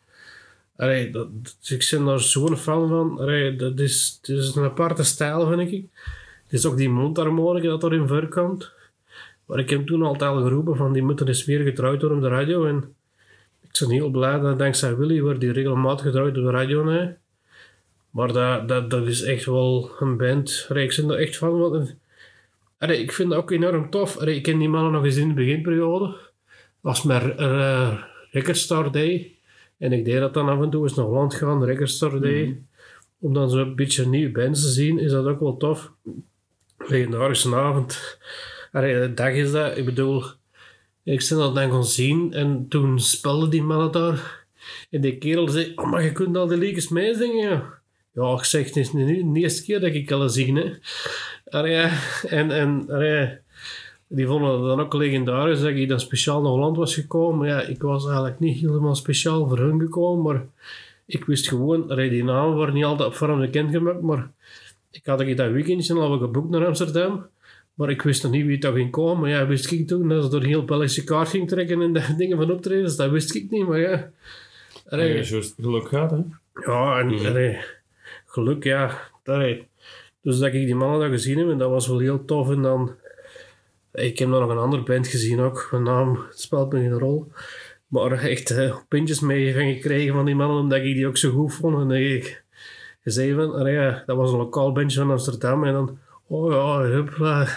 allee, dat, dat, ik ben daar zo'n fan van. Allee, dat, is, dat is een aparte stijl, vind ik. Het is ook die mondharmonica dat erin voorkomt. Maar ik heb toen altijd al geroepen van die moeten eens meer getrouwd worden op de radio. En ik ben heel blij dat dankzij Willy wordt die regelmatig getrouwd op de radio. Nee. Maar dat, dat, dat is echt wel een band. Allee, ik ben er echt van. Want, allee, ik vind dat ook enorm tof. Allee, ik ken die mannen nog eens in de beginperiode. Dat was met uh, Record Store Day. En ik deed dat dan af en toe eens naar Holland gaan, de Record Store Day. Mm. Om dan zo'n beetje nieuwe bands te zien, is dat ook wel tof. Legendarische avond. Allee, de dag is dat. Ik bedoel, ik ben dat dan gaan zien en toen speelden die mannen daar. En die kerel zei, oh, maar je kunt al die liedjes meezingen, ja. Ja, ik zeg, het is niet de eerste keer dat ik alles zie, hè. Allee, en, en allee, die vonden het dan ook legendarisch dat ik dan speciaal naar Holland was gekomen. Maar ja, ik was eigenlijk niet helemaal speciaal voor hun gekomen, maar ik wist gewoon, allee, die namen waren niet altijd op vorm bekendgemaakt, maar ik had dat weekendje al geboekt naar Amsterdam. Maar ik wist nog niet wie dat ging komen. Maar ja, wist ik toen dat ze door heel Belgische kaart ging trekken en de dingen van optredens. Dat wist ik niet, maar ja. Allee, ja, zoals het geluk gaat, hè? Ja, en Mm-hmm. allee, geluk, ja. Allee. Dus dat ik die mannen daar gezien heb, en dat was wel heel tof. En dan... Ik heb nog een andere band gezien ook. Mijn naam speelt me geen rol. Maar echt uh, pintjes mee van gekregen van die mannen, omdat ik die ook zo goed vond. En ik zei van, allee, ja, dat was een lokaal bandje van Amsterdam. En dan... Oh ja, hup, uh,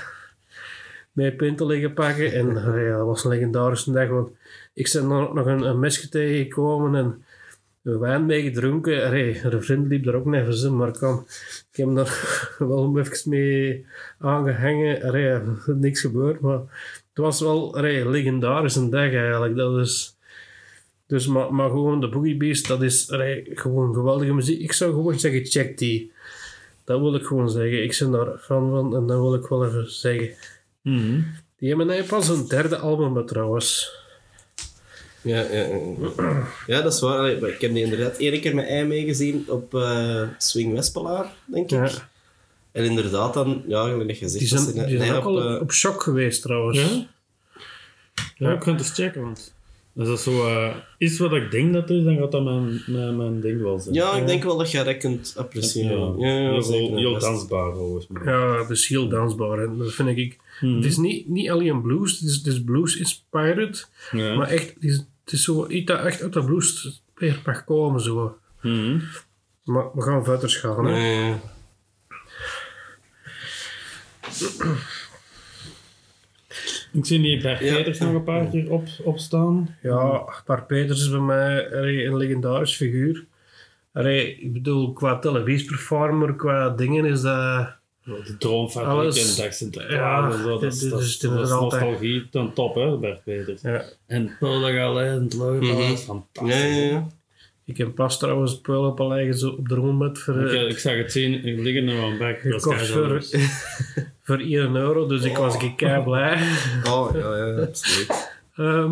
mee pinten liggen pakken. En uh, ja, dat was een legendarische dag, want ik ben dan ook nog een, een mesje tegengekomen en wijn mee gedronken. Allee, een vriend liep er ook nog even, maar kom, ik heb daar wel even mee aangehangen. Allee, er is niks gebeurd, maar het was wel allee, een legendarische dag eigenlijk. Dat is, dus, maar, maar gewoon de Boogie Beast, dat is allee, gewoon geweldige muziek. Ik zou gewoon zeggen, check die. Dat wil ik gewoon zeggen. Ik ben daar fan van en dat wil ik wel even zeggen. Mm-hmm. Die hebben mij pas een derde album trouwens. Ja, ja, ja. Ja, dat is waar. Allee, ik heb die inderdaad één keer met ei meegezien op uh, Swing Wespelaar, denk ik. Ja. En inderdaad dan, ja, gelijk gezegd... Die zijn, dat die zijn nee, ook op, al uh, op shock geweest trouwens. Ja? Ja, ik ga het eens checken, want Als dat zo uh, is wat ik denk dat het is, dan gaat dat mijn, mijn, mijn ding wel zijn. Ja, ik denk wel dat je dat kunt appreciëren. Ja, ja, ja, heel, zeker, heel best. dansbaar volgens mij. Ja, het is heel dansbaar. En dat vind ik... Mhm. Het is niet, niet alleen blues, het is, het is blues-inspired. Ja. Maar echt, het is, het is zo iets dat echt uit de blues weer mag komen. Zo. Mhm. Maar we gaan verder gaan. Hè. Ja, ja, ja. Ik zie die Bert Ja. Peters nog een paar keer op, opstaan. Ja, Bart Peters is bij mij allee, een legendarisch figuur. Allee, ik bedoel, qua televisieperformer, qua dingen is dat... De Droomfabriek Alles- en Dag Sinterklaas ja, en zo. Dat, dit- is- dit dat, is- is- dit is dat is altijd- nostalgie ten top, hè, Bert Peters. Ja. En Pullegale en het Leuven, Mhm. dat is fantastisch. Ja, ja, ja. Ik heb pas trouwens het puil op een leggen zo op de rondmet voor, Ik, eh, ik zag het zien, ik liggen er wel back. gekocht voor, voor één euro, dus ik was een kei blij. Oh, ja, ja, absoluut. Ehm,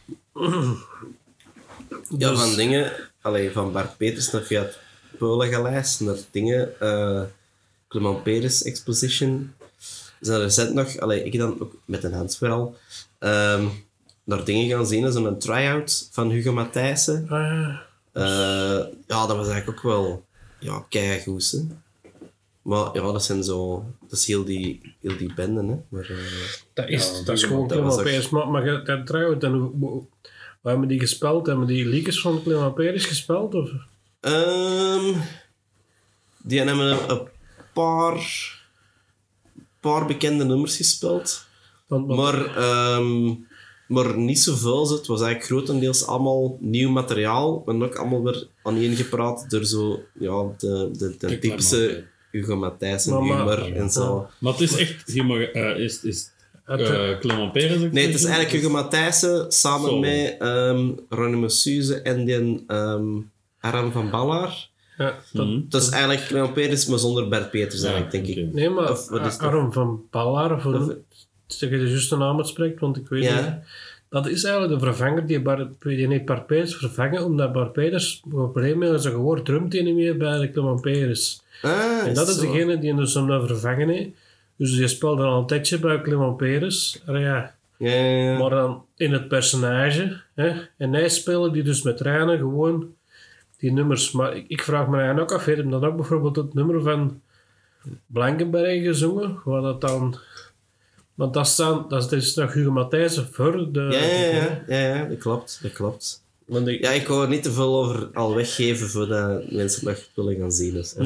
Ja, dus- van dingen... Allee, van Bart Peters naar Fiat Peulengalijs, naar dingen... eh Clement Peters Exposition. Zijn er recent nog... Allee, ik dan ook met een Hans vooral... ehm, naar dingen gaan zien, zo'n try-out van Hugo Matthijssen. ah, Eh, ja, dat was eigenlijk ook wel... Ja, keigoed, hè. Maar ja, dat zijn zo... Dat is heel die, heel die bende, hè. Maar... eh, dat is, Ja, dat is dat gewoon was Clement echt- Peters. Maar, maar je- dat trouwens, dan, hoe- hoe- waar hebben die gespeeld? Hebben die liedjes van Clement Peters gespeeld? Of? Ehm, die hebben een, een paar, paar bekende nummers gespeeld. Want, want- Maar, ehm, maar niet zoveel. zo. Het was eigenlijk grotendeels allemaal nieuw materiaal. Maar ook allemaal weer aaneengepraat door zo, ja, de, de, de Ik typische ken Hugo Matthijssen Maar- maar- humor en zo. Maar het is echt... Je mag, eh, is, is het, uh, Clement Peters... ook Nee, het is zeggen? eigenlijk Hugo Matthijssen samen Zo. met ehm Ronnie Messuze en die ehm, Aram van Ballaar. ja, dat, Mhm. Dat is eigenlijk Clement Peters, maar zonder Bert Peters Ja, eigenlijk, denk ik. oké. nee, maar Of wat is dat? Arm van Ballaar, of hoe Of- noem- zeg je de juiste naam uitspreekt, want ik weet Ja. niet. Dat is eigenlijk de vervanger die, Bart, die heeft Bart Peters vervangen, omdat Bart Peters op een gegeven moment zijn gehoor drumt hij niet meer bij de Clement Peters. Ah, En dat is zo. degene die dus hem nou vervangen heeft. Dus je speelde al een tijdje bij Clement Peters. Allee, ja. Ja, ja, ja. Maar dan in het personage. Hè. En hij speelde die dus met Reine gewoon die nummers. Maar ik, ik vraag me eigenlijk ook af, heeft hem dan ook bijvoorbeeld het nummer van Blankenberg gezongen? Waar dat dan... Want dat, staan, dat is nog Hugo Matthijssen voor de... Ja, ja, ja, ja, ja, dat klopt, dat klopt. Want ik, Ja, ik wou er niet te veel over al weggeven voordat mensen het nog willen gaan zien. Dus.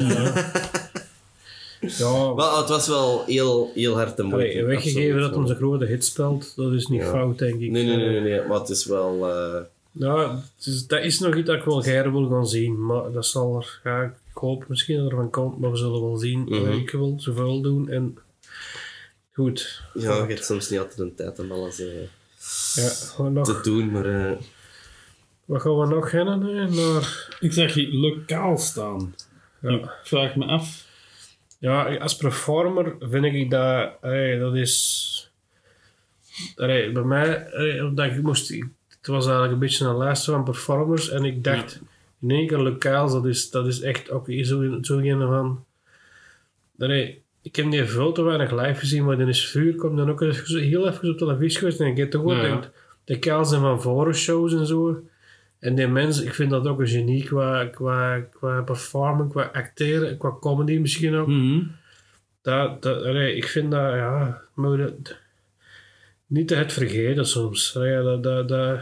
ja, Maar het was wel heel, heel hard en moeilijk. allee, weggegeven absoluut. dat hem zijn grote hit speelt, dat is niet Ja. fout, denk ik. Nee, nee, nee, nee, nee, maar het is wel... eh, Ja, het is, dat is nog iets dat ik wel graag wil gaan zien. Maar dat zal er, ja, ik hoop misschien dat er van komt, maar we zullen wel zien. Mhm. Uh, ik wil zoveel doen en goed. ja, je hebt soms niet altijd een tijd om alles eh, Ja, we nog, te doen, maar... eh, wat gaan we nog rennen? Hè? Naar, Ik zag je lokaal staan. Ja. Ik vraag me af... ja, als performer vind ik dat, allee, dat is, allee, bij mij, allee, omdat ik moest, ik- het was eigenlijk een beetje een lijst van performers en ik dacht, in één keer lokaal, dat is, dat is echt ook zo, zo een van, allee, ik heb die veel te weinig live gezien, maar dan is vuur, komt dan ook eens heel even op televisie geweest en ik heb toch ook Ja, ja. gedacht, de kaal zijn van vorenshows en zo. En die mensen, ik vind dat ook een genie qua, qua, qua performen, qua acteren, qua comedy misschien ook. Mhm. Dat, dat, allee, ik vind dat, ja, maar dat, niet te het vergeten soms. Allee, dat, dat, dat,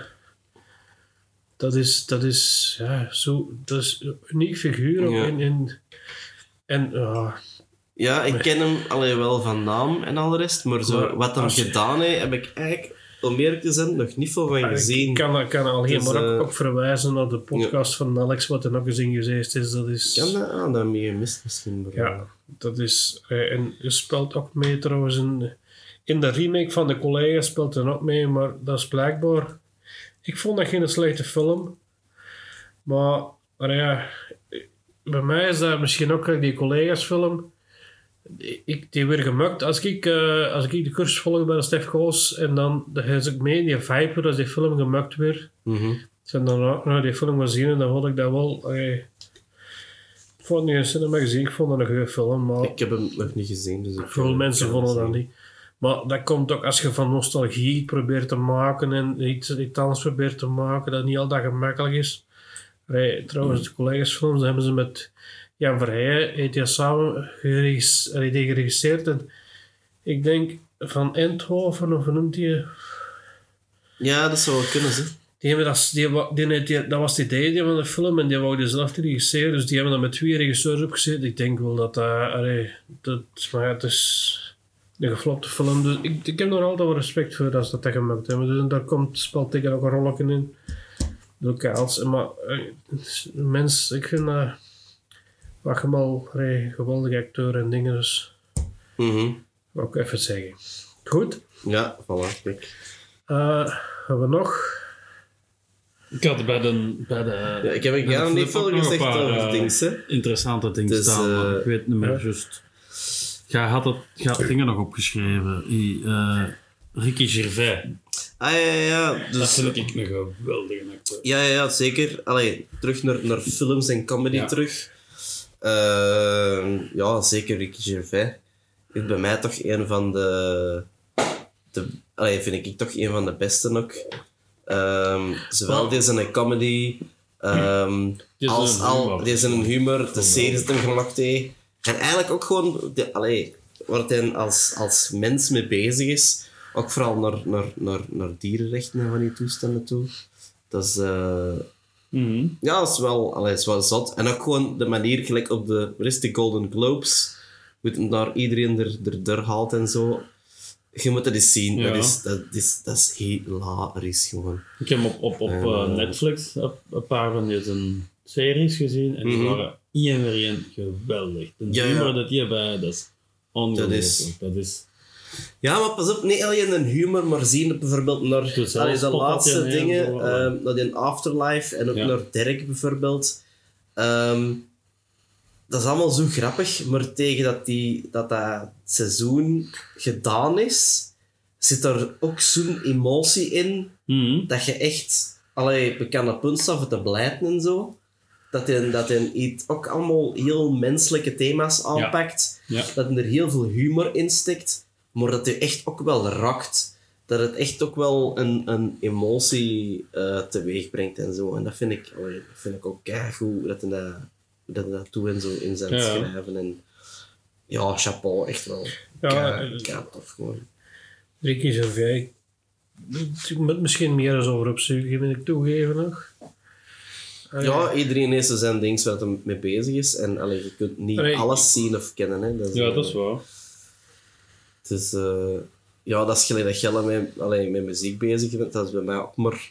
dat is, dat is, ja, zo, dat is een uniek figuur ook Ja. in, in, en, ja, Ja, ik ken hem allee, wel van naam en al de rest, maar zo, Maar wat hem als je- gedaan heeft, heb ik eigenlijk, om eerlijk te zijn, nog niet veel van gezien. ik kan, kan alleen Dus, maar ook, eh, ook verwijzen naar de podcast van Alex, wat er nog eens in gezegd is. Dat is, Kan dat? Ah, dat heb je gemist misschien. Maar, ja, dat is, eh, en je speelt ook mee trouwens in, in de remake van de collega speelt er ook mee, maar dat is blijkbaar, ik vond dat geen slechte film, maar, maar ja, bij mij is dat misschien ook die collega's film. Ik, die weer gemukt. Als ik, eh, als ik de cursus volg bij de Stef Goos en dan dan ga ik mee in die vibe als die film gemukt weer. Mhm. En dan ook naar die film gezien en dan vond ik dat wel... allee, ik vond het niet in cinema gezien, ik vond dat een goede film, maar Ik heb hem nog niet gezien, dus ik veel kan- mensen kan vonden het dat zien. niet. Maar dat komt ook als je van nostalgie probeert te maken en iets, iets anders probeert te maken, dat niet altijd gemakkelijk is. Allee, trouwens, de collega's-films hebben ze met Jan Verheijen heeft hij samen geregis- allee, die geregisseerd. En ik denk van Eindhoven, of hoe noemt hij? Ja, dat zou wel kunnen, hè. Die hebben dat, die, die, die, die, dat was het idee van de film en die wou die zelf regisseren. Dus die hebben dat met twee regisseurs opgezet. Ik denk wel dat dat... Allee, dat maar het is een geflopte film. Dus ik, ik heb er altijd wel respect voor dat ze dat gemaakt hebben. Dus daar komt Speltikken ook een rolletje in. Lokaals. Maar uh, mens, ik vind dat... Wat je mal, allee, geweldige acteur en dingen. Dus Mm-hmm. wou ik even zeggen. Goed. Ja, voilà, kijk. Uh, hebben we nog... Ik had bij de... Bij de Ja, ik heb bij de eigenlijk niet flip ook veel nog gezegd een paar, over eh, dings, hè. interessante dingen Dus, staan, maar eh, ik weet niet meer ja. juist. Jij had, het, jij had dingen nog opgeschreven. Die, eh, Ricky Gervais. Ah, ja, ja, ja. Dat Dus, vind ik een geweldige acteur. ja, ja, ja, zeker. Allee, terug naar, naar films en comedy Ja. terug. Uh, ja, zeker Ricky Gervais. Is bij mij toch een van de... de allee, vind ik toch een van de beste ook. Um, zowel Oh. deze een comedy... Um, is als een al humor. deze een humor, de series die hem gemaakt heeft. En eigenlijk ook gewoon... De, allee, waar hij als, als mens mee bezig is. Ook vooral naar, naar, naar, naar dierenrechten en van die toestanden toe. Dat is... Uh, Mhm. ja, dat is wel, allee, is wel zot. En ook gewoon de manier, gelijk op de, wat is de Golden Globes, hoe het daar iedereen er, er door haalt en zo. Je moet dat eens zien. Ja. Dat, is, dat, is, dat is hilarisch gewoon. Ik heb op, op, op En, eh, eh, Netflix een, een paar van deze series gezien en die Mhm. waren één voor één geweldig. De Ja, humor ja. dat die hebben, dat is ongelooflijk. Dat is- Dat is... Ja, maar pas op, niet alleen een humor, maar zien het bijvoorbeeld naar De allee, de zelfspot laatste had je, dingen, ja, zo, ehm, naar die Afterlife en ook Ja. naar Derek bijvoorbeeld. Ehm, dat is allemaal zo grappig, maar tegen dat die, dat, dat seizoen gedaan is, zit er ook zo'n emotie in, Mhm. dat je echt allee, bekende punt staat voor te blijten en zo. Dat hij, dat hij iets ook allemaal heel menselijke thema's aanpakt. Ja. Dat hij er heel veel humor in steekt. Maar dat hij echt ook wel raakt. Dat het echt ook wel een, een emotie uh, teweeg brengt en zo. En dat vind ik, allee, dat vind ik ook keigoed dat hij dat, dat, hij dat doet en zo in zijn Ja. schrijven. En ja, chapeau, echt wel. Ja, Kei, eh, kei tof gewoon. Ricky Gervais. Ik moet misschien meer eens over opzoeken, wil ik toegeven nog. Ah, Ja, iedereen heeft zo zijn ding waar hij mee bezig is. En allee, je kunt niet Allee, alles zien of kennen. Hè. Dat is, Ja, eh, dat is waar. Het is, eh, ja, dat is gelijk dat Gelle met, allee, met muziek bezig bent. Dat is bij mij ook maar...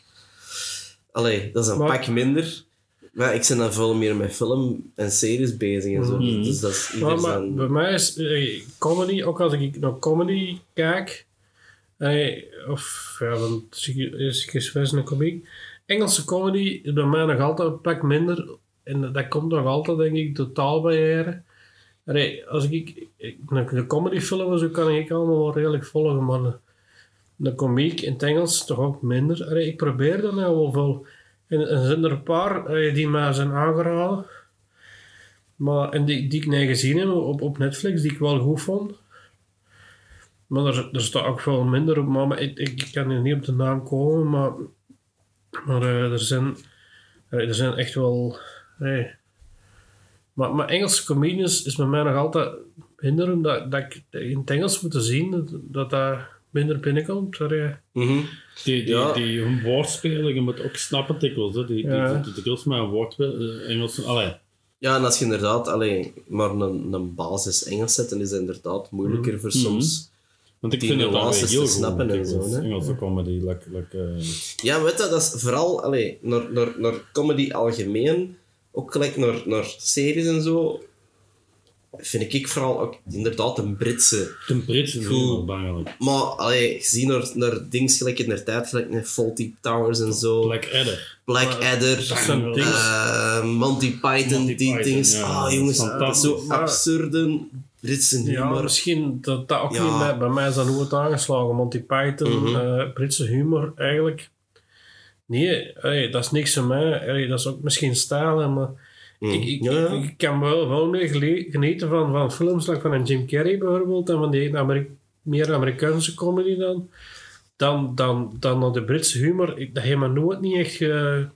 Allee, dat is een Maar- pak minder. Maar ik ben dan veel meer met film en series bezig en zo. Mhm. Dus dat is Maar, ieder maar zijn... bij mij is eh, comedy, ook als ik naar comedy kijk, eh, of ja, want is is een komiek. Engelse comedy is bij mij nog altijd een pak minder. En dat komt nog altijd, denk ik, totaal barrière. Allee, als ik, ik een, een comedyfilm of zo kan ik allemaal wel redelijk volgen, maar een, een komiek in het Engels toch ook minder. Allee, ik probeer dat nou wel veel. En, en er zijn er een paar allee, die mij zijn aangeraden. Maar, en die, die ik net gezien heb op, op Netflix, die ik wel goed vond. Maar er, er staat ook veel minder op. Maar ik, ik, ik kan nu niet op de naam komen, maar, maar uh, er, zijn, uh, er zijn echt wel... Hey. Maar, maar Engelse comedians is bij mij nog altijd minder, omdat dat ik in het Engels moet zien dat dat, dat minder binnenkomt. Sorry. Mhm. Die, die, Ja. die hun woordspeling, je moet ook snappen dikwijls. Hè. Die, Ja. die, die, die dikwijls met een woordspel, eh, Engels... Allee. Ja, en als je inderdaad allee, maar een, een basis Engels zet, dan is het inderdaad moeilijker voor Mhm. soms... Want ik Die vind dat daar nuances heel te goed snappen en dikwijls. zo, hè. Engelse comedy, like, like, eh, Ja, weet je, dat is vooral allee, naar, naar, naar comedy algemeen, ook gelijk naar, naar series en zo, vind ik vooral ook inderdaad een Britse. de Britse is Goed. helemaal bangelijk. Maar allee, gezien naar, naar dingen gelijk in de tijd, gelijk met Fawlty Towers en zo, Black Adder. Blackadder, Dat zijn Eh, dingen. uh, Monty Python, Monty die Python, dingen. ja, Ah, jongens, dat is fantastisch. zo Maar- absurde Britse Ja, humor. misschien dat dat ook Ja. niet bij, bij mij is dat nooit aangeslagen. Monty Python, Mhm. eh, Britse humor eigenlijk. Nee, hey, dat is niks van mij. Hey, dat is ook misschien stijl, hè, maar Mm. ik, ik, Ja. ik kan wel, wel meer gele- genieten van, van films like van een Jim Carrey bijvoorbeeld en van die Ameri- meer Amerikaanse comedy dan, dan, dan, dan naar de Britse humor. Ik, dat heeft me nooit niet echt... Ge...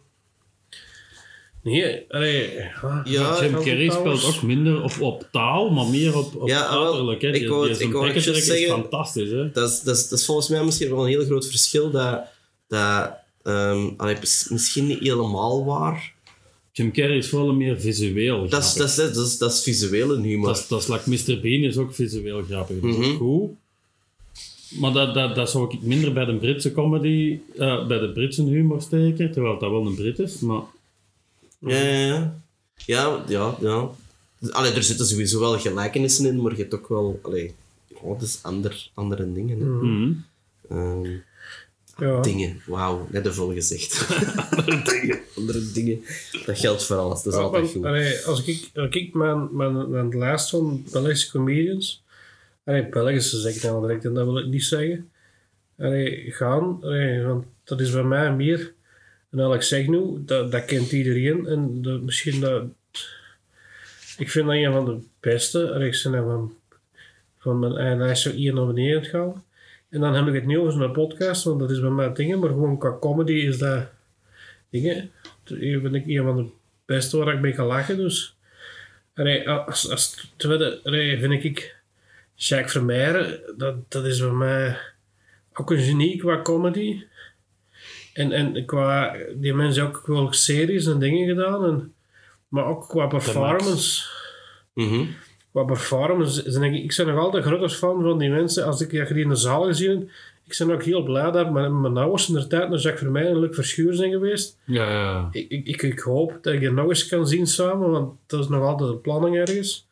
Nee, allee... Ja, Ja, Jim Carrey speelt ook minder op, op taal, maar meer op, op Ja, wel, uiterlijk. Hè. ik Die- wou die het- zijn ik wou het bekkentrek juist is zeggen. fantastisch. Hè. Dat is, dat, is, dat is volgens mij misschien wel een heel groot verschil dat... dat um, allee, pers- misschien niet helemaal waar. Jim Carrey is wel meer visueel Dat is, grappig. dat, is, dat, is, dat is visuele humor. Dat is, dat is like mister Bean is ook visueel grappig. Dat is Mhm. ook goed. Maar dat, dat, dat zou ik minder bij de Britse comedy, eh, bij de Britse humor steken, terwijl dat wel een Brit is. Maar Ja, ja, ja. Ja, ja, ja. Allee, er zitten sowieso wel gelijkenissen in, maar je hebt ook wel... Allee, oh, dat is ander, andere dingen. Hè. mhm. Ehm, ja. Dingen, wauw, net te veel gezegd. andere dingen. Andere dingen. Dat geldt voor alles, dat is Ja, altijd want, goed. allee, als ik, als ik mijn, mijn, mijn lijst van Belgische comedians... Allee, Belgische zeg ik dan direct, en dat wil ik niet zeggen. Allee, gaan, allee, want dat is bij mij meer... En Alex Zegnou, dat, dat kent iedereen. En dat, misschien dat... Ik vind dat een van de beste. Allee, ik ben dan van, van mijn eigen lijst zo hier naar beneden gaan. En dan heb ik het niet over zo'n podcast, want dat is bij mij dingen. Maar gewoon qua comedy is dat... Dingen. Hier ben ik een van de beste waar ik mee kan lachen. Dus... Allee, als, als tweede allee, vind ik... Jacques Vermeijren, dat, dat is bij mij ook een genie qua comedy. En, en qua, die mensen hebben ook wel series en dingen gedaan. En, maar ook qua performance. Mhm. Qua performance, zijn ik, ik ben nog altijd een groot fan van die mensen. Als ik die in de zaal gezien heb, ik ben ook heel blij dat mijn, mijn ouders in de tijd naar Jacques Vermeijren en Luc Verschuur zijn geweest. Ja, ja. Ik, ik, ik, ik hoop dat ik die nog eens kan zien samen, want dat is nog altijd een planning ergens.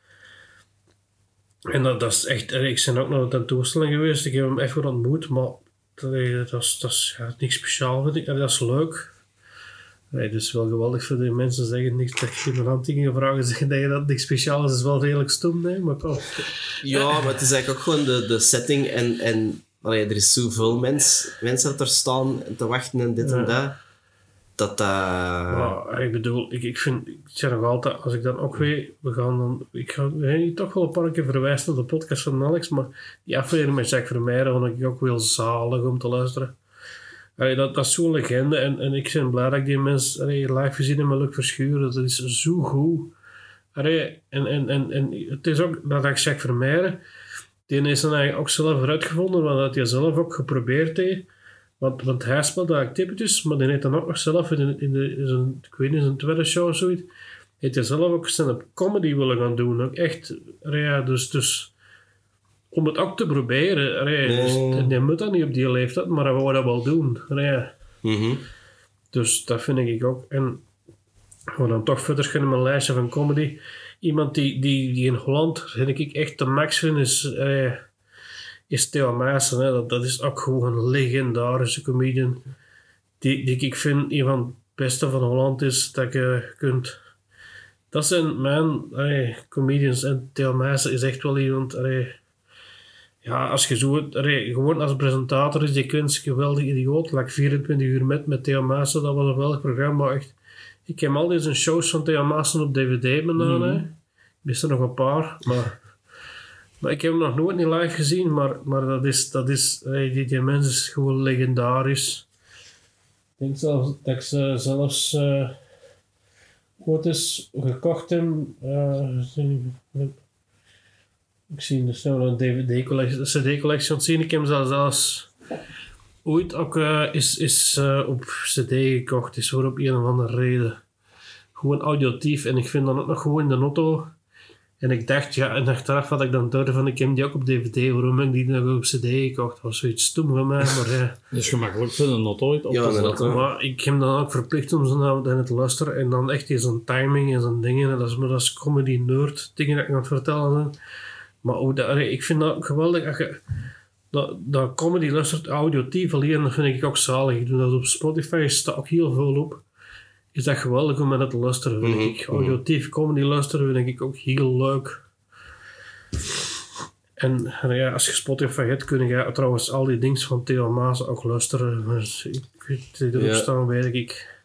En dat, dat is echt... Ik ben ook naar de tentoonstelling geweest. Ik heb hem even ontmoet, maar dat, dat is, dat is ja, niks speciaal, vind ik. Dat is leuk. Nee, het is wel geweldig voor die mensen zeggen niks, dat je een dingen vragen zeggen dat je dat niks speciaal is, is wel redelijk stom, nee, maar toch. Ja, maar het is eigenlijk ook gewoon de, de setting en... en allee, er is zoveel mens, mensen dat er staan te wachten en dit Ja. en dat. Dat dat... Maar ik bedoel, ik, ik vind, ik zeg nog altijd, als ik dan ook weet, we gaan dan, ik ga hey, toch wel een paar keer verwijzen naar de podcast van Alex, maar die aflevering met Jacques Vermeijren vond ik ook wel zalig om te luisteren. Allee, dat, dat is zo'n legende en, en ik ben blij dat ik die mensen allee, live gezien heb met Luc Verschuur, dat is zo goed. Allee, en, en, en, en het is ook dat ik Jacques Vermeijren, die is dan eigenlijk ook zelf uitgevonden, want dat hij zelf ook geprobeerd heeft. Want, want hij speelt eigenlijk typetjes, maar die heeft dan ook nog zelf in, in, de, in zijn, ik weet niet, zijn tweede show of zoiets, heeft hij zelf ook stand-up comedy willen gaan doen. Ook echt, ja, dus, dus om het ook te proberen. Ja, dus, en die moet dat niet op die leeftijd, maar hij wou dat wel doen. Ja. Mm-hmm. Dus dat vind ik ook. En we dan toch verder gaan in mijn lijstje van comedy. Iemand die, die, die in Holland, vind ik echt de max vind, is... Uh, is Theo Maassen. Hè. Dat, dat is ook gewoon een legendarische comedian. Die, die ik vind een van de beste van Holland is dat je kunt... Dat zijn mijn allee, comedians. En Theo Maassen is echt wel iemand... Allee, ja, als je zo... Allee, gewoon als presentator is die kunst geweldig idioot. Like vierentwintig uur met met Theo Maassen. Dat was een geweldig programma. Echt. Ik heb al deze shows van Theo Maassen op D V D benaan. Mm-hmm. Ik wist er nog een paar, maar... Maar ik heb hem nog nooit niet live gezien, maar, maar dat is, dat is, die, die mens is gewoon legendarisch. Ik denk zelfs dat ik ze zelfs uh, ooit eens gekocht heb. Uh, ik zie dus nou een D V D-collectie, een C D-collectie aan het zien. Ik heb hem zelfs ooit ook uh, is, is, uh, op C D gekocht, is voor op een of andere reden. Gewoon audiotief en ik vind dan ook nog gewoon in de auto. En ik dacht, ja, en achteraf had ik dan door van, ik heb die ook op D V D, waarom heb ik die nog op C D gekocht? Dat was zoiets stom van mij, maar ja. Dat is gemakkelijk voor een auto ooit op ja, te zetten. maar ik heb dan ook verplicht om zo'n avond te luisteren en dan echt in zo'n timing en zo'n dingen, en dat is maar dat is comedy nerd, dingen dat ik aan het vertellen ben. Maar ook dat, ik vind dat geweldig, als je dat, dat comedy luistert, audiotief alleen, dat vind ik ook zalig. Ik doe dat op Spotify, staat ook heel veel op. Is dat geweldig om met het te luisteren, vind mm-hmm. ik. Audiotief comedy luisteren vind ik ook heel leuk. En ja, als je Spotify hebt, kun je trouwens al die dingen van Theo Maassen ook luisteren. Dus ik weet die erop ja. staan, weet ik.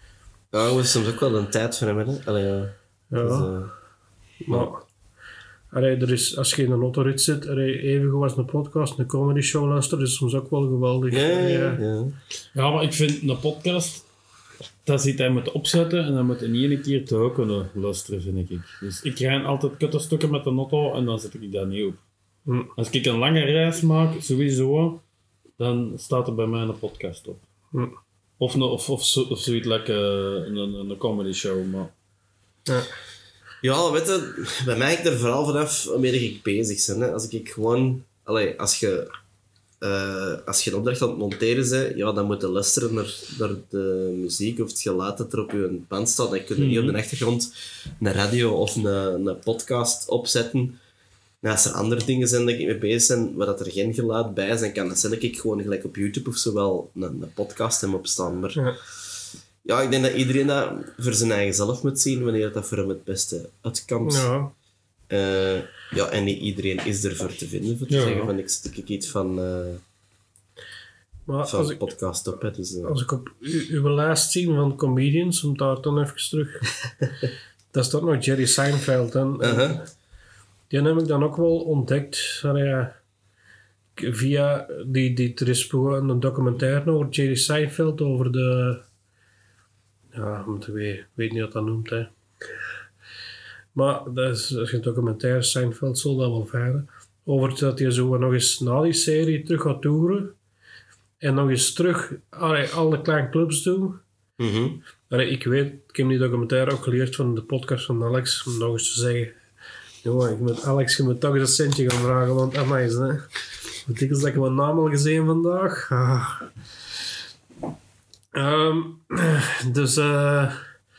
Ja, dat is soms ook wel een tijd voor hem, hè. Allee, ja. Ja. Dus, uh, maar, Allee, er is, als je in een autorit zit, allee, even goed als een podcast, een comedy show luisteren, is soms ook wel geweldig. Ja, ja, ja. ja. Ja, maar ik vind een podcast, dat zit hij moet opzetten en dan moet hij niet een keer te hoog kunnen luisteren, vind ik. Dus ik rij altijd kutte stukken met de auto en dan zet ik dat niet op. Hm. Als ik een lange reis maak, sowieso, dan staat er bij mij een podcast op. Hm. Of, een, of, of, zo, of zoiets like uh, een, een, een comedy show, maar... Ja. Ja, weet je, bij mij ik er vooral vanaf wanneer ik bezig ben. Hè. Als ik gewoon... Allee, als je... Uh, als je een opdracht aan het monteren bent, ja, dan moet je luisteren naar, naar de muziek of het geluid dat er op je band staat. Dan kun je niet op de achtergrond een radio of een, een podcast opzetten. Nou, als er andere dingen zijn dat ik mee bezig ben, waar dat er geen geluid bij is, dan kan dat zijn dat ik gewoon gelijk op YouTube of zo wel een, een podcast heb opstaan. Maar Ja. ja, ik denk dat iedereen dat voor zijn eigen zelf moet zien, wanneer dat voor hem het beste uitkomt. Ja. Uh, ja, en niet iedereen is ervoor te vinden, voor te Ja. zeggen van ik stik ik iets van, uh, Maar van als ik, podcast op. Hè, dus, uh. als ik op u- uw lijst zie van comedians, om daar dan even terug... dat is toch nog Jerry Seinfeld. En, Uh-huh. die heb ik dan ook wel ontdekt. Allee, ja, via die, die, er is een documentaire over Jerry Seinfeld, over de... Ja, moet ik weet, weet niet wat dat noemt, hè. Maar dat is, als je een documentaire Seinfeld zal dat wel verder. Over dat hij zo nog eens na die serie terug gaat toeren. En nog eens terug allee, alle kleine clubs doen. Mm-hmm. Allee, ik weet, ik heb die documentaire ook geleerd van de podcast van Alex. Om nog eens te zeggen... Jongen, ik moet Alex, je moet toch eens een centje gaan vragen. Want amai, hè. Wat dikwijls dat ik mijn naam al gezien vandaag. Ah. Um, dus... eh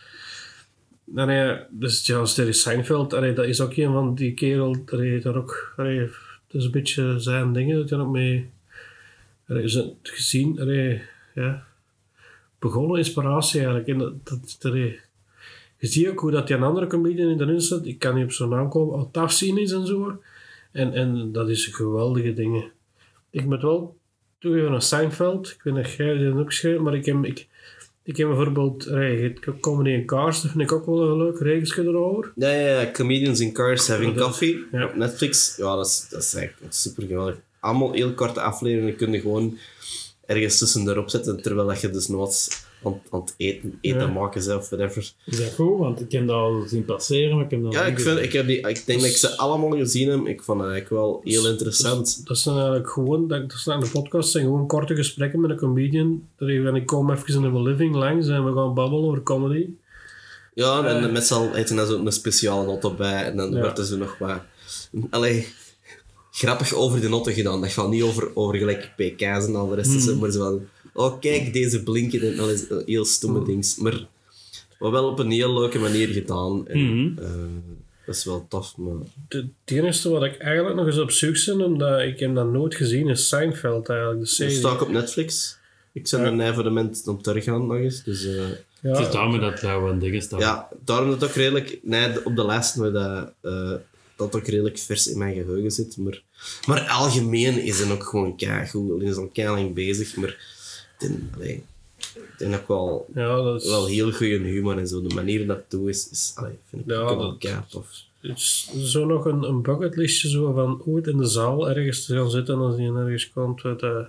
uh, dus ja, Jerry Seinfeld, allee, dat is ook een van die kerel, allee, daar ook, allee, dat is een beetje zijn dingen, dat hij ook mee, allee, is het gezien, allee, ja, begonnen inspiratie eigenlijk. En dat, dat, allee, je ziet ook hoe dat die een andere comedian in de zit, ik kan niet op zo'n naam komen, al tafzien is en zo. En, en dat is geweldige dingen. Ik moet wel toegeven naar Seinfeld, ik weet dat jij die ook schreef, maar ik heb, ik, Ik heb bijvoorbeeld hey, Comedy in Cars, dat vind ik ook wel een leuk regelsje erover. Ja, ja, ja, Comedians in Cars Having dat- Coffee ja. op Netflix. Ja, dat is, dat is eigenlijk super geweldig. Allemaal heel korte afleveringen kun je gewoon ergens tussen erop zetten, terwijl dat je dus nooit aan, aan het eten, eten Ja. maken bent of whatever. Is dat goed? Want ik heb dat al zien passeren, maar ik heb dat Ja, nog ik, niet vind, gezien. ik, heb die, ik denk dat ik ze allemaal gezien heb. Ik vond het eigenlijk wel heel interessant. Dat zijn eigenlijk gewoon, dat, dat zijn de podcasts zijn gewoon korte gesprekken met een comedian. Dat ik, en ik kom even in de living langs en we gaan babbelen over comedy. Ja, en Eh. met z'n allen eten dan zo een speciale notte bij. En dan Ja. wordt er zo nog wat... Allee, grappig over de notte gedaan. Dat gaat niet over, over gelijk P K's en al de rest. Hmm. Is het maar zo van... Oh, kijk, deze blinken en al is heel stomme Hmm. dings. Maar, maar wel op een heel leuke manier gedaan. En, Mhm. eh, dat is wel tof, maar... Het enige wat ik eigenlijk nog eens op zoek ben, omdat ik heb dat nooit gezien, is Seinfeld eigenlijk. De Het serie. staat op Netflix. Ik ben Ja. er een evenement om terug gaan nog eens. Dus... eh, Ja, Het is daarom dat daar wel dingen staan. Ja, daarom dat het ook redelijk... Nee, op de lijst waar dat, eh, dat ook redelijk vers in mijn geheugen zit. Maar, maar algemeen is het ook gewoon keigoed. Alleen is al keilang bezig, maar... Ik denk, allee, ik denk ook wel, ja, dat is, wel heel goede humor en zo. De manier dat het doet is, is allee, vind ik Ja, ook wel dat- kei tof. het is zo nog een, een bucketlistje zo van ooit in de zaal ergens te gaan zitten als die ergens komt. Met, uh,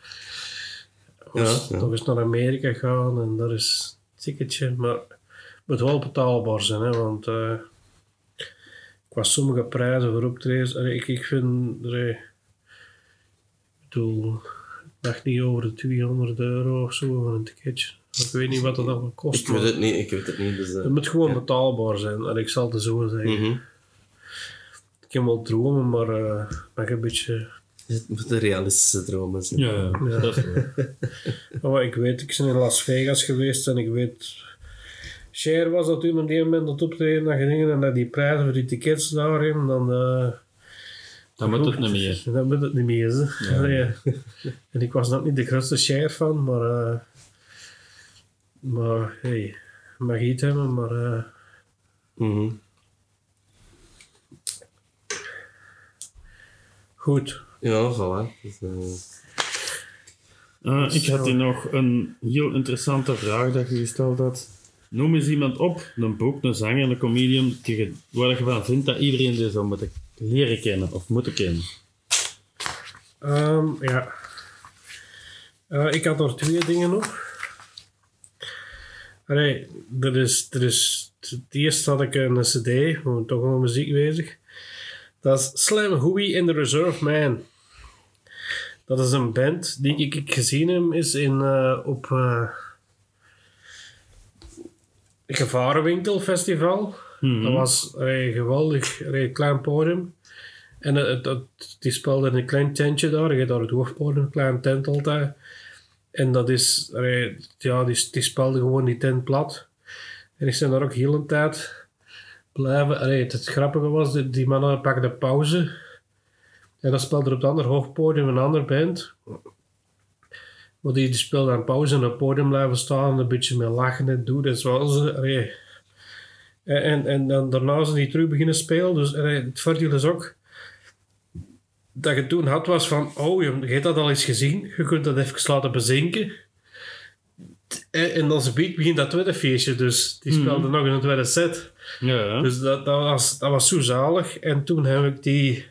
Ja, ja. Nog eens naar Amerika gaan en daar is het ticketje. Maar het moet wel betaalbaar zijn, hè, want uh, qua sommige prijzen voor optredens, allee, ik, ik vind, allee, ik bedoel, het mag niet over de tweehonderd euro of zo voor een ticketje. Ik weet niet wat dat allemaal kost. Ik weet maar het niet, ik weet het niet. Dus, eh, het moet gewoon ja. betaalbaar zijn. En ik zal het zo zeggen. Mhm. Ik kan wel dromen, maar uh, mag een beetje... Het moet een realistische dromen zijn. Ja, ja, Ja. dat is waar. Maar ik weet, ik ben in Las Vegas geweest en ik weet... Cher was dat toen op die moment dat optreden dat gedingen en dat die prijzen voor die tickets daarin, dan... Uh, Dan moet het niet meer. Dan moet het niet meer, hè. Ja. Nee. En ik was nog niet de grootste Cher fan, maar... Uh, maar, hey, mag iets hebben, maar... Uh, Mhm. goed. Ja, voilà. Dus, eh, Uh, ik had hier nog een heel interessante vraag dat je gesteld had. Noem eens iemand op, een boek, een zanger, een comedian, die je- waar je van vindt dat iedereen dit zou moeten leren kennen of moeten kennen? Um, ja. Uh, ik had er twee dingen nog. Allee, er is, er is, het eerst had ik een cd, we zijn toch wel muziek bezig. Dat is Slam Huey and the Reserve Man. Dat is een band die ik, ik gezien heb is in, uh, op uh, een gevarenwinkelfestival. Mm-hmm. Dat was een geweldig een klein podium. En het, het, die speelde in een klein tentje daar. Je hebt daar het hoofdpodium, een klein tent altijd. En dat is, ja, die, die speelde gewoon die tent plat. En ik ben daar ook heel een tijd blijven. Allee, het, het grappige was, die, die mannen pakten pauze. En dan speelde er op het andere hoofdpodium een ander band. Maar die, die speelde aan pauze en op het podium blijven staan. En een beetje met lachen en doen. En zoals ze. Allee. En, en, en dan daarna zijn die terug beginnen spelen. Dus allee, het voordeel is ook dat je toen had was van, oh, je, je hebt dat al eens gezien, je kunt dat even laten bezinken. En, en dan beat begint dat tweede feestje, dus die speelde mm-hmm. nog in een tweede set. Ja, ja. Dus dat, dat, was, dat was zo zalig. En toen heb ik die...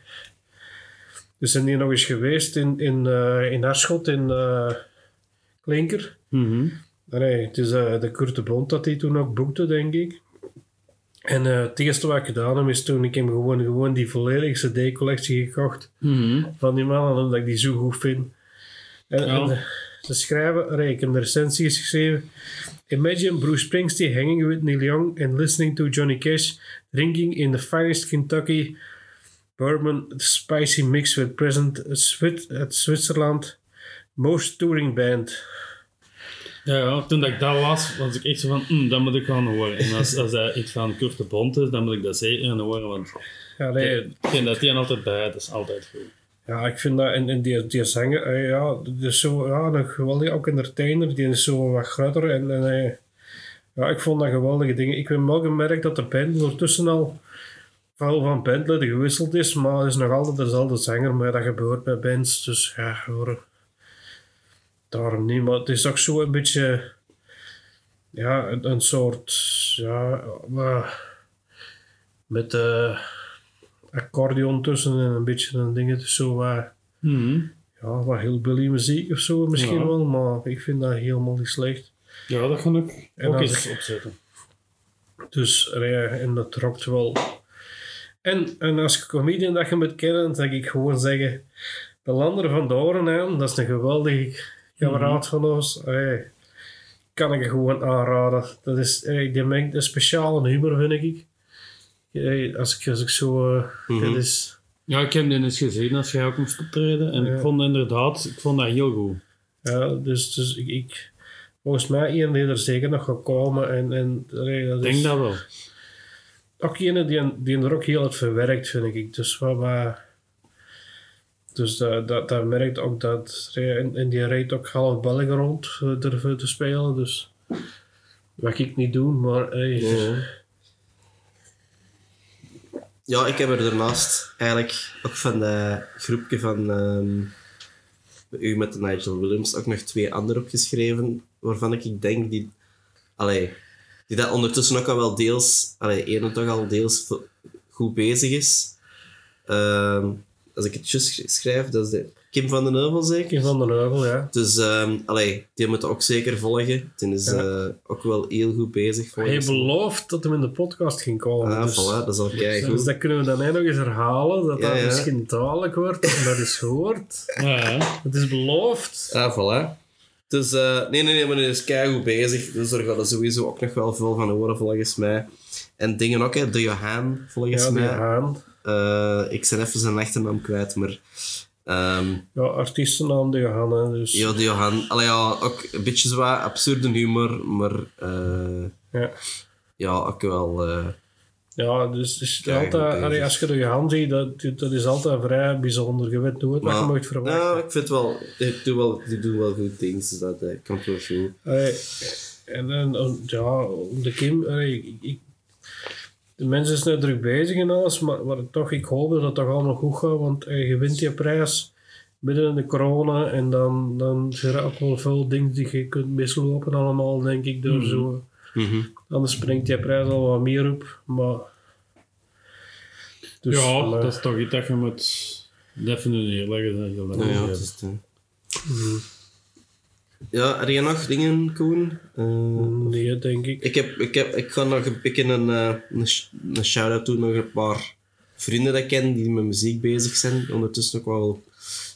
We zijn hier nog eens geweest in, in, uh, in Aarschot, in uh, Klinker. Mm-hmm. Nee, het is uh, de Kurt de Bond dat die toen ook boekte, denk ik. En uh, het eerste wat ik gedaan heb, is toen ik hem gewoon, gewoon die volledige cd-collectie gekocht. Mm-hmm. Van die mannen, omdat ik die zo goed vind. En, ja. en de, de schrijver, ik heb de recensie geschreven. Imagine Bruce Springsteen hanging with Neil Young and listening to Johnny Cash, drinking in the finest Kentucky bourbon, spicy mix with present at Switzerland, most touring band. Ja, ja, toen dat ik dat las, was ik echt zo van, mm, dat moet ik gaan horen. En als, als dat iets van Kurt de Bond is, dan moet ik dat zeker gaan horen, want ja, nee. ik vind dat die er altijd bij, dat is altijd goed. Ja, ik vind dat, en, en die, die zanger, uh, ja, die is zo, ja, een geweldige, ook entertainer, die is zo wat groter en, en uh, ja, ik vond dat geweldige dingen. Ik heb wel gemerkt dat de band ondertussen al veel van bandleden gewisseld is, maar het is nog altijd dezelfde zanger, maar dat gebeurt bij bands, dus ja, hoor. Daarom niet, maar het is ook zo een beetje ja, een, een soort ja, uh, met uh, accordeon tussen en een beetje een ding, het is zo uh, mm-hmm. ja, wat hillbilly muziek of zo misschien ja. wel, maar ik vind dat helemaal niet slecht. Ja, dat ga ik en ook eens ik, opzetten. Dus ja, en dat rokt wel. En, en als comedian dat je moet kennen, dan zou ik gewoon zeggen, de Lander van Doornheim, dat is een geweldige kameraad van ons, hey, kan ik gewoon aanraden. Dat is, hey, die mengt een speciale humor, vind ik. Hey, als, ik als ik zo... Uh, mm-hmm. dat is... Ja, ik heb die eens gezien als jij ook moest optreden. En ja. ik vond inderdaad, ik vond dat heel goed. Ja, dus, dus ik, ik... Volgens mij iemand die er zeker nog gaat komen. En, en, hey, dat ik denk is, dat wel. Ook iemand die, die er ook heel het verwerkt, vind ik. Dus wat... wat Dus dat, dat, dat merkt ook dat... En, en die rijdt ook half België rond uh, ervoor te spelen. Dus... Wat ik niet doen, maar... Hey. Ja. ja, ik heb er daarnaast eigenlijk ook van dat groepje van... Um, u met de Nigel Williams ook nog twee andere opgeschreven. Waarvan ik denk die... Allee, die dat ondertussen ook al wel deels... Allee, ene toch al deels goed bezig is. Um, als ik het juist schrijf, dat is de Kim van den Heuvel zeker? Kim van den Heuvel, ja. Dus um, allee, die moeten ook zeker volgen. Die is ja. uh, ook wel heel goed bezig. Hij belooft dat hij in de podcast ging komen. Ah, dus, voilà, dat is al keigoed. Dus dat kunnen we dan nog eens herhalen, dat ja, dat ja. misschien duidelijk wordt en dat is gehoord. Ja. Het is beloofd. Ah, voilà. Dus uh, nee, nee, nee, maar hij is keigoed bezig. Dus daar gaat er sowieso ook nog wel veel van horen, volgens mij. En dingen ook, hè. De Johan, volgens ja, mij. Ja, de Johan. Uh, ik ben even zijn echte naam kwijt, maar... Um, ja, artiestennaam de Johan, hè, dus... Ja, de Johan. Allee, ja, ook een beetje zo wat absurde humor, maar... Uh, ja. Ja, ook wel... Uh, ja, dus, dus altijd, allee, als je de Johan ziet, dat, dat is altijd vrij bijzonder. Je weet nooit wat je moet verwachten. Nou, ik vind wel... Die doen wel, die doen wel goed dingen, dus dat uh, komt wel goed. Allee, en, en, en ja, de Kim... Allee, ik, ik, de mensen zijn druk bezig en alles, maar, maar toch, ik hoop dat het toch allemaal goed gaat, want eh, je wint je prijs midden in de corona en dan, dan zijn er ook wel veel dingen die je kunt mislopen allemaal, denk ik, door mm-hmm. zo. Mm-hmm. Anders springt die prijs al wat meer op, maar Dus, ja, maar, dat is toch iets dat je moet definiëren leggen. Dat je dat Ja, moet ja, hebben. het is het, hè. mm, Ja, heb je nog dingen, Koen? Uh, nee, denk ik. ik, heb, ik, heb, ik ga nog een beetje een, uh, een, sh- een shout-out doen naar een paar vrienden dat ik ken die met muziek bezig zijn. Ondertussen ook wel,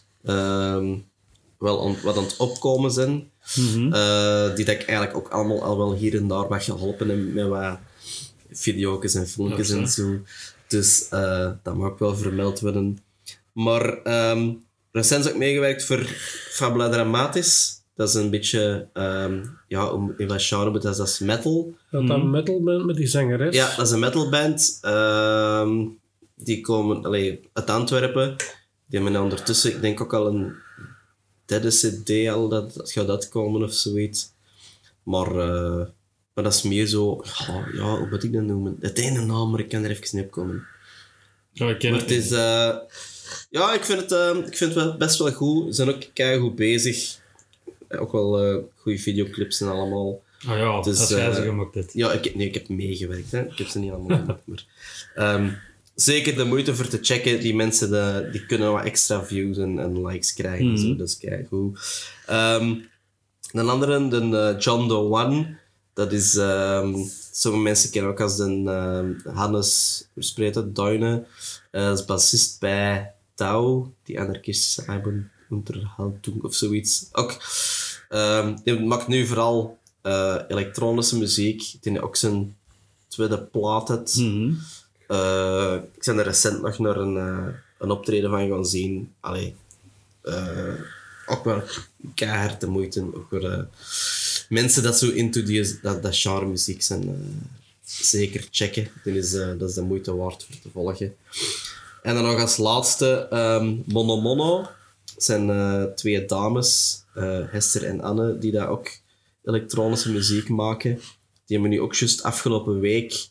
uh, wel aan, wat aan het opkomen zijn. Mhm. Uh, die dat ik eigenlijk ook allemaal al wel hier en daar wat geholpen heb met wat video's en filmpjes Ja, en ja. zo. Dus uh, dat mag ook wel vermeld worden. Maar um, recent heb ik meegewerkt voor Fabula Dramatis. Dat is een beetje, um, ja, om in wat genre moet dat, dat is metal. Dat dat metal band met die zangeres. Ja, dat is een metalband. Um, die komen allee, uit Antwerpen. Die hebben ondertussen, ik denk ook al een derde cd al, dat, dat gaat uitkomen of zoiets. Maar, uh, maar dat is meer zo, ja, ja, hoe moet ik dat noemen? Het ene naam, maar ik kan er even niet op komen. Ja, ik ken Maar het is, uh, ja, ik vind het, uh, ik vind het wel best wel goed. Ze zijn ook keigoed bezig. Ook wel uh, goede videoclips en allemaal. Ah ja, Dus, dat is jij uh, ze gemaakt dit. Ja, ik, nee, ik heb meegewerkt. Hè. Ik heb ze niet allemaal gemaakt. Maar, um, zeker de moeite voor te checken. Die mensen de, die kunnen wat extra views en, en likes krijgen. Mhm. Zo, dat is keigoed. Um, een andere, de uh, John Doe One. Dat is... Um, sommige mensen kennen ook als de uh, Hannes Verspreid Duinen. Uh, dat is bassist bij Tau. Die anarchistische album Unterhaltung of zoiets. Ook... Um, die maakt nu vooral uh, elektronische muziek. Die ook zijn tweede plaat heeft. Mhm. Uh, ik ben er recent nog naar een, uh, een optreden van gaan zien. Allee, uh, ook wel keihard de moeite. Ook voor uh, mensen dat zo into die, dat, dat genre muziek zijn, uh, zeker checken. Dat is, uh, dat is de moeite waard voor te volgen. En dan nog als laatste um, Mono Mono. Het zijn uh, twee dames, uh, Hester en Anne, die daar ook elektronische muziek maken. Die hebben nu ook juist afgelopen week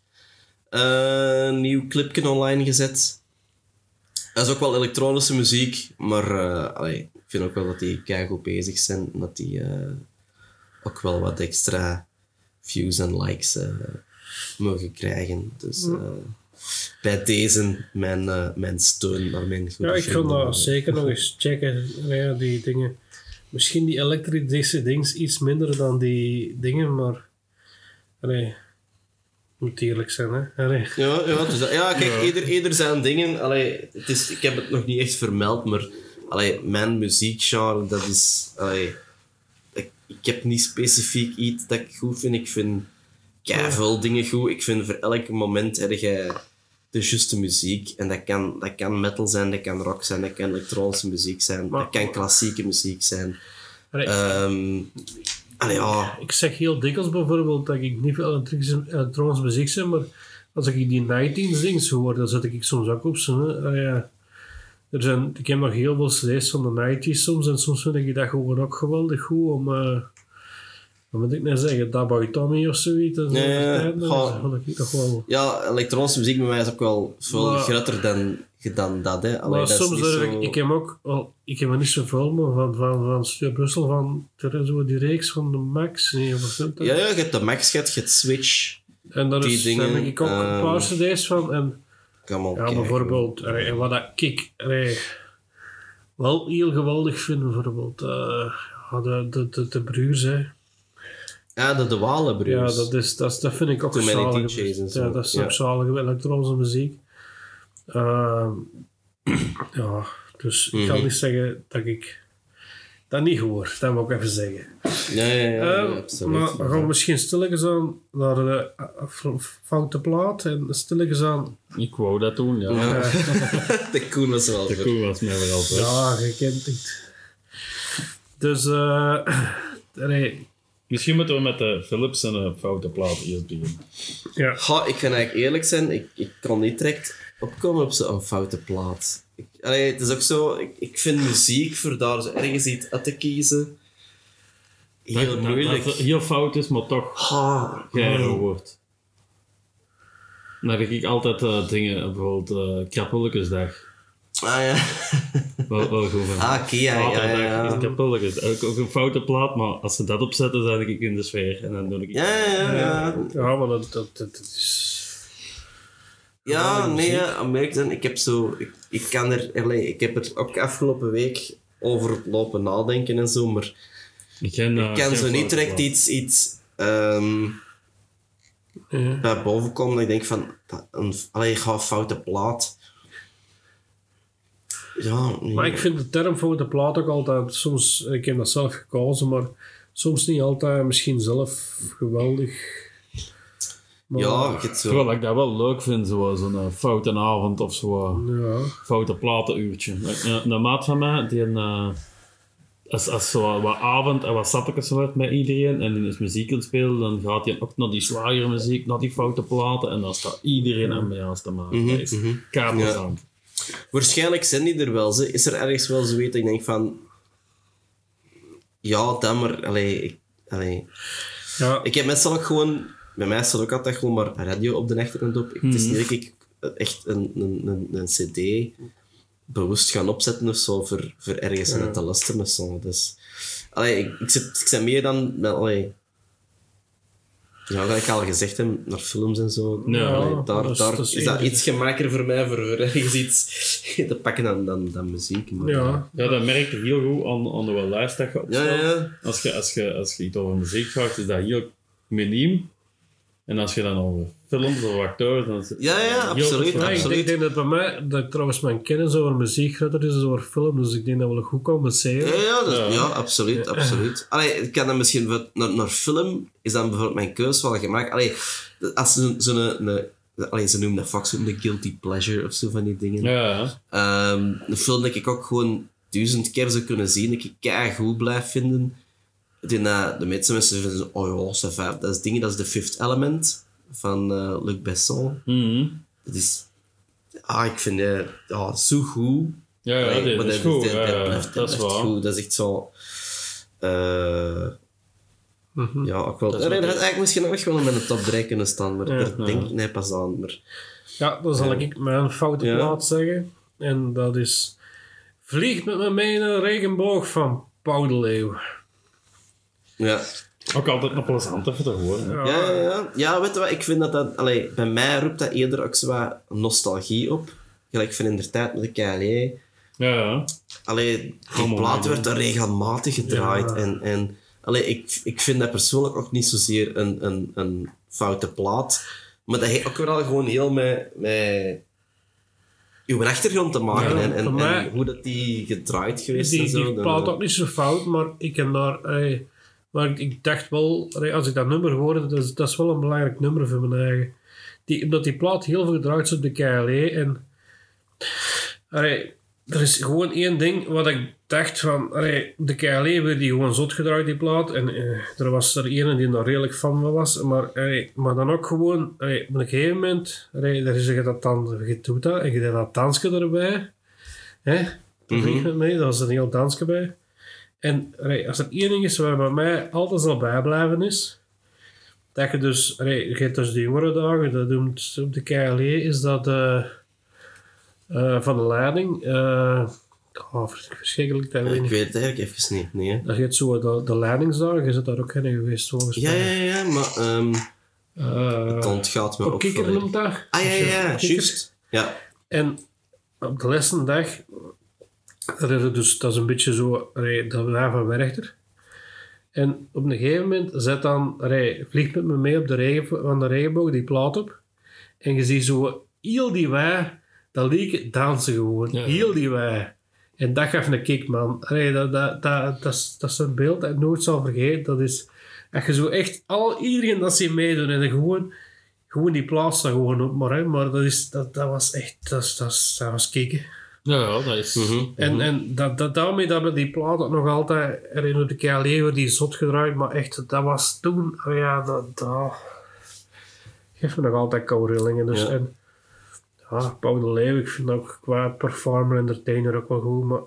uh, een nieuw clipje online gezet. Dat is ook wel elektronische muziek, maar uh, allee, ik vind ook wel dat die keigoed bezig zijn. En dat die uh, ook wel wat extra views en likes uh, mogen krijgen. Dus uh, bij deze mijn, uh, mijn steun naar mijn goede Ja, ik ga vrienden. dat zeker nog eens checken. Ja, die dingen. Misschien die elektrische dingen iets minder dan die dingen, maar... Allee, moet eerlijk zijn, hè. Allee. Ja, ja, dus dat- ja kijk, Ieder, ieder zijn dingen. Allee, het is, ik heb het nog niet echt vermeld, maar allee, mijn muziekgenre, dat is... Allee, ik, ik heb niet specifiek iets dat ik goed vind. Ik vind keiveel dingen goed. Ik vind voor elk moment heb je de juiste muziek. En dat kan, dat kan metal zijn, dat kan rock zijn, dat kan elektronische muziek zijn, Maar- dat kan klassieke muziek zijn. Allee, Um, allee, ja... ik zeg heel dikwijls bijvoorbeeld dat ik niet veel elektrische- elektronische muziek zeg, maar als ik die negentien dingen hoor, dan zet ik soms ook op zo. Hè. Allee, ja. Er zijn, ik heb nog heel veel cd's van de negentig soms en soms vind ik dat gewoon ook geweldig goed om... Uh, wat moet ik nou zeggen? Daboy Tommy of zoiets. Dat is Nee, nog tijd, ja, dat ga- vond ik toch wel... Ja, elektronische muziek bij mij is ook wel veel Maar- groter dan, dan dat. Hè. Allee, Maar dat is soms niet durf zo... ik, ik heb ook, wel, ik heb er niet zoveel, maar van, van, van Studio Brussel, van er is zo die reeks van de Max, nee, wat is dat? Ja, ja, je hebt de Max, je hebt je hebt Switch. En daar die is, dingen, daar heb ik ook een ehm, paar cd's van, en Kan maar ja, kijken. bijvoorbeeld, allee, en wat dat ik allee, wel heel geweldig vind, bijvoorbeeld, uh, ja, de, de, de, de broers, hè. Ja, de De Walenbroers. Ja, dat, is, dat, is, dat vind ik ook Too Many zalige, D J's en zo. ja, dat is Ja. ook zalige elektronische muziek. Ehm, ja, dus ik kan Mhm. niet zeggen dat ik dat niet hoor, dat moet ik even zeggen. Ja, ja, ja, ja, Ehm, absoluut. maar dan gaan we misschien stilletjes aan naar de uh, f- foute plaat en stilletjes aan. Ik wou dat doen, ja. Ja. Uh, De Koen was er wel De voor. koe was mij wel voor. ja, je kent het. Dus, eh nee, Misschien moeten we met de Philips en de foute plaat eerst beginnen. ja. Ga, ik ga eigenlijk eerlijk zijn, ik, ik kan niet direct opkomen op zo'n foute plaat. Ik, allee, het is ook zo, ik, ik vind muziek voor daar zo ergens iets uit te kiezen heel Dat- moeilijk. Dat, dat heel fout is, maar toch Ha, geiro wordt. Dan heb ik altijd uh, dingen, bijvoorbeeld uh, Krapulkesdag. Ah ja. Wel, wel goed van. Ah, oké, ja, ja, ja, ja. is Krapulkes. Ook, ook een foute plaat, maar als ze dat opzetten, dan ben ik in de sfeer. En dan doe ik... Ja, ja, ja. Ja, maar dat, dat, dat, dat is... Ja, geweldige nee, muziek. ja, American, ik heb zo... Ik, ik kan er... allee, ik heb er ook afgelopen week over het lopen nadenken en zo, maar Geen, uh, ik kan geen zo niet foto direct platen. iets... iets ehm Ja. bij boven komen dat ik denk van... dat Een, allee, ik ga een foute plaat. Ja, nee. Maar ik vind de term voor de plaat ook altijd soms, ik heb dat zelf gekozen, maar soms niet altijd misschien zelf geweldig. Maar, Ja, ik het zo... Terwijl ik dat wel leuk vind, zo, zo'n uh, foute avond of zo, uh, ja. foute platenuurtje. Een, een maat van mij, die een, uh, als, als zo wat avond en wat sappetjes wordt met iedereen en die is muziek aan het spelen, dan gaat hij ook naar die slagermuziek, naar die foute platen en dan staat iedereen ambiance te maken. Mhm, Dat is mhm. kapersant. Waarschijnlijk zijn die er wel. Ze. Is er ergens wel zo weet dat ik denk van... Ja, dan maar... Allee, ik, allee. Ja, ik heb meestal ook gewoon... Bij mij staat ook altijd gewoon maar radio op de achtergrond op. Het is niet dat ik echt een, een, een, een cd bewust ga opzetten of zo voor, voor ergens aan het te luisteren of zo. Dus... Allee, ik, ik, zit, ik zit meer dan... Allee, ja, dat ik al gezegd heb, naar films en zo. Ja, Allee, daar dat is- daar dat is, is dat eerder- iets gemakkelijker voor mij, voor, voor ergens iets te pakken dan, dan, dan muziek. Maar, ja. Ja, dat merk je heel goed aan, aan de lijst dat je ja, opstelt. ja, ja. Als, je, als, je, als je iets over muziek vraagt, is dat heel miniem. En als je dan over films of acteurs... Dan is het Ja, ja, heel absoluut, verschillend. Ja, ik absoluut. denk, denk dat bij mij, dat trouwens mijn kennis over muziek groter is dan over film, dus ik denk dat we goed compenseren. Ja, ja, dat, Ja. ja. absoluut, absoluut. Allee, ik kan dan misschien wat, naar, naar film, is dan bijvoorbeeld mijn keus wel gemaakt. Allee, als ze zo'n... Een, een, allee, ze noemen dat vaak zo'n guilty pleasure of zo van die dingen. Ja, ja. Um, een film dat ik ook gewoon duizend keer zou kunnen zien, dat ik keigoed blijf vinden. Ik denk dat de meeste mensen vinden zo, oh ja, ça va. Dat is dingen, dat is The Fifth Element van uh, Luc Besson. Mhm. Dat is... Ah, ik vind dat ja, zo goed. Ja, ja, Allee, dit maar is dat, goed. dat, ja, dat ja, blijft, dat is blijft waar. goed. Dat is echt zo... eh Mhm. Ja, ook wel. Dat Dat is had wel eigenlijk misschien ook wel in mijn top drie kunnen staan, maar Ja. daar denk Ja. ik niet pas aan. Maar... Ja, dan zal ik mijn foute Ja. plaat zeggen. En dat is... Vliegt met me mee in een regenboog van Paul de Leeuw. Ja. Ook altijd nog plezant even te horen. hè. Ja. Ja, ja, ja. Ja, weet je wat? Ik vind dat dat... Allee, bij mij roept dat eerder ook zo wat nostalgie op. Gelijk van in de tijd met de K L E. Ja, ja. Allee, die Allemaal plaat mee, werd er regelmatig gedraaid. Ja. En, en allee, ik, ik vind dat persoonlijk ook niet zozeer een, een, een foute plaat. Maar dat heeft ook wel gewoon heel met, met uw achtergrond te maken. Ja, en, en, voor mij- en hoe dat die gedraaid geweest Die, en zo. die dan- plaat ook niet zo fout, maar ik heb daar... Ey, maar ik, ik dacht wel, ey, als ik dat nummer hoorde, dat is, dat is wel een belangrijk nummer voor mijn eigen. Die, omdat die plaat heel veel gedraaid is op de K L E. En ey, er is gewoon één ding wat ik dacht van... Ey, de K L E werd die gewoon zot gedraaid, die plaat. En eh, er was er één die daar redelijk fan van was. Maar, ey, maar dan ook gewoon... Ey, op een gegeven moment... Ey, daar is je dat dan... Je doet dat en je deed dat dansje erbij. Hè? Dat Mhm. mm met mij, daar was een heel dansje bij. En allee, als er één ding is waar bij mij altijd zal bijblijven is, dat je dus, allee, je hebt dus de jongere dagen, dat noemt op de K L E, is dat eh, eh, van de leiding, eh oh, verschrikkelijk, dat Ja, weet ik ik weet het eigenlijk even niet. Nee, hè. Dat heet zo de, de leidingsdagen, je zit daar ook in geweest volgens Ja, mij. ja, ja, maar um, Eh, het ontgaat me op ook Kikker volledig. noemt dat. Ah, ja, ja, ja, Kikker. juist. Ja. En op de laatste dag, dat is, dus, dat is een beetje zo, allee, dat wij van Werchter. En op een gegeven moment zet dan, allee, vliegt met me mee op de regen, van de regenboog die plaat op. En je ziet zo heel die wei, dat lieken dansen gewoon. Ja. Heel die wei. En dat gaf een kick, man. Allee, dat, dat, dat, dat, is, dat is een beeld dat ik nooit zal vergeten. Dat is, dat je zo echt, al iedereen dat ze meedoen en dan gewoon... Gewoon die plaats daar gewoon op, maar, hè, maar dat, is, dat, dat was echt, dat, dat, dat was kicken. Ja, ja, dat is... Mhm. En, en dat, dat, daarmee dat we die plaat ook nog altijd erin op de K L E wordt die zot gedraaid, maar echt, dat was toen, oh ja, dat, dat geeft me nog altijd koude rillingen. Dus, Ja. en ja, Paul de Leeuw, ik vind ook qua performer, entertainer ook wel goed, maar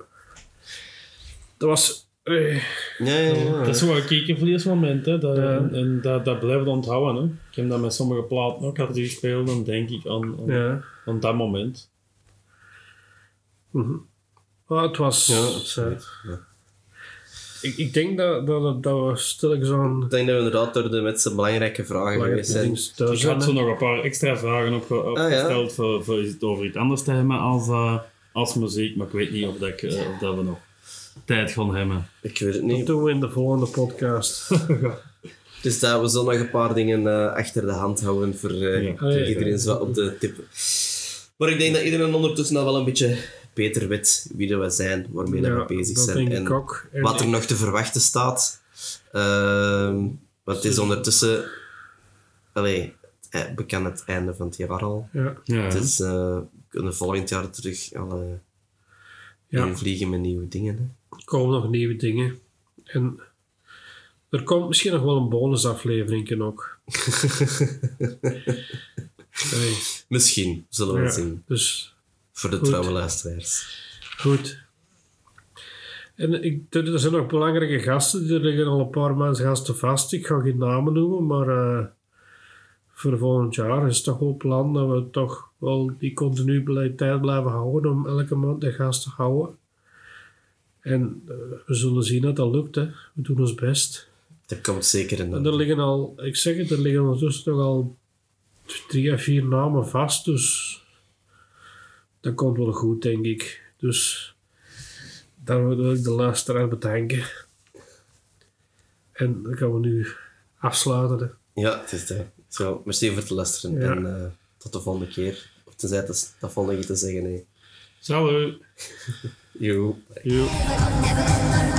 dat was... Eh, Ja, ja, ja. Dat is wel een kiekenvleesmoment, hè. Dat, Ja. En, en dat, dat blijft onthouden, hè. Ik heb dat met sommige platen ook als die gespeeld, dan denk ik aan, aan, ja. aan dat moment. Mhm. Maar het was... Ja, eh, absoluut. Ja. Ik, ik denk dat, dat, dat we stil zo'n... Ik denk dat we inderdaad door de met z'n belangrijke vragen geweest zijn. Ik had zo nog een paar extra vragen opge- opgesteld ah, ja. voor, voor het over iets anders te hebben als, uh, als muziek, maar ik weet niet of, dat ik, uh, of dat we nog tijd gaan hebben. Ik weet het Dat niet. doen we in de volgende podcast. Dus dat we zo nog een paar dingen uh, achter de hand houden voor uh, Ja. voor iedereen zo op de tip. Maar ik denk dat iedereen ondertussen al wel een beetje beter weet wie dat we zijn, waarmee dat Ja, we bezig dat zijn denk en ik ook. En wat er ik- nog te verwachten staat. Uh, want het is ondertussen allee, het, bekend het einde van het jaar al. Ja, Ja, Het is uh, we kunnen volgend jaar terug alle Ja. invliegen met nieuwe dingen. Hè. er komen nog nieuwe dingen. En er komt misschien nog wel een bonusaflevering ook. Nee. Misschien, zullen we Ja, het zien. dus Voor de Goed. trouwe luisteraars. goed. En ik, er er zijn nog belangrijke gasten. Er liggen al een paar mensen gasten vast. Ik ga geen namen noemen, maar uh, voor volgend jaar is het toch wel het plan dat we toch wel die continuïteit blijven houden om elke maand een gast te houden. En uh, we zullen zien dat dat lukt. Hè. We doen ons best. Dat komt zeker in. En er liggen al, ik zeg het, er liggen ondertussen toch al drie of vier namen vast, dus dat komt wel goed, denk ik. Dus dan wil ik de luisteraar bedanken. En dan gaan we nu afsluiten. Hè. Ja, het is dat. Zo, merci voor het luisteren. Ja. En uh, tot de volgende keer. Of tenzij het dat volgende te zeggen. Hey. Salut! Yo. Jo.